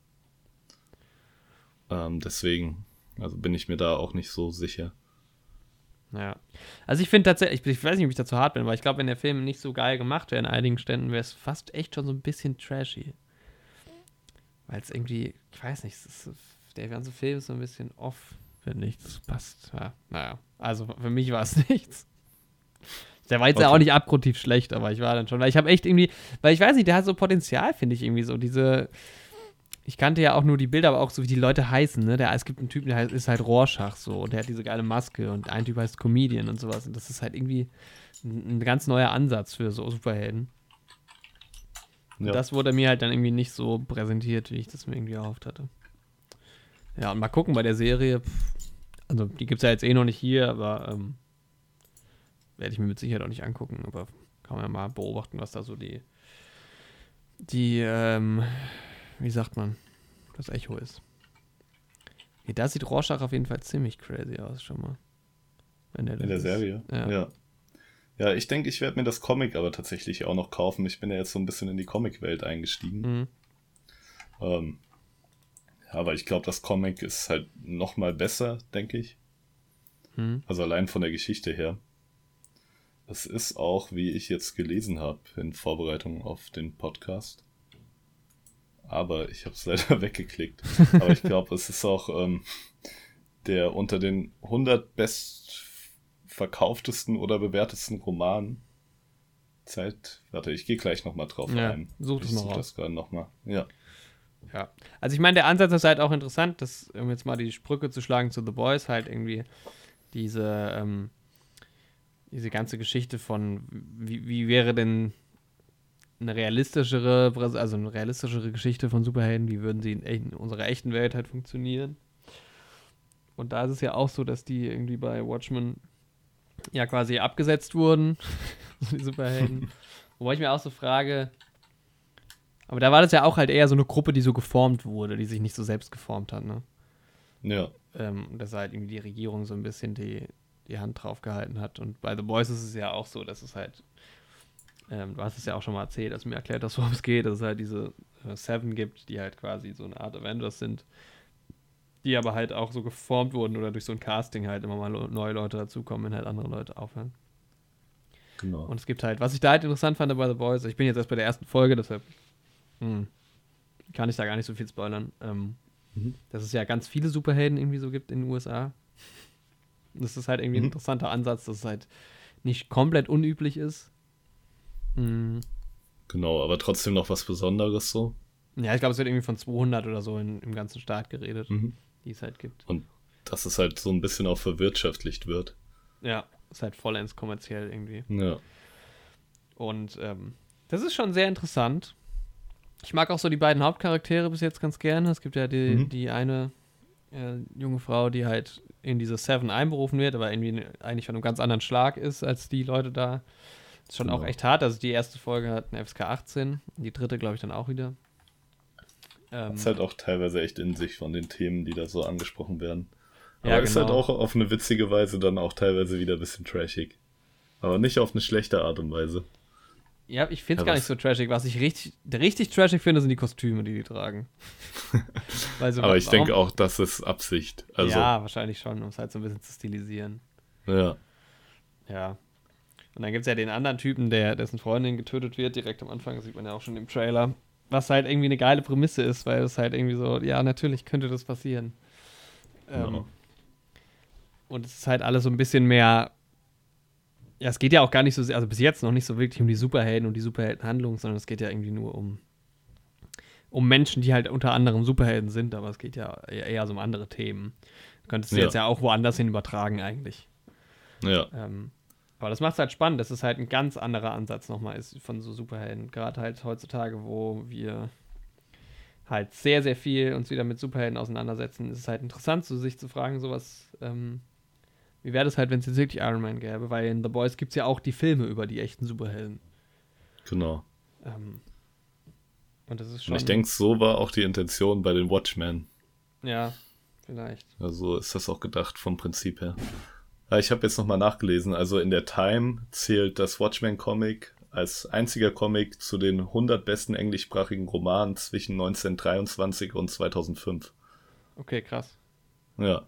B: Ähm, deswegen, also bin ich mir da auch nicht so sicher.
A: Ja. Also ich finde tatsächlich, ich weiß nicht, ob ich dazu hart bin, weil ich glaube, wenn der Film nicht so geil gemacht wäre in einigen Ständen, wäre es fast echt schon so ein bisschen trashy. Weil es irgendwie, ich weiß nicht, ist, der ganze Film ist so ein bisschen off, finde ich. Das passt, ja, naja. Also für mich war es nichts. Der war jetzt okay. ja auch nicht abgrundtief schlecht, aber ich war dann schon, weil ich habe echt irgendwie, weil ich weiß nicht, der hat so Potenzial, finde ich irgendwie so, diese, ich kannte ja auch nur die Bilder, aber auch so, wie die Leute heißen, ne, der, es gibt einen Typen, der ist halt Rorschach so, und der hat diese geile Maske und ein Typ heißt Comedian und sowas und das ist halt irgendwie ein, ein ganz neuer Ansatz für so Superhelden. Ja. Und das wurde mir halt dann irgendwie nicht so präsentiert, wie ich das mir irgendwie erhofft hatte. Ja, und mal gucken bei der Serie, also die gibt's ja jetzt eh noch nicht hier, aber ähm, werde ich mir mit Sicherheit auch nicht angucken, aber kann man ja mal beobachten, was da so die, die, ähm, wie sagt man, das Echo ist. Nee, da sieht Rorschach auf jeden Fall ziemlich crazy aus, schon mal. Wenn der
B: In der
A: ist.
B: Serie?
A: Ja.
B: Ja, ja ich denke, ich werde mir das Comic aber tatsächlich auch noch kaufen. Ich bin ja jetzt so ein bisschen in die Comic-Welt eingestiegen.
A: Mhm.
B: Ähm, ja, aber ich glaube, das Comic ist halt noch mal besser, denke ich.
A: Hm.
B: Also allein von der Geschichte her. Es ist auch, wie ich jetzt gelesen habe, in Vorbereitung auf den Podcast. Aber ich habe es leider weggeklickt. Aber ich glaube, es ist auch ähm, der unter den hundert bestverkauftesten oder bewertesten Romanen. Zeit, warte, ich gehe gleich nochmal drauf
A: Ja,
B: ein.
A: such das
B: ich
A: mal
B: such
A: raus.
B: das gerade nochmal. Ja.
A: Ja. Also ich meine, der Ansatz ist halt auch interessant, das, um jetzt mal die Brücke zu schlagen zu The Boys, halt irgendwie diese, ähm, diese ganze Geschichte von, wie, wie wäre denn eine realistischere, also eine realistischere Geschichte von Superhelden, wie würden sie in, echt, in unserer echten Welt halt funktionieren. Und da ist es ja auch so, dass die irgendwie bei Watchmen ja quasi abgesetzt wurden, die Superhelden. Wobei ich mir auch so frage, aber da war das ja auch halt eher so eine Gruppe, die so geformt wurde, die sich nicht so selbst geformt hat, ne?
B: Ja.
A: Ähm, und dass halt irgendwie die Regierung so ein bisschen die, die Hand drauf gehalten hat. Und bei The Boys ist es ja auch so, dass es halt, ähm, du hast es ja auch schon mal erzählt, dass mir erklärt hast, worum es geht, dass es halt diese äh, Seven gibt, die halt quasi so eine Art Avengers sind, die aber halt auch so geformt wurden oder durch so ein Casting halt immer mal lo- neue Leute dazukommen, wenn halt andere Leute aufhören.
B: Genau.
A: Und es gibt halt, was ich da halt interessant fand bei The Boys, ich bin jetzt erst bei der ersten Folge, deshalb hm, kann ich da gar nicht so viel spoilern. Ähm,
B: Mhm.
A: dass es ja ganz viele Superhelden irgendwie so gibt in den U S A. Das ist halt irgendwie ein
B: Mhm.
A: interessanter Ansatz, dass es halt nicht komplett unüblich ist. Mhm.
B: Genau, aber trotzdem noch was Besonderes so.
A: Ja, ich glaube, es wird irgendwie von zweihundert oder so in, im ganzen Staat geredet,
B: Mhm.
A: die es halt gibt.
B: Und dass es halt so ein bisschen auch verwirtschaftlicht wird.
A: Ja, ist halt vollends kommerziell irgendwie.
B: Ja.
A: Und ähm, das ist schon sehr interessant. Ich mag auch so die beiden Hauptcharaktere bis jetzt ganz gerne. Es gibt ja die,
B: Mhm.
A: die eine äh, junge Frau, die halt in diese Seven einberufen wird, aber irgendwie eigentlich von einem ganz anderen Schlag ist als die Leute da. Ist schon
B: Genau.
A: auch echt hart. Also die erste Folge hat eine F S K achtzehn, die dritte glaube ich dann auch wieder. Ähm,
B: Ist halt auch teilweise echt in sich von den Themen, die da so angesprochen werden. Aber
A: Ja,
B: ist halt
A: genau.
B: auch auf eine witzige Weise dann auch teilweise wieder ein bisschen trashig. Aber nicht auf eine schlechte Art und Weise.
A: ja, ich finde es
B: Ja,
A: gar
B: was-
A: nicht so trashig. Was ich richtig, richtig trashig finde, sind die Kostüme, die die tragen. Weil so,
B: Aber ich
A: warum-
B: denke auch, das ist Absicht. Also,
A: Ja, wahrscheinlich schon, um es halt so ein bisschen zu stilisieren.
B: ja.
A: Ja. Und dann gibt es ja den anderen Typen, der, dessen Freundin getötet wird, direkt am Anfang, das sieht man ja auch schon im Trailer. Was halt irgendwie eine geile Prämisse ist, weil es halt irgendwie so, ja, natürlich könnte das passieren. Ähm,
B: Genau.
A: Und es ist halt alles so ein bisschen mehr. Ja, es geht ja auch gar nicht so sehr, also bis jetzt noch nicht so wirklich um die Superhelden und die Superheldenhandlung, sondern es geht ja irgendwie nur um, um Menschen, die halt unter anderem Superhelden sind, aber es geht ja eher, eher so um andere Themen. Du könntest du
B: Ja.
A: jetzt ja auch woanders hin übertragen eigentlich.
B: Ja.
A: Ähm, aber das macht es halt spannend, dass es halt ein ganz anderer Ansatz nochmal ist von so Superhelden. Gerade halt heutzutage, wo wir halt sehr, sehr viel uns wieder mit Superhelden auseinandersetzen, ist es halt interessant, so sich zu fragen, sowas, ähm, wie wäre das halt, wenn es jetzt wirklich Iron Man gäbe? Weil in The Boys gibt es ja auch die Filme über die echten Superhelden.
B: Genau.
A: Ähm, und das ist schon.
B: Und ich denke, so war auch die Intention bei den Watchmen.
A: Ja, vielleicht.
B: Also ist das auch gedacht vom Prinzip her. Ja, ich habe jetzt nochmal nachgelesen. Also in der Time zählt das Watchmen-Comic als einziger Comic zu den hundert besten englischsprachigen Romanen zwischen neunzehnhundertdreiundzwanzig und zweitausendfünf.
A: Okay, krass.
B: Ja,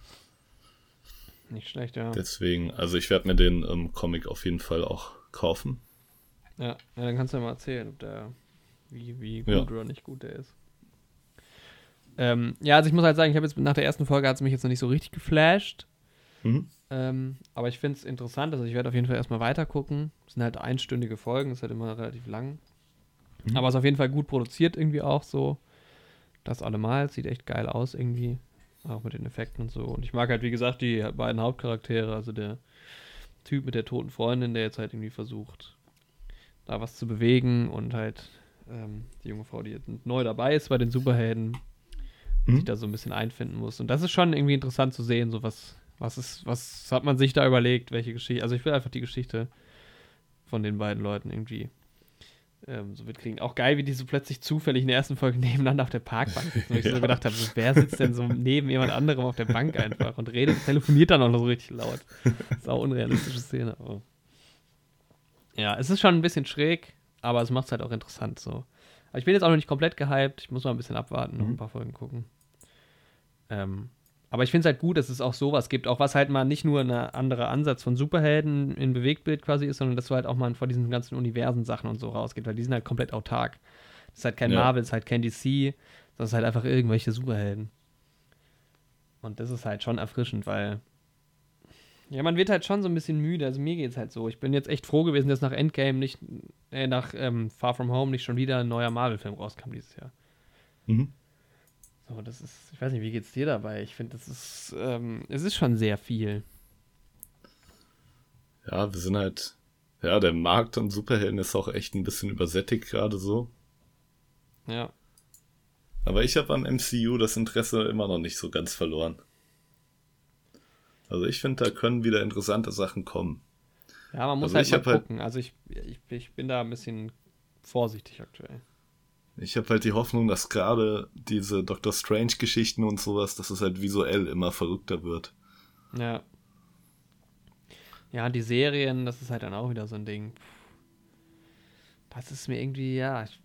A: Nicht schlecht, ja.
B: deswegen, also ich werde mir den ähm, Comic auf jeden Fall auch kaufen.
A: Ja, ja, dann kannst du ja mal erzählen, ob der, wie, wie
B: Ja.
A: gut oder nicht gut der ist. Ähm, ja, also ich muss halt sagen, ich habe jetzt nach der ersten Folge hat es mich jetzt noch nicht so richtig geflasht.
B: Mhm.
A: Ähm, aber ich finde es interessant, also ich werde auf jeden Fall erstmal weiter gucken. Es sind halt einstündige Folgen, das ist halt immer relativ lang.
B: Mhm.
A: Aber es ist auf jeden Fall gut produziert irgendwie auch so. Das allemal, es sieht echt geil aus irgendwie. Auch mit den Effekten und so. Und ich mag halt, wie gesagt, die beiden Hauptcharaktere, also der Typ mit der toten Freundin, der jetzt halt irgendwie versucht, da was zu bewegen und halt ähm, die junge Frau, die jetzt neu dabei ist bei den Superhelden,
B: Mhm.
A: sich da so ein bisschen einfinden muss. Und das ist schon irgendwie interessant zu sehen, so was, was ist, was hat man sich da überlegt, welche Geschichte, also ich will einfach die Geschichte von den beiden Leuten irgendwie ähm, so mitkriegen. Auch geil, wie die so plötzlich zufällig in der ersten Folge nebeneinander auf der Parkbank sitzen, wo ich
B: Ja.
A: so gedacht habe, so, wer sitzt denn so neben jemand anderem auf der Bank einfach und redet, telefoniert dann auch noch so richtig laut. Das ist auch eine unrealistische Szene. Aber ja, es ist schon ein bisschen schräg, aber es macht es halt auch interessant so. Aber ich bin jetzt auch noch nicht komplett gehypt. Ich muss mal ein bisschen abwarten, noch ein
B: Mhm.
A: paar Folgen gucken. Ähm, Aber ich finde es halt gut, dass es auch sowas gibt, auch was halt mal nicht nur ein anderer Ansatz von Superhelden in Bewegtbild quasi ist, sondern dass du halt auch mal vor diesen ganzen Universen-Sachen und so rausgeht, weil die sind halt komplett autark. Das ist halt kein
B: Ja.
A: Marvel, das ist halt kein D C, das ist halt einfach irgendwelche Superhelden. Und das ist halt schon erfrischend, weil ja, man wird halt schon so ein bisschen müde, also mir geht's halt so. Ich bin jetzt echt froh gewesen, dass nach Endgame nicht, äh, nach ähm, Far From Home nicht schon wieder ein neuer Marvel-Film rauskam dieses Jahr.
B: Mhm.
A: So, das ist, ich weiß nicht, wie geht's dir dabei? Ich finde, das ist, ähm, es ist schon sehr viel.
B: Ja, wir sind halt, ja, der Markt an Superhelden ist auch echt ein bisschen übersättigt gerade so.
A: Ja.
B: Aber ich habe am M C U das Interesse immer noch nicht so ganz verloren. Also ich finde, da können wieder interessante Sachen kommen.
A: Ja, man muss
B: Also
A: halt
B: ich
A: mal
B: hab halt-
A: gucken. Also ich, ich, ich bin da ein bisschen vorsichtig aktuell.
B: Ich habe halt die Hoffnung, dass gerade diese Doctor Strange-Geschichten und sowas, dass es halt visuell immer verrückter wird.
A: Ja. Ja, die Serien, das ist halt dann auch wieder so ein Ding. Das ist mir irgendwie, ja. Ich,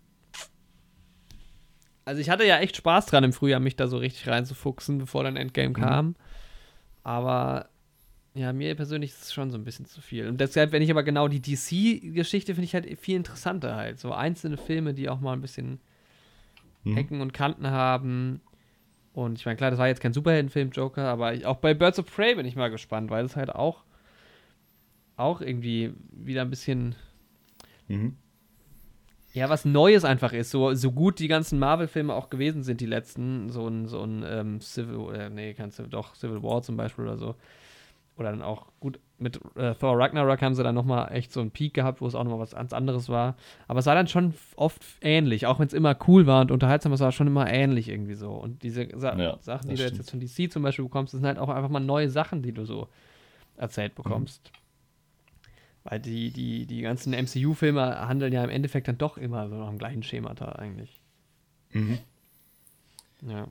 A: also ich hatte ja echt Spaß dran im Frühjahr, mich da so richtig reinzufuchsen, bevor dann Endgame kam. Aber ja, mir persönlich ist es schon so ein bisschen zu viel. Und deshalb, wenn ich aber genau die D C-Geschichte finde ich halt viel interessanter halt. So einzelne Filme, die auch mal ein bisschen
B: Mhm.
A: Ecken und Kanten haben. Und ich meine, klar, das war jetzt kein Superheldenfilm, Joker, aber ich, auch bei Birds of Prey bin ich mal gespannt, weil es halt auch, auch irgendwie wieder ein bisschen,
B: Mhm.
A: ja, was Neues einfach ist. So, so gut die ganzen Marvel-Filme auch gewesen sind, die letzten. So ein, so ein ähm, Civil, äh, nee, kannst du doch, Civil War zum Beispiel oder so. Oder dann auch, gut, mit äh, Thor Ragnarok haben sie dann nochmal echt so einen Peak gehabt, wo es auch nochmal was ganz anderes war. Aber es war dann schon oft ähnlich, auch wenn es immer cool war und unterhaltsam, es war schon immer ähnlich irgendwie so. Und diese Sa-
B: Ja,
A: Sachen,
B: das
A: die du jetzt,
B: stimmt.
A: jetzt von D C zum Beispiel bekommst, das sind halt auch einfach mal neue Sachen, die du so erzählt bekommst. Weil die, die, die ganzen M C U-Filme handeln ja im Endeffekt dann doch immer so nach dem gleichen Schemata eigentlich.
B: Mhm.
A: Ja.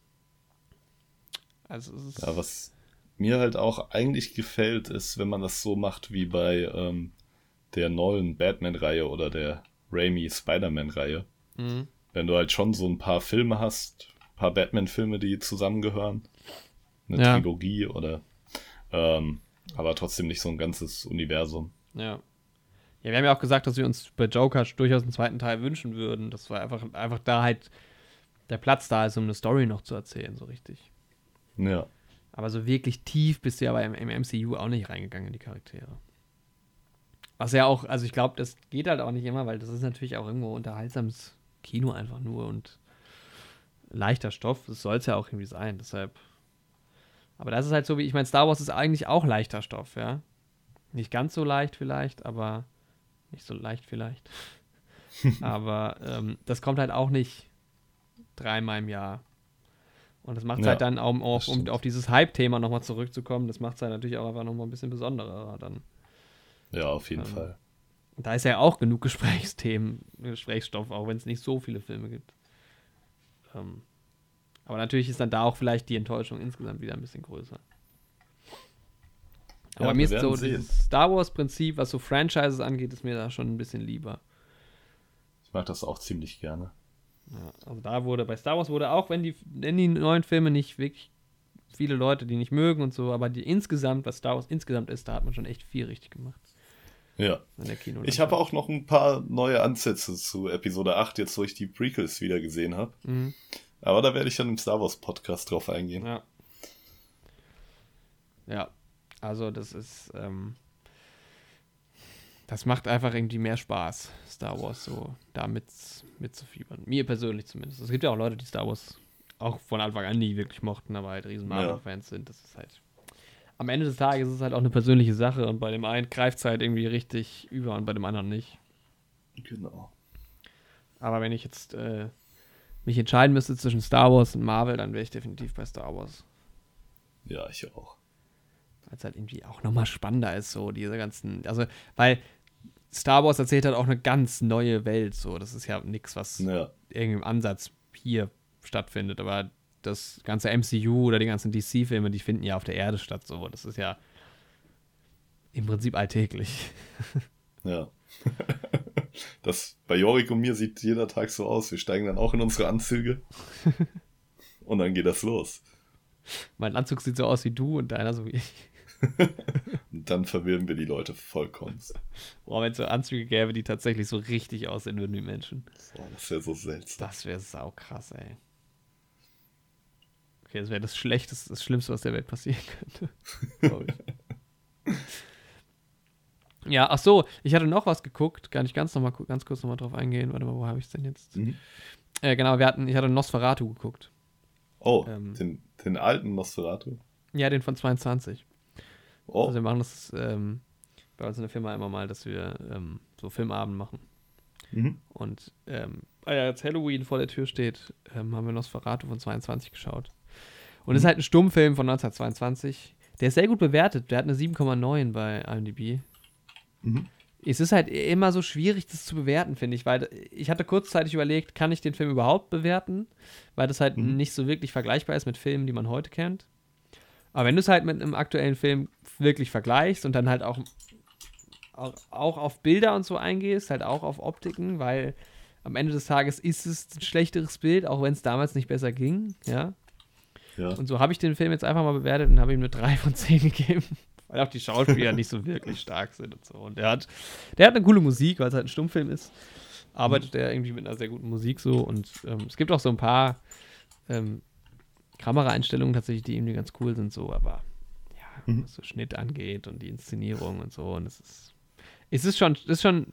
A: Also es ist.
B: Ja, was mir halt auch eigentlich gefällt, ist, wenn man das so macht wie bei ähm, der neuen Batman-Reihe oder der Raimi Spider-Man-Reihe.
A: Mhm.
B: Wenn du halt schon so ein paar Filme hast, ein paar Batman-Filme, die zusammengehören, eine
A: Ja.
B: Trilogie oder ähm, aber trotzdem nicht so ein ganzes Universum.
A: Ja. Ja, wir haben ja auch gesagt, dass wir uns bei Joker durchaus einen zweiten Teil wünschen würden. Das war einfach, einfach da halt der Platz da ist, um eine Story noch zu erzählen, so richtig.
B: Ja.
A: Aber so wirklich tief bist du ja aber im, im M C U auch nicht reingegangen in die Charaktere. Was ja auch, also ich glaube, das geht halt auch nicht immer, weil das ist natürlich auch irgendwo unterhaltsames Kino einfach nur und leichter Stoff. Das soll es ja auch irgendwie sein, deshalb. Aber das ist halt so, wie ich meine, Star Wars ist eigentlich auch leichter Stoff, ja. Nicht ganz so leicht vielleicht, aber nicht so leicht vielleicht. aber ähm, das kommt halt auch nicht dreimal im Jahr. Und das macht es
B: Ja,
A: halt dann auch, auch
B: das
A: um
B: stimmt.
A: auf dieses Hype-Thema nochmal zurückzukommen, das macht es halt natürlich auch einfach nochmal ein bisschen besonderer dann.
B: Ja, auf jeden
A: Ähm,
B: Fall.
A: Und da ist ja auch genug Gesprächsthemen, Gesprächsstoff, auch wenn es nicht so viele Filme gibt. Ähm, aber natürlich ist dann da auch vielleicht die Enttäuschung insgesamt wieder ein bisschen größer. Aber
B: Ja,
A: mir
B: wir
A: ist
B: werden
A: so
B: sehen.
A: dieses Star Wars-Prinzip, was so Franchises angeht, ist mir da schon ein bisschen lieber.
B: Ich mag das auch ziemlich gerne.
A: Ja, also da wurde, bei Star Wars wurde auch, wenn die, wenn die neuen Filme nicht wirklich viele Leute, die nicht mögen und so, aber die insgesamt, was Star Wars insgesamt ist, da hat man schon echt viel richtig gemacht.
B: Ja.
A: In der Kino.
B: Ich habe auch noch ein paar neue Ansätze zu Episode acht, jetzt wo ich die Prequels wieder gesehen habe.
A: Mhm.
B: Aber da werde ich dann im Star Wars Podcast drauf eingehen.
A: Ja. Ja, also das ist, ähm, das macht einfach irgendwie mehr Spaß, Star Wars so da mit, mitzufiebern. Mir persönlich zumindest. Es gibt ja auch Leute, die Star Wars auch von Anfang an nie wirklich mochten, aber halt riesen Marvel-Fans sind. Das ist halt, am Ende des Tages ist es halt auch eine persönliche Sache und bei dem einen greift es halt irgendwie richtig über und bei dem anderen nicht.
B: Genau.
A: Aber wenn ich jetzt äh, mich entscheiden müsste zwischen Star Wars und Marvel, dann wäre ich definitiv bei Star Wars.
B: Ja, ich auch.
A: Weil es halt irgendwie auch nochmal spannender ist, so diese ganzen, also, weil Star Wars erzählt halt auch eine ganz neue Welt, so, das ist ja nichts, was
B: Ja.
A: irgendwie im Ansatz hier stattfindet, aber das ganze M C U oder die ganzen D C-Filme, die finden ja auf der Erde statt, so, das ist ja im Prinzip alltäglich.
B: Ja. Das bei Jorik und mir sieht jeder Tag so aus. Wir steigen dann auch in unsere Anzüge und dann geht das los.
A: Mein Anzug sieht so aus wie du und deiner so wie ich.
B: Und dann verwirren wir die Leute vollkommen.
A: Boah, wenn es so Anzüge gäbe, die tatsächlich so richtig aussehen würden wie Menschen.
B: Boah, das wäre so seltsam.
A: Das wäre saukrass, ey. Okay, das wäre das Schlechteste, das Schlimmste, was der Welt passieren könnte. Glaube ich. Ja, ach so, ich hatte noch was geguckt, gar nicht ganz, noch mal, ganz kurz nochmal drauf eingehen. Warte mal, wo habe ich es denn jetzt?
B: Mhm.
A: Äh, genau, wir hatten, ich hatte Nosferatu geguckt.
B: Oh,
A: Ähm,
B: den, den alten Nosferatu?
A: Ja, den von zweiundzwanzig.
B: Oh.
A: Also wir machen das ähm, bei uns in der Firma immer mal, dass wir ähm, so Filmabend machen.
B: Mhm.
A: Und ähm, weil ja jetzt Halloween vor der Tür steht, ähm, haben wir Nosferatu von zweiundzwanzig geschaut. Und es
B: Mhm.
A: ist halt ein Stummfilm von neunzehnhundertzweiundzwanzig. Der ist sehr gut bewertet. Der hat eine sieben Komma neun bei I M D B.
B: Mhm.
A: Es ist halt immer so schwierig, das zu bewerten, finde ich, weil ich hatte kurzzeitig überlegt, kann ich den Film überhaupt bewerten, weil das halt
B: Mhm.
A: nicht so wirklich vergleichbar ist mit Filmen, die man heute kennt. Aber wenn du es halt mit einem aktuellen Film wirklich vergleichst und dann halt auch, auch, auch auf Bilder und so eingehst, halt auch auf Optiken, weil am Ende des Tages ist es ein schlechteres Bild, auch wenn es damals nicht besser ging, ja.
B: Ja.
A: Und so habe ich den Film jetzt einfach mal bewertet und habe ihm eine drei von zehn gegeben, weil auch die Schauspieler nicht so wirklich stark sind und so. Und der hat, der hat eine coole Musik, weil es halt ein Stummfilm ist, arbeitet
B: Mhm.
A: er irgendwie mit einer sehr guten Musik so und ähm, es gibt auch so ein paar ähm, Kameraeinstellungen tatsächlich, die irgendwie ganz cool sind so, aber ja,
B: Mhm.
A: was so Schnitt angeht und die Inszenierung und so und es ist, es ist schon, es ist schon,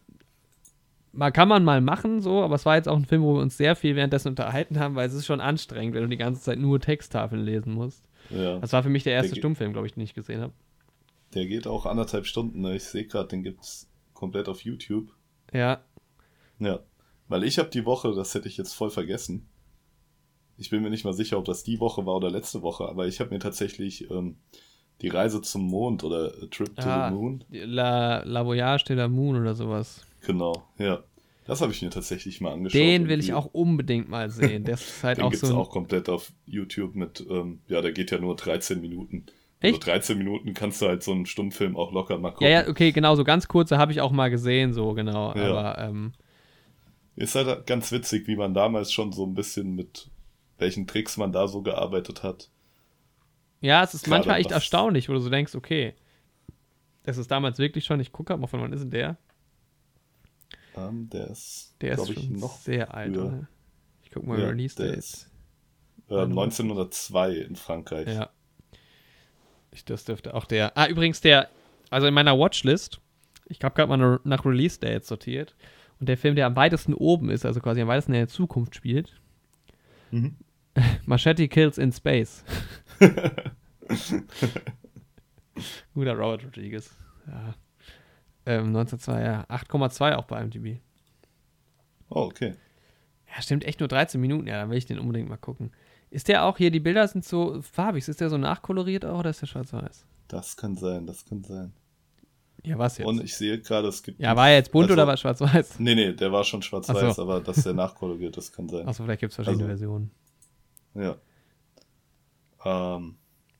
A: mal kann man mal machen so, aber es war jetzt auch ein Film, wo wir uns sehr viel währenddessen unterhalten haben, weil es ist schon anstrengend, wenn du die ganze Zeit nur Texttafeln lesen musst.
B: Ja.
A: Das war für mich der erste
B: Der ge-
A: Stummfilm, glaube ich, den ich gesehen habe.
B: Der geht auch anderthalb Stunden. Ne? Ich sehe gerade, den gibt's komplett auf YouTube.
A: Ja,
B: Ja. Weil ich habe die Woche, das hätte ich jetzt voll vergessen. Ich bin mir nicht mal sicher, ob das die Woche war oder letzte Woche, aber ich habe mir tatsächlich ähm, die Reise zum Mond oder A Trip to
A: ah,
B: the Moon.
A: La, La Voyage de la Moon oder sowas.
B: Genau, ja. Das habe ich mir tatsächlich mal angeschaut.
A: Den
B: und
A: will ich
B: die-
A: auch unbedingt mal sehen. Der ist halt
B: Den
A: auch
B: gibt's
A: so ein,
B: auch komplett auf YouTube mit, ähm, ja, der geht ja nur dreizehn Minuten. Also
A: Echt?
B: dreizehn Minuten kannst du halt so einen Stummfilm auch locker mal gucken.
A: Ja, ja, okay, genau, so ganz kurze habe ich auch mal gesehen, so genau,
B: Ja.
A: aber ähm,
B: Ist halt ganz witzig, wie man damals schon so ein bisschen mit welchen Tricks man da so gearbeitet hat.
A: ja, es ist
B: Gerade
A: manchmal echt
B: was-
A: erstaunlich, wo du so denkst, okay, das ist damals wirklich schon, ich gucke mal, von wann ist denn der?
B: Ähm, der ist,
A: Der ist
B: glaube ich,
A: schon
B: noch
A: sehr alt,
B: früher.
A: oder? Ich guck mal,
B: Ja,
A: Release
B: der
A: Date.
B: ist äh, neunzehnhundertzwei in Frankreich.
A: Ja. Ich, das dürfte auch der. Ah, übrigens, der, also in meiner Watchlist, ich habe gerade mal nur nach Release Dates sortiert. Und der Film, der am weitesten oben ist, also quasi am weitesten in der Zukunft spielt,
B: Mhm.
A: Machete Kills in Space. Guter Robert Rodriguez. Ja. Ähm, neunzehnhundertzwei, ja. acht Komma zwei auch bei I M D B.
B: Oh, okay.
A: Ja, stimmt, echt nur dreizehn Minuten. Ja, dann will ich den unbedingt mal gucken. Ist der auch hier, die Bilder sind so farbig, ist der so nachkoloriert auch oder ist der schwarz-weiß?
B: Das kann sein, das kann sein.
A: Ja, was jetzt?
B: Und ich sehe gerade, es gibt...
A: Ja, war er jetzt bunt
B: also-
A: oder war schwarz-weiß?
B: Nee, nee, der war schon schwarz-weiß,
A: Ach so.
B: aber dass der nachkoloriert ist, kann sein.
A: Achso, vielleicht gibt es verschiedene
B: Also-
A: Versionen.
B: Ja. Ähm,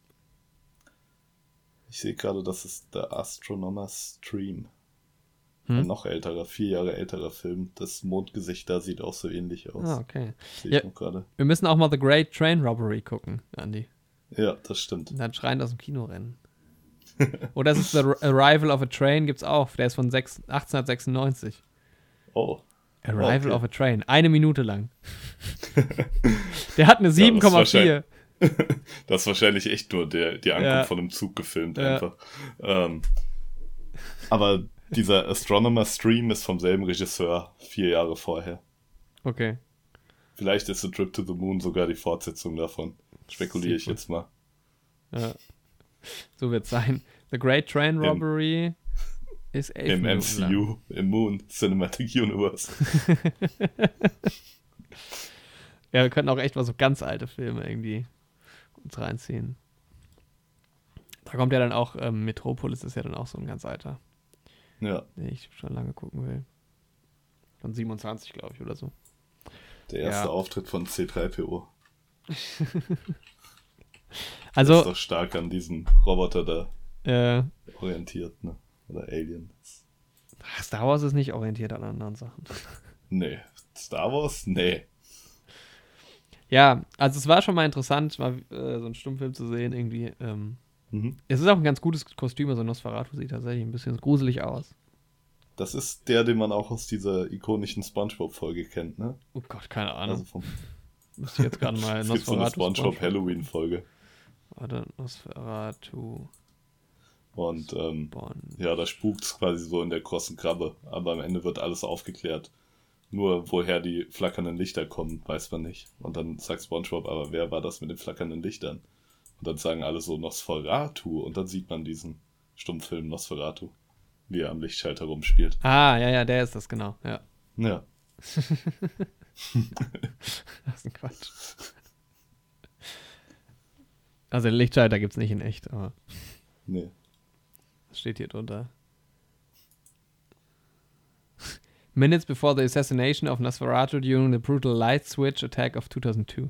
B: ich sehe gerade, das ist der Astronomer's Stream. Ein
A: Hm?
B: noch älterer, vier Jahre älterer Film. Das Mondgesicht da sieht auch so ähnlich aus.
A: Ah, okay.
B: Sehe ich
A: Ja.
B: noch gerade.
A: Wir müssen auch mal The Great Train Robbery gucken, Andy.
B: Ja, das stimmt.
A: Und dann schreiend aus dem Kino rennen. Oder es ist The Arrival of a Train, gibt's auch. Der ist von sechs- achtzehnhundertsechsundneunzig.
B: Oh.
A: Arrival
B: Okay.
A: of a Train. Eine Minute lang. Der hat eine sieben Komma vier.
B: Das ist wahrscheinlich echt nur der, die Ankunft
A: Ja.
B: von einem Zug gefilmt
A: Ja.
B: einfach. Ähm, aber dieser Astronomer Stream ist vom selben Regisseur vier Jahre vorher.
A: Okay.
B: Vielleicht ist The Trip to the Moon sogar die Fortsetzung davon. Spekuliere ich
A: Sequel.
B: jetzt mal.
A: Ja. So wird's sein. The Great Train Robbery ist elf
B: Im
A: Minuten
B: M C
A: lang.
B: U, im Moon Cinematic Universe.
A: Ja, wir könnten auch echt mal so ganz alte Filme irgendwie uns reinziehen. Da kommt ja dann auch, ähm, Metropolis ist ja dann auch so ein ganz alter,
B: Ja,
A: den ich schon lange gucken will. Von siebenundzwanzig, glaube ich, oder so.
B: der erste
A: Ja.
B: Auftritt von C drei P O. Das ist
A: Also,
B: doch stark an diesem Roboter da
A: äh,
B: orientiert, ne? Oder Alien.
A: Star Wars ist nicht orientiert an anderen Sachen.
B: Nee. Star Wars? Nee.
A: Ja, also es war schon mal interessant, mal äh, so einen Stummfilm zu sehen, irgendwie. Ähm,
B: Mhm.
A: es ist auch ein ganz gutes Kostüm, also Nosferatu sieht tatsächlich ein bisschen gruselig aus.
B: Das ist der, den man auch aus dieser ikonischen SpongeBob-Folge kennt, ne?
A: Oh Gott, keine Ahnung.
B: Also vom
A: Müsste ich jetzt gerade mal
B: es gibt so eine
A: Nosferatu
B: SpongeBob-Halloween-Folge.
A: Warte, Nosferatu.
B: Und ähm,
A: Spon
B: ja, da spukt es quasi so in der großen Krabbe. Aber am Ende wird alles aufgeklärt. Nur woher die flackernden Lichter kommen, weiß man nicht. Und dann sagt SpongeBob, aber wer war das mit den flackernden Lichtern? Und dann sagen alle so Nosferatu. Und dann sieht man diesen Stummfilm Nosferatu, wie er am Lichtschalter rumspielt.
A: Ah, ja, ja, der ist das, genau, ja.
B: Ja.
A: Das ist ein Quatsch. Also den Lichtschalter gibt's nicht in echt, aber
B: Nee.
A: das steht hier drunter. Minutes before the assassination of Nosferatu during the brutal light switch attack of two thousand two.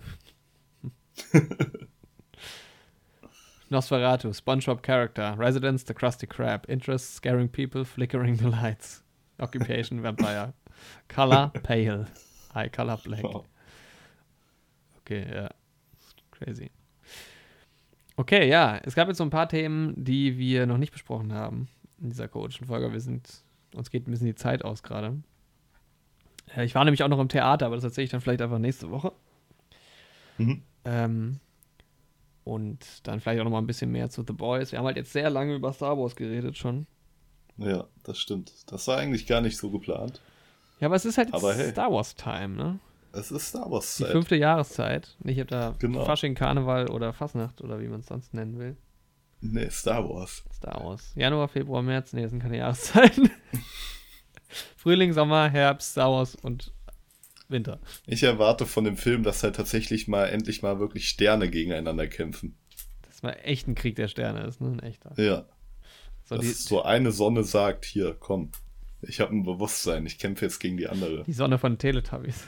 A: Nosferatu, SpongeBob character. Residence, the Krusty Krab. Interests, scaring people, flickering the lights. Occupation, vampire. Color, pale. Eye color, black.
B: Wow.
A: Okay, ja. Crazy. Okay, ja. Es gab jetzt so ein paar Themen, die wir noch nicht besprochen haben in dieser chaotischen Folge. Wir sind, uns geht ein bisschen die Zeit aus gerade. Äh, Ich war nämlich auch noch im Theater, aber das erzähle ich dann vielleicht einfach nächste Woche.
B: Mhm.
A: Ähm, und dann vielleicht auch noch mal ein bisschen mehr zu The Boys. Wir haben halt jetzt sehr lange über Star Wars geredet schon.
B: Ja, das stimmt. Das war eigentlich gar nicht so geplant.
A: Ja, aber es ist halt jetzt
B: Aber hey.
A: Star Wars Time, ne?
B: Es ist Star Wars
A: Die
B: Zeit.
A: fünfte Jahreszeit. Ich habe da
B: Genau.
A: Fasching, Karneval oder Fasnacht oder wie man es sonst nennen will.
B: Nee, Star Wars.
A: Star Wars. Januar, Februar, März. Nee, das sind keine Jahreszeiten. Frühling, Sommer, Herbst, Star Wars und Winter.
B: Ich erwarte von dem Film, dass halt tatsächlich mal endlich mal wirklich Sterne gegeneinander kämpfen.
A: Das mal echt ein Krieg der Sterne ist, ne? Ein echter.
B: Ja.
A: So,
B: Dass
A: die,
B: so eine Sonne sagt, hier, komm. Ich habe ein Bewusstsein, ich kämpfe jetzt gegen die andere.
A: die Sonne von Teletubbies.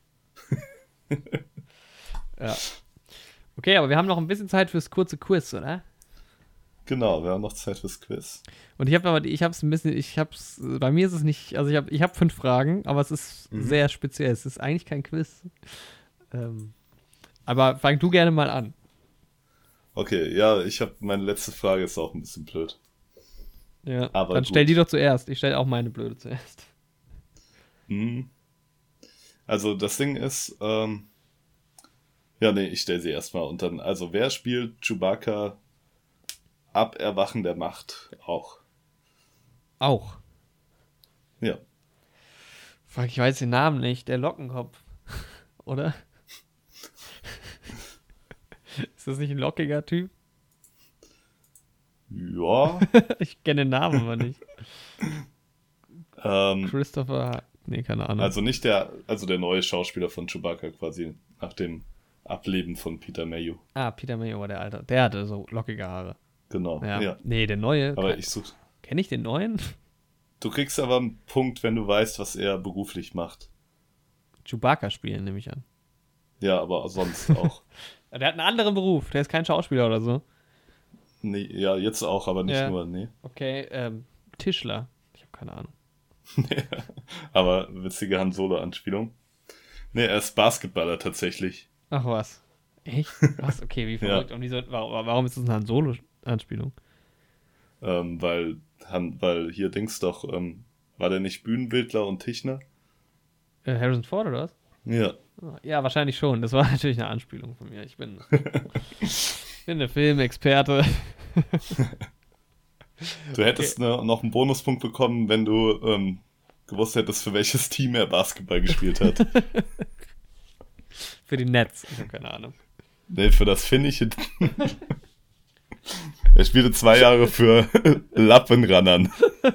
A: Ja. Okay, aber wir haben noch ein bisschen Zeit fürs kurze Quiz, oder?
B: Genau, wir haben noch Zeit fürs Quiz.
A: Und ich habe aber, ich habe es ein bisschen, ich habe es, bei mir ist es nicht, also ich habe ich hab fünf Fragen, aber es ist
B: Mhm.
A: sehr speziell. Es ist eigentlich kein Quiz. Ähm, aber fang du gerne mal an.
B: Okay, ja, ich habe meine letzte Frage ist auch ein bisschen blöd.
A: Ja.
B: Aber
A: Dann
B: gut.
A: stell die doch zuerst. Ich stelle auch meine blöde zuerst.
B: Mhm. Also das Ding ist, ähm, ja, nee, ich stelle sie erstmal und dann, also wer spielt Chewbacca ab Erwachen der Macht auch?
A: Auch.
B: Ja,
A: Fuck, ich weiß den Namen nicht. Der Lockenkopf. Oder? Ist das nicht ein lockiger Typ?
B: ja,
A: Ich kenne den Namen aber nicht.
B: ähm,
A: Christopher. Nee, keine Ahnung.
B: also nicht der, also der neue Schauspieler von Chewbacca quasi nach dem Ableben von Peter Mayhew.
A: ah, Peter Mayo war der Alte. Der hatte so lockige Haare.
B: Genau,
A: Ja.
B: ja.
A: Nee, der neue.
B: Aber ich such,
A: Kenne ich den neuen?
B: du kriegst aber einen Punkt, wenn du weißt, was er beruflich macht.
A: Chewbacca spielen, nehme ich an.
B: Ja, aber sonst auch.
A: Der hat einen anderen Beruf. Der ist kein Schauspieler oder so.
B: Nee, ja, jetzt auch, aber nicht
A: Ja.
B: nur, nee.
A: Okay, ähm, Tischler. Ich habe keine Ahnung.
B: Aber witzige Han Solo-Anspielung. Nee, er ist Basketballer tatsächlich.
A: Ach was. Echt? Was? Okay, wie verrückt. Und wieso, warum, warum ist das eine Han Solo-Anspielung?
B: Ähm, weil, Han, weil hier Dings doch, ähm, war der nicht Bühnenbildler und Tischner?
A: Äh, Harrison Ford oder was?
B: Ja.
A: Ah, ja, wahrscheinlich schon. Das war natürlich eine Anspielung von mir. Ich bin, ich bin eine Filmexperte.
B: Du hättest ne, noch einen Bonuspunkt bekommen, wenn du ähm, gewusst hättest, für welches Team er Basketball gespielt hat.
A: Für die Nets. Ich habe keine Ahnung.
B: Nee, für das finnische. Er spielte zwei Jahre für Lappenrannern.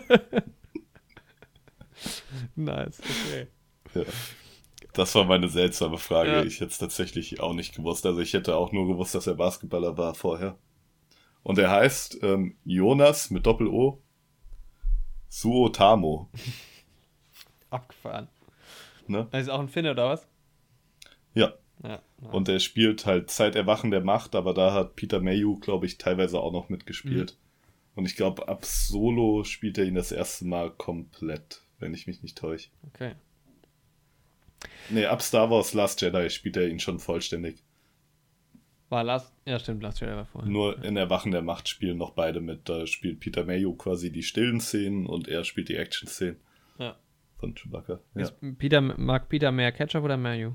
A: Nice, okay.
B: Ja. Das war meine seltsame Frage.
A: Ja.
B: Ich hätte es tatsächlich auch nicht gewusst. Also ich hätte auch nur gewusst, dass er Basketballer war vorher. Und er heißt ähm, Jonas mit Doppel-O Suotamo.
A: Abgefahren.
B: Ne?
A: Das ist auch ein Finne, oder was?
B: Ja.
A: Ja. nice.
B: Und er spielt halt Zeit Erwachen der Macht, aber da hat Peter Mayhew, glaube ich, teilweise auch noch mitgespielt.
A: Mhm.
B: Und ich glaube, ab Solo spielt er ihn das erste Mal komplett, wenn ich mich nicht täusche.
A: Okay.
B: Nee, ab Star Wars Last Jedi spielt er ihn schon vollständig.
A: War Last, ja stimmt, Last Jedi war vorher.
B: Nur
A: ja.
B: in Erwachen der Macht spielen noch beide mit. Da spielt Peter Mayhew quasi die stillen Szenen und er spielt die Action-Szenen.
A: Ja.
B: Von Chewbacca. Ja.
A: Ist Peter, mag Peter mehr Ketchup oder Mayo?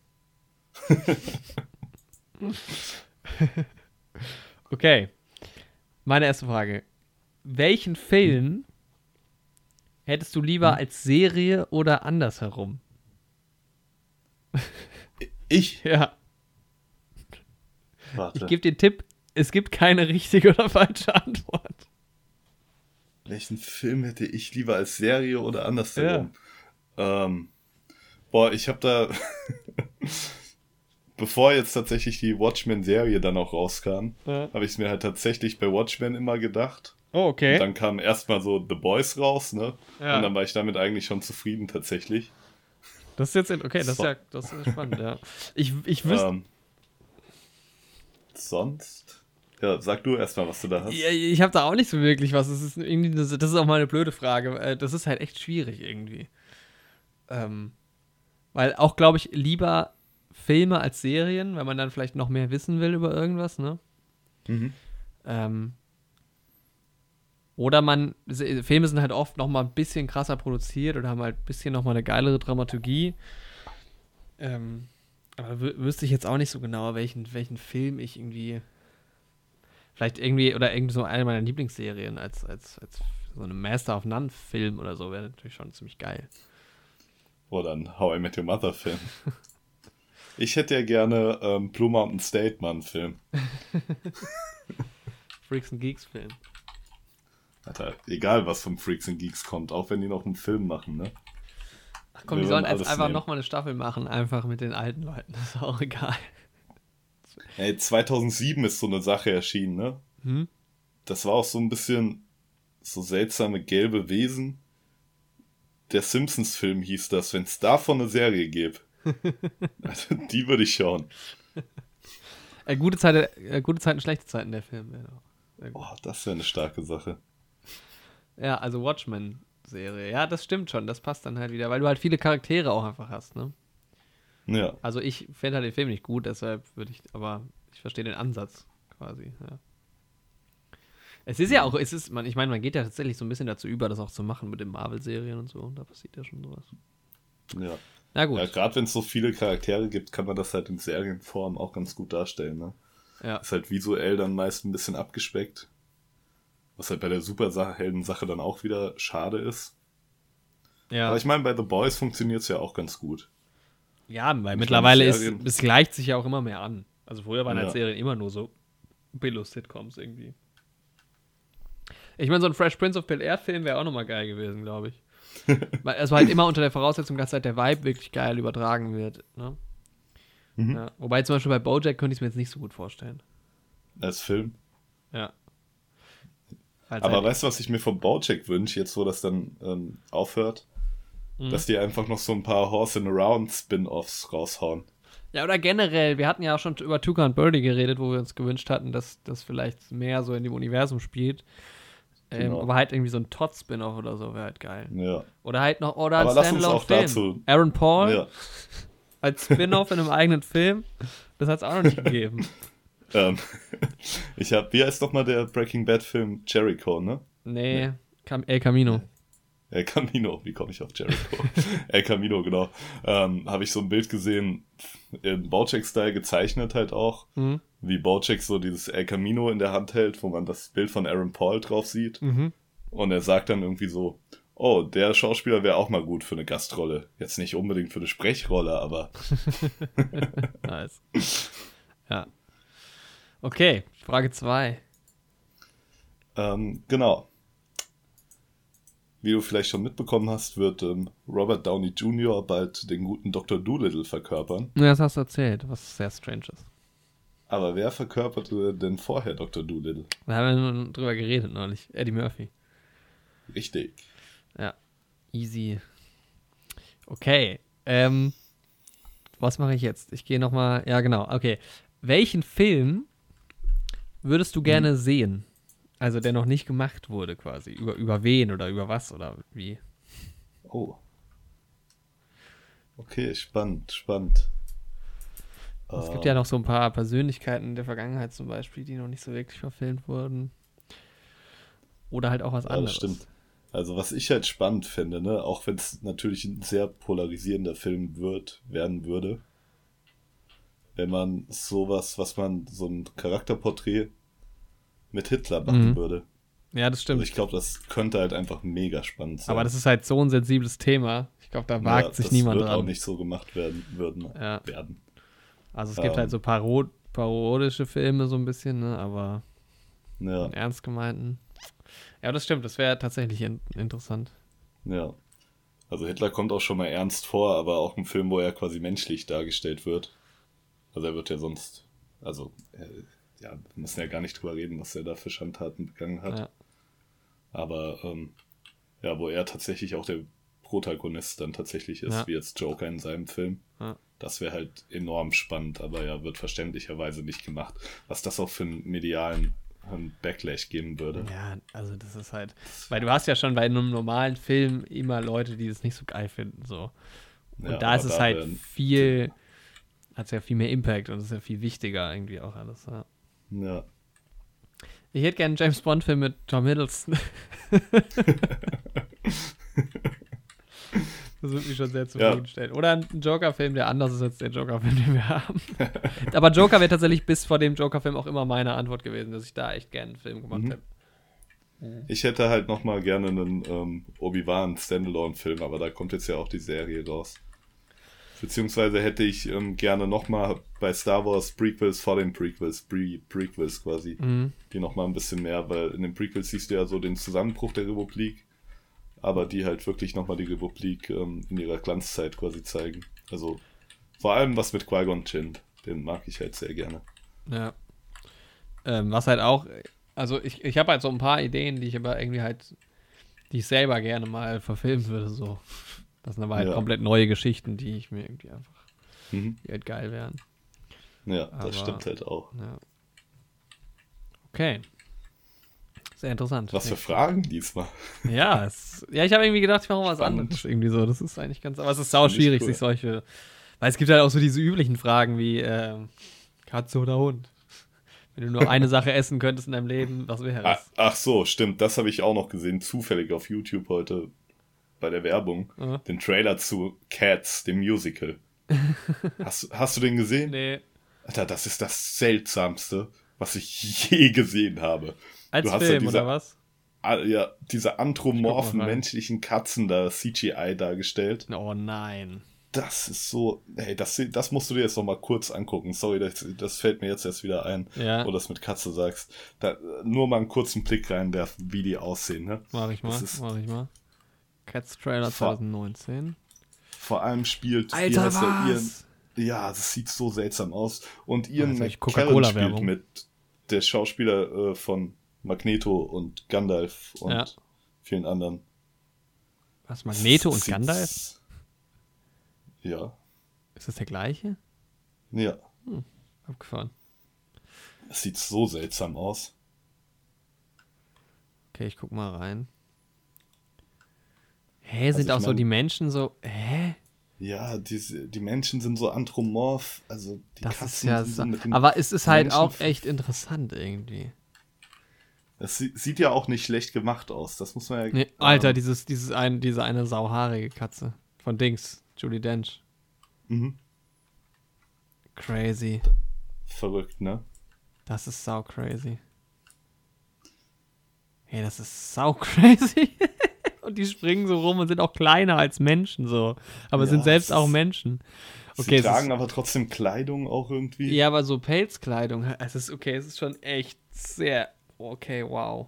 A: Okay. Meine erste Frage. Welchen Film hättest du lieber
B: Hm?
A: als Serie oder andersherum?
B: Ich?
A: Ja.
B: Warte.
A: Ich gebe dir einen Tipp, es gibt keine richtige oder falsche Antwort.
B: Welchen Film hätte ich lieber als Serie oder andersherum? Ja. Ähm, boah, ich habe da, bevor jetzt tatsächlich die Watchmen-Serie dann auch rauskam, ja. habe ich es mir halt tatsächlich bei Watchmen immer gedacht.
A: Oh, okay.
B: Und dann kam erstmal so The Boys raus, ne?
A: Ja.
B: Und dann war ich damit eigentlich schon zufrieden tatsächlich.
A: Das ist jetzt, okay, das so. ist ja das ist spannend, ja. Ich, ich wüsste... Ähm,
B: sonst... Ja, sag du erstmal, was du da hast.
A: Ja, ich habe da auch nicht so wirklich was. Das ist irgendwie, das ist auch mal eine blöde Frage. Das ist halt echt schwierig irgendwie. Ähm, weil auch, glaube ich, lieber Filme als Serien, weil man dann vielleicht noch mehr wissen will über irgendwas, ne?
B: Mhm.
A: Ähm, oder man, Filme sind halt oft noch mal ein bisschen krasser produziert oder haben halt ein bisschen noch mal eine geilere Dramaturgie. Ähm, aber w- wüsste ich jetzt auch nicht so genau, welchen, welchen Film ich irgendwie... Vielleicht irgendwie, oder irgendwie so eine meiner Lieblingsserien als, als, als so eine Master of None-Film oder so, wäre natürlich schon ziemlich geil.
B: Oder ein How I Met Your Mother-Film. Ich hätte ja gerne ähm, Blue Mountain State mal einen Film.
A: Freaks and Geeks-Film.
B: Alter, egal was von Freaks and Geeks kommt, auch wenn die noch einen Film machen, ne?
A: Ach komm, Wir die sollen jetzt einfach nochmal eine Staffel machen, einfach mit den alten Leuten, das ist auch egal.
B: Ey, zweitausendsieben ist so eine Sache erschienen, ne?
A: Hm?
B: Das war auch so ein bisschen so seltsame gelbe Wesen. Der Simpsons-Film hieß das, wenn es davon eine Serie gäbe. Also, die würde ich schauen.
A: Äh, gute, Zeit, äh, gute Zeiten, schlechte Zeiten, der Film. Ja,
B: oh, das wäre eine starke Sache.
A: Ja, also Watchmen-Serie. Ja, das stimmt schon, das passt dann halt wieder, weil du halt viele Charaktere auch einfach hast, ne?
B: Ja.
A: Also ich fände halt den Film nicht gut, deshalb würde ich, aber ich verstehe den Ansatz quasi, ja. Es ist ja auch, es ist, man, ich meine, man geht ja tatsächlich so ein bisschen dazu über, das auch zu machen mit den Marvel-Serien und so, und da passiert ja schon sowas.
B: Ja.
A: Na gut.
B: Ja, gerade wenn es so viele Charaktere gibt, kann man das halt in Serienform auch ganz gut darstellen, ne?
A: Ja.
B: Ist halt visuell dann meist ein bisschen abgespeckt. Was halt bei der Superhelden-Sache dann auch wieder schade ist.
A: Ja.
B: Aber ich meine, bei The Boys funktioniert es ja auch ganz gut.
A: Ja, weil ich mittlerweile ist, es gleicht sich ja auch immer mehr an. Also früher waren ja. halt Serien immer nur so Billo-Sitcoms irgendwie. Ich meine, so ein Fresh Prince of Bel-Air-Film wäre auch nochmal geil gewesen, glaube ich. Weil es war halt immer unter der Voraussetzung, dass halt der Vibe wirklich geil übertragen wird. Ne?
B: Mhm.
A: Ja. Wobei zum Beispiel bei BoJack könnte ich es mir jetzt nicht so gut vorstellen.
B: Als Film?
A: Ja.
B: Als Aber halt weißt du, was ich mir von BoJack wünsche, jetzt wo das dann ähm, aufhört? Mhm. Dass die einfach noch so ein paar Horse and Around Spin-Offs raushauen.
A: Ja, oder generell, wir hatten ja auch schon über Tuca und Birdie geredet, wo wir uns gewünscht hatten, dass das vielleicht mehr so in dem Universum spielt. Genau. Ähm, aber halt irgendwie so ein Todd-Spin-Off oder so wäre halt geil.
B: Ja.
A: Oder halt noch, oder
B: ein
A: Standalone-Film. Aaron Paul
B: ja.
A: als Spin-Off in einem eigenen Film, das hat es auch noch nicht gegeben.
B: ähm, ich hab, wie heißt nochmal der Breaking Bad-Film? Jericho, ne?
A: Nee, nee. Cam- El Camino.
B: El Camino, wie komme ich auf Jericho? El Camino, genau. Ähm, habe ich so ein Bild gesehen, in BoJack-Style gezeichnet halt auch, mhm. wie BoJack so dieses El Camino in der Hand hält, wo man das Bild von Aaron Paul drauf sieht.
A: Mhm.
B: Und er sagt dann irgendwie so, oh, der Schauspieler wäre auch mal gut für eine Gastrolle. Jetzt nicht unbedingt für eine Sprechrolle, aber...
A: Nice. Ja. Okay, Frage zwei.
B: Ähm, genau. Wie du vielleicht schon mitbekommen hast, wird ähm, Robert Downey Junior bald den guten Doktor Dolittle verkörpern.
A: Ja, das hast du erzählt, was sehr strange ist.
B: Aber wer verkörperte denn vorher Doktor Dolittle?
A: Da haben wir nur drüber geredet neulich. Eddie Murphy.
B: Richtig.
A: Ja, easy. Okay, ähm, was mache ich jetzt? Ich gehe nochmal, ja genau, okay. Welchen Film würdest du gerne hm. sehen? Also der noch nicht gemacht wurde quasi. Über, über wen oder über was oder wie?
B: Oh. Okay, spannend, spannend.
A: Es gibt ja noch so ein paar Persönlichkeiten der Vergangenheit zum Beispiel, die noch nicht so wirklich verfilmt wurden. Oder halt auch was
B: Ja,
A: anderes.
B: das stimmt. Also was ich halt spannend finde, ne, auch wenn es natürlich ein sehr polarisierender Film wird, werden würde, wenn man sowas, was man, so ein Charakterporträt mit Hitler machen
A: Mhm.
B: würde.
A: Ja, das
B: Also
A: stimmt.
B: ich glaube, das könnte halt einfach mega spannend sein.
A: Aber das ist halt so ein sensibles Thema. Ich glaube, da wagt
B: ja,
A: sich
B: das
A: niemand
B: wird
A: dran.
B: auch nicht so gemacht werden, würden,
A: Ja.
B: werden.
A: Also es gibt
B: Ähm.
A: halt so Parod parodische Filme so ein bisschen, ne? Aber
B: Ja,
A: einen ernst gemeinten. Ja, das stimmt. Das wäre tatsächlich in interessant.
B: ja. Also Hitler kommt auch schon mal ernst vor, aber auch im Film, wo er quasi menschlich dargestellt wird. Also er wird ja sonst, also äh, ja, wir müssen ja gar nicht drüber reden, was er da für Schandtaten begangen hat.
A: Ja.
B: Aber ähm, ja, wo er tatsächlich auch der Protagonist dann tatsächlich ist,
A: Ja.
B: wie jetzt Joker in seinem Film.
A: Ja.
B: Das wäre halt enorm spannend, aber ja, wird verständlicherweise nicht gemacht. Was das auch für einen medialen ähm, Backlash geben würde.
A: Ja, also das ist halt, weil du hast ja schon bei einem normalen Film immer Leute, die das nicht so geil finden, so. Und
B: Ja,
A: da
B: aber
A: ist es
B: da
A: halt
B: werden-
A: viel, hat es ja viel mehr Impact und es ist ja viel wichtiger irgendwie auch alles, ja.
B: Ja.
A: Ich hätte gerne einen James Bond-Film mit Tom Hiddleston. Das würde mich schon sehr zufriedenstellen. Ja. Oder ein Joker-Film, der anders ist als der Joker-Film, den wir haben. Aber Joker wäre tatsächlich bis vor dem Joker-Film auch immer meine Antwort gewesen, dass ich da echt gerne einen Film gemacht
B: Mhm.
A: hätte.
B: Ich hätte halt nochmal gerne einen ähm, Obi-Wan Standalone-Film, aber da kommt jetzt ja auch die Serie raus. Beziehungsweise hätte ich ähm, gerne nochmal bei Star Wars Prequels vor den Prequels, Pre Prequels quasi,
A: Mhm.
B: die nochmal ein bisschen mehr, weil in den Prequels siehst du ja so den Zusammenbruch der Republik, aber die halt wirklich nochmal die Republik ähm, in ihrer Glanzzeit quasi zeigen. Also vor allem was mit Qui-Gon Jinn, den mag ich halt sehr gerne.
A: Ja. Ähm, was halt auch, also ich, ich habe halt so ein paar Ideen, die ich aber irgendwie halt, die ich selber gerne mal verfilmen würde, so. Das sind aber halt
B: Ja.
A: komplett neue Geschichten, die ich mir irgendwie einfach,
B: Mhm.
A: die halt geil wären.
B: Ja, das
A: Aber-
B: stimmt halt auch.
A: Ja. Okay. Sehr interessant.
B: Was für Fragen diesmal.
A: Ja, es, ja, ich habe irgendwie gedacht, ich mache mal was
B: Spannend.
A: anderes irgendwie so. Das ist eigentlich ganz, aber es ist sau
B: Finde ich
A: schwierig,
B: cool.
A: sich solche, weil es gibt halt auch so diese üblichen Fragen wie ähm, Katze oder Hund. Wenn du nur eine Sache essen könntest in deinem Leben, was wäre
B: Ah,
A: es?
B: ach so, stimmt, das habe ich auch noch gesehen, zufällig auf YouTube heute bei der Werbung.
A: Ja.
B: Den Trailer zu Cats, dem Musical. Hast, hast du den gesehen?
A: Nee.
B: Alter, das ist das Seltsamste, was ich je gesehen habe.
A: Als
B: Du hast ja
A: Film
B: diese-
A: oder was?
B: Ah, ja, diese anthropomorphen
A: Ich guck mal rein.
B: menschlichen Katzen da C G I dargestellt.
A: Oh nein.
B: Das ist so, hey, das, das musst du dir jetzt noch mal kurz angucken. Sorry, das, das fällt mir jetzt erst wieder ein,
A: Ja,
B: wo du das mit Katze sagst. Da, nur mal einen kurzen Blick reinwerfen, wie die aussehen, ne?
A: mach ich mal,
B: das ist-
A: mach ich mal. Cats Trailer
B: Vor-
A: zwanzig neunzehn.
B: Vor allem spielt, wie
A: Alter,
B: heißt der, Ian,
A: was?
B: ja, das sieht so seltsam aus. Und
A: Oh,
B: Ian
A: jetzt hab ich
B: McKellen
A: Coca-Cola-Werbung.
B: spielt mit, der Schauspieler äh, von Magneto und Gandalf und
A: Ja.
B: vielen anderen.
A: Was, Magneto und
B: Sieht-
A: Gandalf?
B: Ja,
A: Ist das der gleiche?
B: ja.
A: Abgefahren.
B: Es sieht so seltsam aus.
A: Okay, ich guck mal rein. Hä, sind
B: ich
A: auch so
B: mein-
A: die Menschen so, hä?
B: Ja, diese, die Menschen sind so anthropomorph, also die
A: Das ist
B: Katzen
A: ja
B: sind
A: so,
B: so mit den
A: aber es ist halt
B: Menschen
A: auch
B: ver-
A: echt interessant irgendwie.
B: Das sie- sieht ja auch nicht schlecht gemacht aus, das muss man ja...
A: Nee, Alter,
B: ähm,
A: dieses, dieses ein, diese eine sauhaarige Katze von Dings, Judi Dench.
B: mhm.
A: Crazy.
B: Verrückt, ne?
A: Das ist sau crazy. Hey, das ist sau crazy. Und die springen so rum und sind auch kleiner als Menschen so. Aber
B: Ja,
A: sind selbst
B: es
A: auch
B: ist-
A: Menschen.
B: Sie
A: Okay, es
B: tragen
A: ist,
B: aber trotzdem Kleidung auch irgendwie.
A: ja, aber so Pelzkleidung. Es ist okay, es ist schon echt sehr. Okay, wow.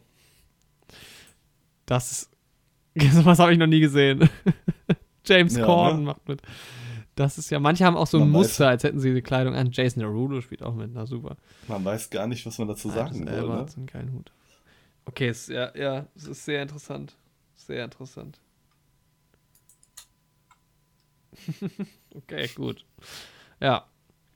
A: Das ist. Sowas habe ich noch nie gesehen. James
B: Ja,
A: Corden
B: ne?
A: macht mit. Das ist ja, manche haben auch so ein
B: Man weiß-
A: Muster, als hätten sie die Kleidung an. Jason Derulo spielt auch mit, na super.
B: Man weiß gar nicht, was man dazu
A: Idris
B: sagen
A: Elba
B: soll, ne?
A: hat so einen geilen Hut. Okay, es, ja, ja, es ist sehr interessant. Sehr interessant. Okay, gut. Ja.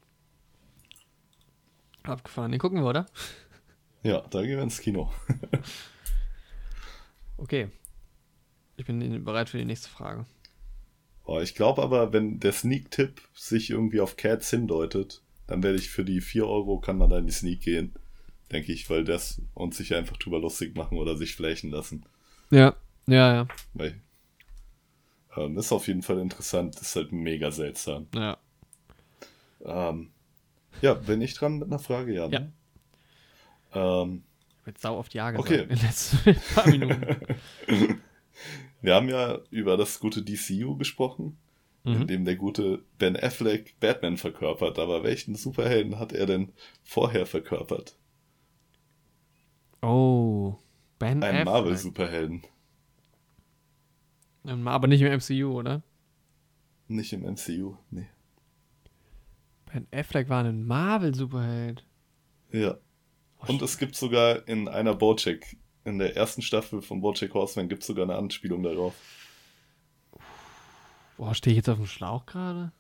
A: Abgefahren. Den gucken wir, oder?
B: Ja, da gehen wir ins Kino.
A: Okay. Ich bin bereit für die nächste Frage.
B: Oh, ich glaube aber, wenn der Sneak-Tipp sich irgendwie auf Cats hindeutet, dann werde ich für die vier Euro kann man da in die Sneak gehen, denke ich, weil das und sich einfach drüber lustig machen oder sich flächen lassen.
A: Ja, ja, ja.
B: Weil, ähm, ist auf jeden Fall interessant, ist halt mega seltsam.
A: Ja.
B: Ähm, ja, bin ich dran mit einer Frage, ja. Ne?
A: Ja.
B: Ähm,
A: Ich habe jetzt sau oft Ja gesagt
B: okay.
A: in den letzten paar Minuten.
B: Wir haben ja über das gute D C U gesprochen,
A: Mhm.
B: in dem der gute Ben Affleck Batman verkörpert. Aber welchen Superhelden hat er denn vorher verkörpert?
A: Oh, Ben
B: Einen
A: Affleck.
B: Marvel-Superhelden.
A: Ähm, Aber nicht im M C U, oder?
B: Nicht im M C U, nee.
A: Ben Affleck war ein Marvel-Superheld.
B: Ja.
A: Oh,
B: Und es gibt sogar in einer BoJack, in der ersten Staffel von BoJack Horseman, gibt es sogar eine Anspielung darauf.
A: Boah, stehe ich jetzt auf dem Schlauch gerade?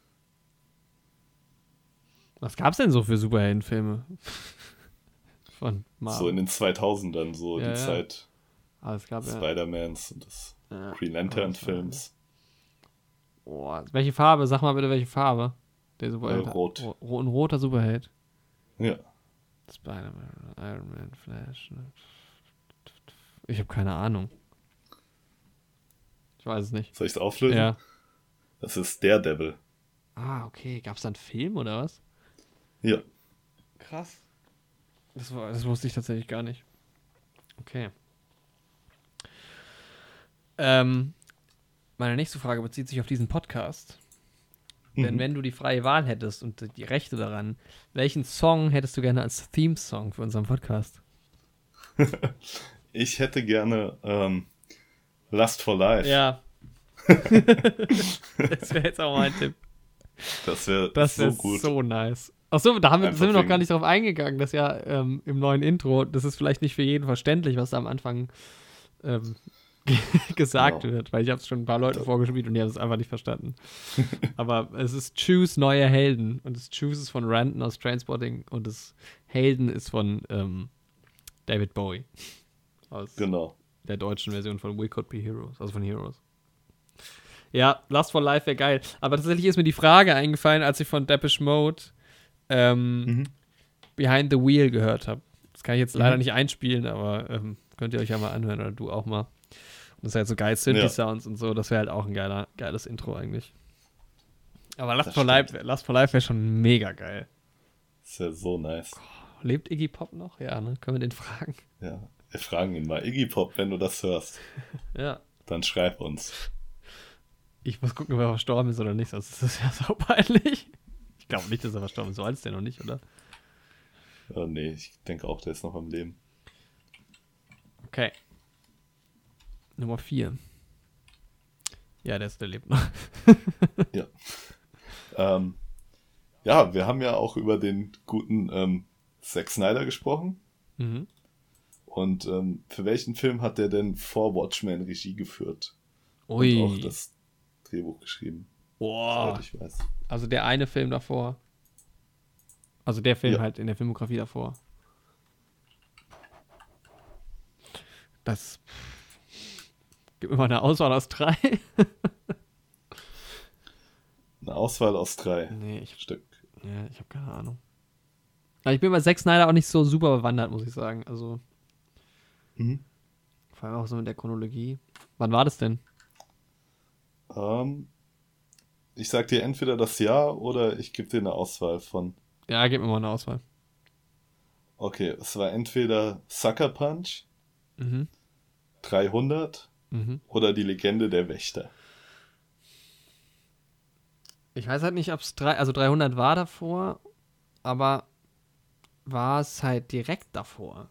A: Was gab's denn so für Superheldenfilme? Von Marvel.
B: So in den zweitausendern, so
A: Ja,
B: die
A: ja.
B: Zeit
A: Ah, es gab ja.
B: Spider-Mans und des
A: ja.
B: Green Lantern-Films.
A: Boah, welche Farbe? Sag mal bitte, welche Farbe? Der Superheld.
B: Äh, rot.
A: Ro- Ein roter Superheld.
B: Ja.
A: Spider-Man, Iron Man, Flash. Ich habe keine Ahnung. Ich weiß es nicht.
B: Soll ich es auflösen?
A: Ja.
B: Das ist Daredevil.
A: Ah, okay. Gab's da einen Film oder was?
B: Ja.
A: Krass. Das, war, das wusste ich tatsächlich gar nicht. Okay. Ähm, meine nächste Frage bezieht sich auf diesen Podcast. Denn
B: Mhm.
A: wenn du die freie Wahl hättest und die Rechte daran, welchen Song hättest du gerne als Theme-Song für unseren Podcast?
B: Ich hätte gerne ähm, Lust for Life.
A: Ja. Das wäre jetzt auch mein Tipp.
B: Das wäre
A: Das
B: so
A: wäre
B: gut.
A: so nice. Achso, da haben wir,
B: Einfach
A: sind wir noch
B: wegen-
A: gar nicht drauf eingegangen, dass ja ähm, im neuen Intro, das ist vielleicht nicht für jeden verständlich, was da am Anfang ähm, gesagt
B: Genau.
A: wird, weil ich habe es schon ein paar Leuten vorgespielt und die haben es einfach nicht verstanden. Aber es ist Choose neue Helden und das Choose ist von Random aus Trainspotting und das Helden ist von ähm, David Bowie aus
B: Genau.
A: der deutschen Version von We Could Be Heroes, also von Heroes. Ja, Lust for Life wäre geil. Aber tatsächlich ist mir die Frage eingefallen, als ich von Depeche Mode ähm,
B: Mhm.
A: Behind the Wheel gehört habe. Das kann ich jetzt leider
B: Mhm.
A: nicht einspielen, aber ähm, könnt ihr euch ja mal anhören oder du auch mal. Und das ist halt so geil, Synthi-Sounds und so, das wäre halt auch ein geiler, geiles Intro eigentlich. Aber Lust
B: Das
A: for
B: stimmt.
A: Life, Lust for Life wäre schon mega geil.
B: Das wäre so nice.
A: Lebt Iggy Pop noch? Ja, ne? Können wir den fragen?
B: Ja. Wir fragen ihn mal. Iggy Pop, wenn du das hörst,
A: Ja.
B: dann schreib uns.
A: Ich muss gucken, ob er verstorben ist oder nicht, sonst ist das ja so peinlich. Ich glaube nicht, dass er verstorben ist. So alt ist der noch nicht, oder?
B: Oh, nee, ich denke auch, der ist noch am Leben.
A: Okay. Nummer vier. Ja, der ist, der lebt noch.
B: Ja. ähm, ja, wir haben ja auch über den guten ähm, Zack Snyder gesprochen.
A: Mhm.
B: Und ähm, für welchen Film hat der denn vor Watchmen Regie geführt?
A: Ui.
B: Und auch das Drehbuch geschrieben,
A: Boah.
B: soweit ich weiß.
A: Also der eine Film davor. Also der Film
B: Ja.
A: halt in der Filmografie davor. Das. Gib mir mal eine Auswahl aus drei.
B: Eine Auswahl aus drei
A: Nee, ich,
B: Stück.
A: ja, ich habe keine Ahnung. Aber ich bin bei Zack Snyder auch nicht so super bewandert, muss ich sagen. Also,
B: Mhm.
A: vor allem auch so mit der Chronologie. Wann war das denn?
B: Ähm, ich sag dir entweder das Jahr oder ich gebe dir eine Auswahl von.
A: Ja, gib mir mal eine Auswahl.
B: Okay, es war entweder Sucker Punch,
A: Mhm.
B: dreihundert
A: Mhm.
B: oder die Legende der Wächter.
A: Ich weiß halt nicht, ob es drei, also dreihundert war davor, aber war es halt direkt davor.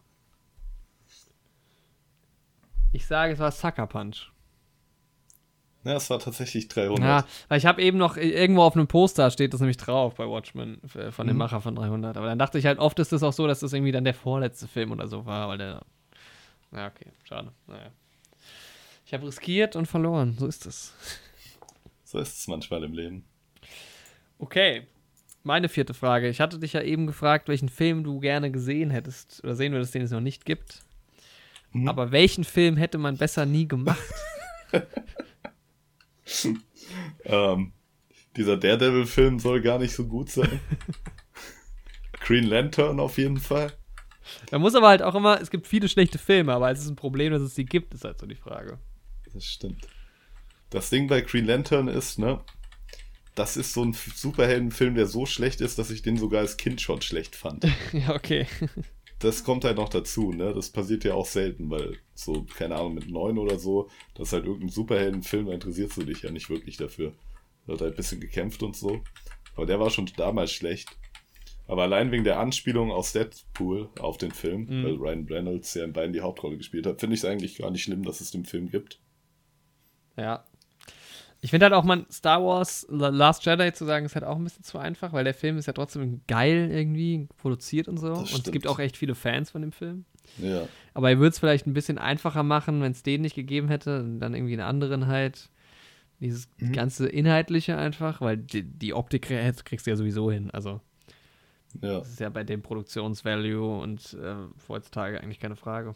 A: Ich sage, es war Sucker Punch.
B: Ja, es war tatsächlich dreihundert.
A: Ja, weil ich habe eben noch, irgendwo auf einem Poster steht das nämlich drauf bei Watchmen äh, von dem
B: Mhm.
A: Macher von dreihundert. Aber dann dachte ich halt, oft ist es auch so, dass das irgendwie dann der vorletzte Film oder so war, weil der. Ja, okay, schade. Naja. Ich habe riskiert und verloren, so ist es.
B: So ist es manchmal im Leben.
A: Okay, meine vierte Frage. Ich hatte dich ja eben gefragt, welchen Film du gerne gesehen hättest oder sehen würdest, den es noch nicht gibt.
B: Mhm.
A: Aber welchen Film hätte man besser nie gemacht?
B: ähm, dieser Daredevil-Film soll gar nicht so gut sein. Green Lantern auf jeden Fall.
A: Man muss aber halt auch immer, es gibt viele schlechte Filme, aber es ist ein Problem, dass es sie gibt, ist halt so die Frage.
B: Das stimmt. Das Ding bei Green Lantern ist, ne, das ist so ein Superheldenfilm, der so schlecht ist, dass ich den sogar als Kind schon schlecht fand.
A: Ja, okay.
B: Das kommt halt noch dazu, ne? Das passiert ja auch selten, weil so, keine Ahnung, mit neun oder so, das ist halt irgendein Superheldenfilm, da interessierst du dich ja nicht wirklich dafür. Da hat halt ein bisschen gekämpft und so. Aber der war schon damals schlecht. Aber allein wegen der Anspielung aus Deadpool auf den Film, mhm. weil Ryan Reynolds ja in beiden die Hauptrolle gespielt hat, finde ich es eigentlich gar nicht schlimm, dass es den Film gibt.
A: Ja. Ich finde halt auch, man, Star Wars Last Jedi zu sagen, ist halt auch ein bisschen zu einfach, weil der Film ist ja trotzdem geil irgendwie produziert und so. Und es gibt auch echt viele Fans von dem Film.
B: Ja.
A: Aber er würde es vielleicht ein bisschen einfacher machen, wenn es den nicht gegeben hätte und dann irgendwie einen anderen halt. Dieses mhm. ganze Inhaltliche einfach, weil die, die Optik kriegst du ja sowieso hin. Also,
B: ja.
A: Das ist ja bei dem Produktionsvalue und äh, heutzutage eigentlich keine Frage.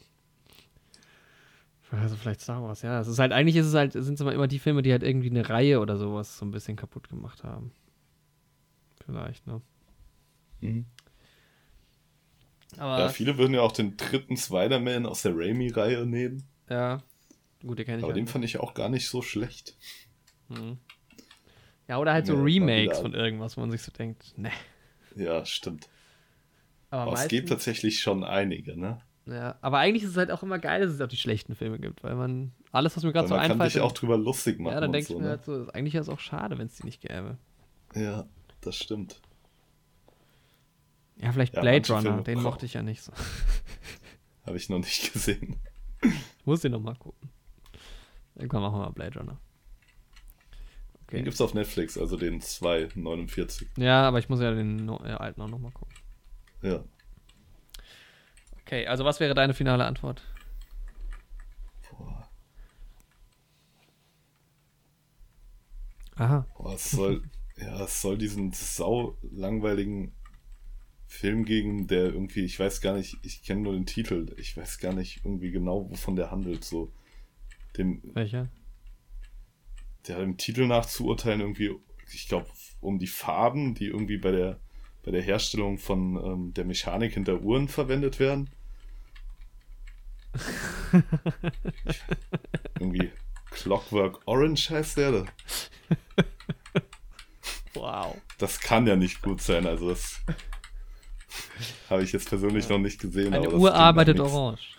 A: Also vielleicht Star Wars, ja. Es ist halt, eigentlich ist es halt, sind es immer die Filme, die halt irgendwie eine Reihe oder sowas so ein bisschen kaputt gemacht haben. Vielleicht, ne?
B: Mhm.
A: Aber
B: ja, viele würden ja auch den dritten Spider-Man aus der Raimi-Reihe nehmen.
A: Ja, gut, den kenne ich.
B: Aber
A: halt
B: den
A: nicht.
B: fand ich auch gar nicht so schlecht.
A: Mhm. Ja, oder halt so
B: Ja,
A: Remakes von irgendwas, wo man sich so denkt, ne.
B: Ja, stimmt.
A: Aber,
B: Aber
A: meistens,
B: es gibt tatsächlich schon einige, ne?
A: Ja, aber eigentlich ist es halt auch immer geil, dass es auch die schlechten Filme gibt, weil man alles, was mir gerade so
B: man
A: einfällt...
B: kann sich auch drüber lustig machen.
A: Ja, dann denke
B: so,
A: ich mir
B: ne?
A: halt so, eigentlich ist es auch schade, wenn es die nicht gäbe.
B: Ja, das stimmt.
A: Ja, vielleicht
B: Ja,
A: Blade
B: manche
A: Runner,
B: Filme-
A: den mochte ich ja nicht so.
B: Habe ich noch nicht gesehen.
A: Ich muss den nochmal gucken. Irgendwann machen wir mal Blade Runner.
B: Den
A: Okay.
B: gibt's auf Netflix, also den zwei neunundvierzig.
A: Ja, aber ich muss ja den no- äh, alten auch nochmal gucken.
B: Ja.
A: Okay, also was wäre deine finale Antwort?
B: Boah.
A: Aha.
B: Boah, es soll, ja, es soll diesen sau langweiligen Film geben, der irgendwie, ich weiß gar nicht, ich kenne nur den Titel, ich weiß gar nicht irgendwie genau, wovon der handelt, so. Dem,
A: Welcher?
B: der dem Titel nach zu urteilen irgendwie, ich glaube, um die Farben, die irgendwie bei der bei der Herstellung von ähm, der Mechanik hinter Uhren verwendet werden. ich, irgendwie Clockwork Orange heißt der. Da.
A: Wow.
B: Das kann ja nicht gut sein, also das habe ich jetzt persönlich
A: Ja.
B: noch nicht gesehen.
A: Eine
B: aber das
A: Uhr
B: klingt nach
A: arbeitet
B: nix.
A: orange.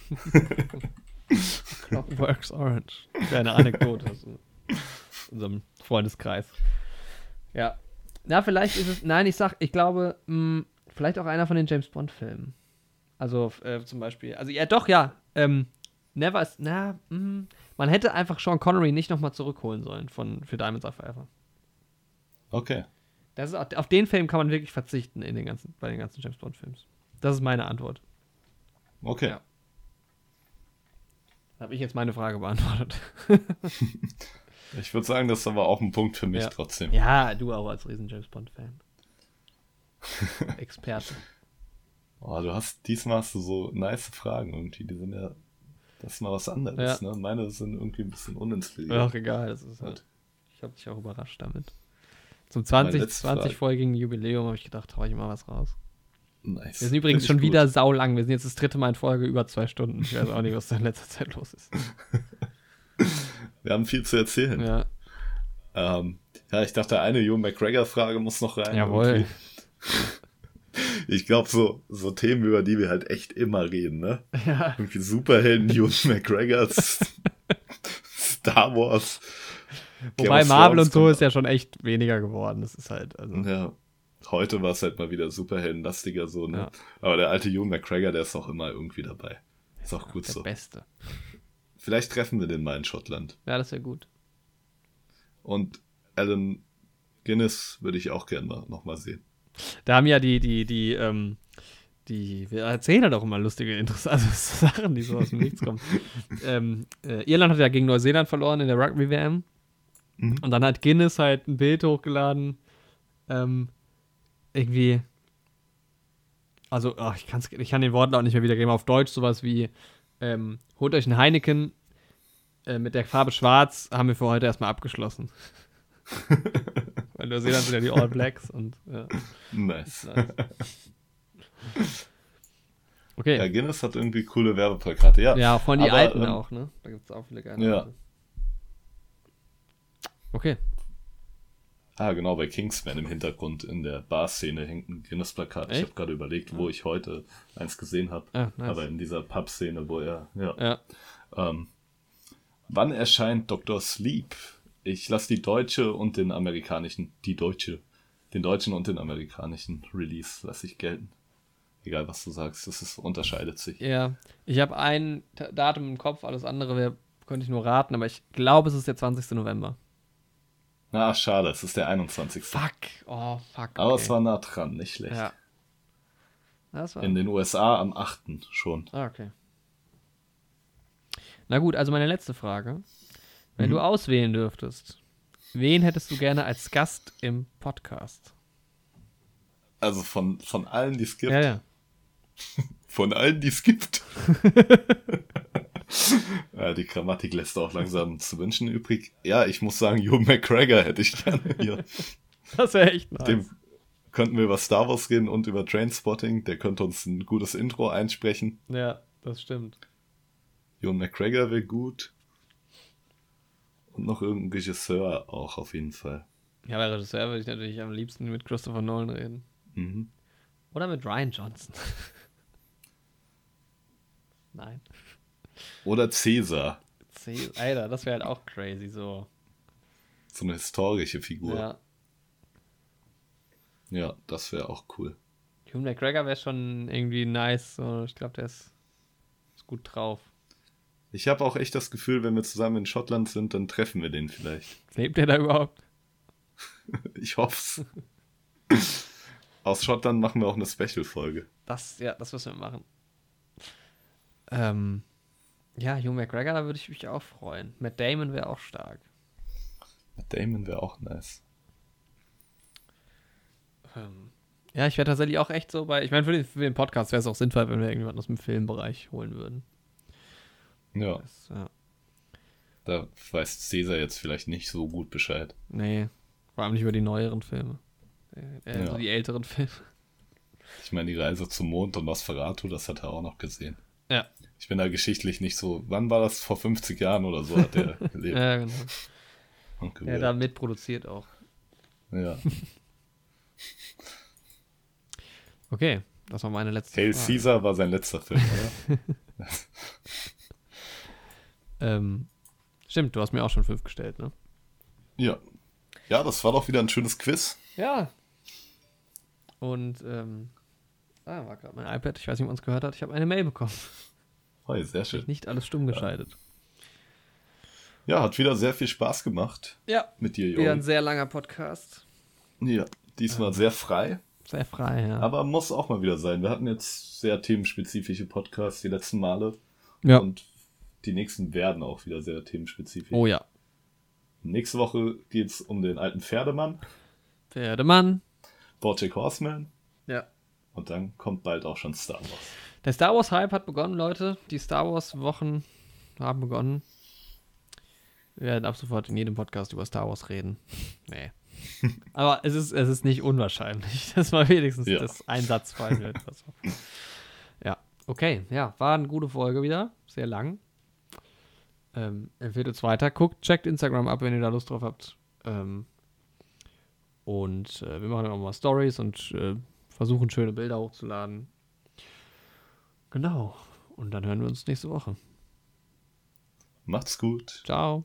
A: Clockworks Orange. Kleine Anekdote aus unserem Freundeskreis. Ja. Na, vielleicht ist es. Nein, ich sag, ich glaube, mh, vielleicht auch einer von den James Bond-Filmen. Also, äh, zum Beispiel. Also, ja, doch, ja. Ähm, Never is. Na, mh, man hätte einfach Sean Connery nicht nochmal zurückholen sollen von, für Diamonds Are Forever.
B: Okay.
A: Das ist auch, auf den Film kann man wirklich verzichten in den ganzen, bei den ganzen James Bond-Films. Das ist meine Antwort.
B: Okay.
A: Ja. Habe ich jetzt meine Frage beantwortet.
B: Ich würde sagen, das ist aber auch ein Punkt für mich
A: Ja.
B: trotzdem.
A: Ja, du auch als riesen James Bond-Fan. Experte.
B: Oh, du hast, diesmal hast du so nice Fragen irgendwie, die sind ja, das ist mal was anderes,
A: Ja.
B: ne? Meine sind irgendwie ein bisschen uninspiriert.
A: Ja, auch egal. Das ist halt, ich habe dich auch überrascht damit. Zum
B: Meine
A: zwanzig
B: letzte Frage.
A: zwanzig-folgigen Jubiläum habe ich gedacht, hau ich mal was raus.
B: Nice.
A: Wir sind übrigens
B: Find
A: schon
B: ich
A: wieder
B: gut.
A: saulang. Wir sind jetzt das dritte Mal in Folge über zwei Stunden. Ich weiß auch nicht, was da in letzter Zeit los ist.
B: Wir haben viel zu erzählen.
A: Ja,
B: Ähm, ja, ich dachte, eine Ewan McGregor-Frage muss noch rein.
A: jawohl.
B: Irgendwie. Ich glaube, so, so Themen, über die wir halt echt immer reden, ne?
A: Ja.
B: Irgendwie Superhelden, Ewan McGregor, Star Wars. Game
A: Wobei
B: of
A: Marvel
B: Thrones
A: und so
B: kommt-
A: ist ja schon echt weniger geworden. Das ist halt, also.
B: Ja. Heute war es halt mal wieder Superheldenlastiger so, ne?
A: Ja.
B: Aber der alte Ewan McGregor, der ist auch immer irgendwie dabei. Ist auch
A: Ja,
B: gut
A: der
B: so.
A: Beste.
B: Vielleicht treffen wir den mal in Schottland.
A: Ja, das wäre gut.
B: Und Alan Guinness würde ich auch gerne mal, noch mal sehen.
A: Da haben ja die, die, die, ähm, die, wir erzählen ja doch immer lustige, interessante Sachen, die so aus dem Nichts kommen. ähm, äh, Irland hat ja gegen Neuseeland verloren in der Rugby-W M.
B: Mhm.
A: Und dann hat Guinness halt ein Bild hochgeladen. Ähm, irgendwie. Also, ach, ich, kann's, ich kann den Worten auch nicht mehr wiedergeben. Auf Deutsch sowas wie: ähm, holt euch einen Heineken, äh, mit der Farbe Schwarz haben wir für heute erstmal abgeschlossen. Weil du siehst dann wieder die All Blacks und ja.
B: Nice.
A: nice. Okay.
B: Ja, Guinness hat irgendwie coole Werbeplakate, ja.
A: Ja, von die
B: Aber,
A: alten
B: ähm,
A: auch, ne? Da gibt es auch viele geile.
B: Ja.
A: Leute. Okay.
B: Ah, genau, bei Kingsman im Hintergrund in der Bar-Szene hängt ein Guinness-Plakat. Ich
A: Echt?
B: habe gerade überlegt, wo ich heute eins gesehen habe.
A: Ah, nice.
B: Aber in dieser Pub-Szene, wo er, ja.
A: Ja.
B: Ähm, wann erscheint Doktor Sleep? Ich lasse die deutsche und den amerikanischen, die deutsche, den deutschen und den amerikanischen Release lasse ich gelten. Egal, was du sagst, das ist, unterscheidet sich.
A: Ja. Ich habe ein T- Datum im Kopf, alles andere wär, könnte ich nur raten, aber ich glaube, es ist der zwanzigsten November.
B: Na, schade, es ist der einundzwanzigste
A: Fuck. Oh, fuck. Okay.
B: Aber es war nah dran, nicht schlecht.
A: Ja. Das war.
B: In den U S A am achten schon.
A: Ah, okay. Na gut, also meine letzte Frage. Wenn
B: Mhm.
A: du auswählen dürftest, wen hättest du gerne als Gast im Podcast?
B: Also von, von allen, die es gibt.
A: Ja, ja.
B: Von allen, die es gibt. Ja, die Grammatik lässt auch langsam zu wünschen übrig. Ja, ich muss sagen, Ewan McGregor hätte ich gerne hier.
A: Das wäre echt nice.
B: Dem könnten wir über Star Wars reden und über Trainspotting. Der könnte uns ein gutes Intro einsprechen.
A: Ja, das stimmt.
B: Ewan McGregor wäre gut. Und noch irgendein Regisseur auch auf jeden Fall.
A: Ja, bei Regisseur würde ich natürlich am liebsten mit Christopher Nolan reden.
B: Mhm.
A: Oder mit Rian Johnson. Nein.
B: Oder Caesar.
A: C- Alter, das wäre halt auch crazy so.
B: So eine historische Figur. Ja,
A: Ja.
B: das wäre auch cool.
A: Hugh McGregor wäre schon irgendwie nice. So. Ich glaube, der ist, ist gut drauf.
B: Ich habe auch echt das Gefühl, wenn wir zusammen in Schottland sind, dann treffen wir den vielleicht.
A: Lebt der da überhaupt?
B: Ich hoff's. Aus Schottland machen wir auch eine Special-Folge.
A: Das, ja, das müssen wir machen. Ähm, ja, Hugh McGregor, da würde ich mich auch freuen. Matt Damon wäre auch stark.
B: Matt Damon wäre auch nice.
A: Ähm, ja, ich wäre tatsächlich auch echt so bei, ich meine, für den, für den Podcast wäre es auch sinnvoll, wenn wir irgendjemanden aus dem Filmbereich holen würden.
B: Ja,
A: Das, ja.
B: da weiß Caesar jetzt vielleicht nicht so gut Bescheid.
A: Nee, vor allem nicht über die neueren Filme. Äh,
B: Ja.
A: so die älteren Filme.
B: Ich meine, die Reise zum Mond und Nosferatu, das hat er auch noch gesehen.
A: Ja.
B: Ich bin da geschichtlich nicht so, wann war das? Vor fünfzig Jahren oder so hat er gelebt.
A: Ja, genau.
B: und
A: Der
B: gewirkt.
A: da mitproduziert auch.
B: Ja.
A: Okay, das war meine letzte
B: Hail
A: Frage.
B: Caesar war sein letzter Film, oder?
A: Ähm, stimmt, du hast mir auch schon fünf gestellt, ne?
B: Ja. Ja, das war doch wieder ein schönes Quiz.
A: Ja. Und, ähm, ah, war gerade mein iPad, ich weiß nicht, ob man es gehört hat, ich habe eine Mail bekommen.
B: Oh, sehr schön.
A: Nicht alles stumm geschaltet.
B: Ja, hat wieder sehr viel Spaß gemacht
A: Ja,
B: mit dir,
A: wieder ein
B: Jürgen.
A: sehr langer Podcast.
B: Ja, diesmal sehr frei,
A: Sehr frei, ja.
B: aber muss auch mal wieder sein. Wir hatten jetzt sehr themenspezifische Podcasts die letzten Male
A: ja.
B: und die nächsten werden auch wieder sehr themenspezifisch.
A: Oh ja.
B: Nächste Woche geht es um den alten Pferdemann,
A: Pferdemann.
B: BoJack Horseman
A: Ja.
B: und dann kommt bald auch schon Star Wars.
A: Der Star Wars Hype hat begonnen, Leute. Die Star Wars Wochen haben begonnen. Wir werden ab sofort in jedem Podcast über Star Wars reden. Nee. Aber es ist, es ist nicht unwahrscheinlich, dass mal wenigstens
B: Ja.
A: das ein Satz fallen wird. oder so. Ja, okay. Ja, war eine gute Folge wieder. Sehr lang. Ähm, empfehlt uns weiter. Guckt, checkt Instagram ab, wenn ihr da Lust drauf habt. Ähm, und äh, wir machen dann auch mal Stories und äh, versuchen, schöne Bilder hochzuladen. Genau. Und dann hören wir uns nächste Woche.
B: Macht's gut.
A: Ciao.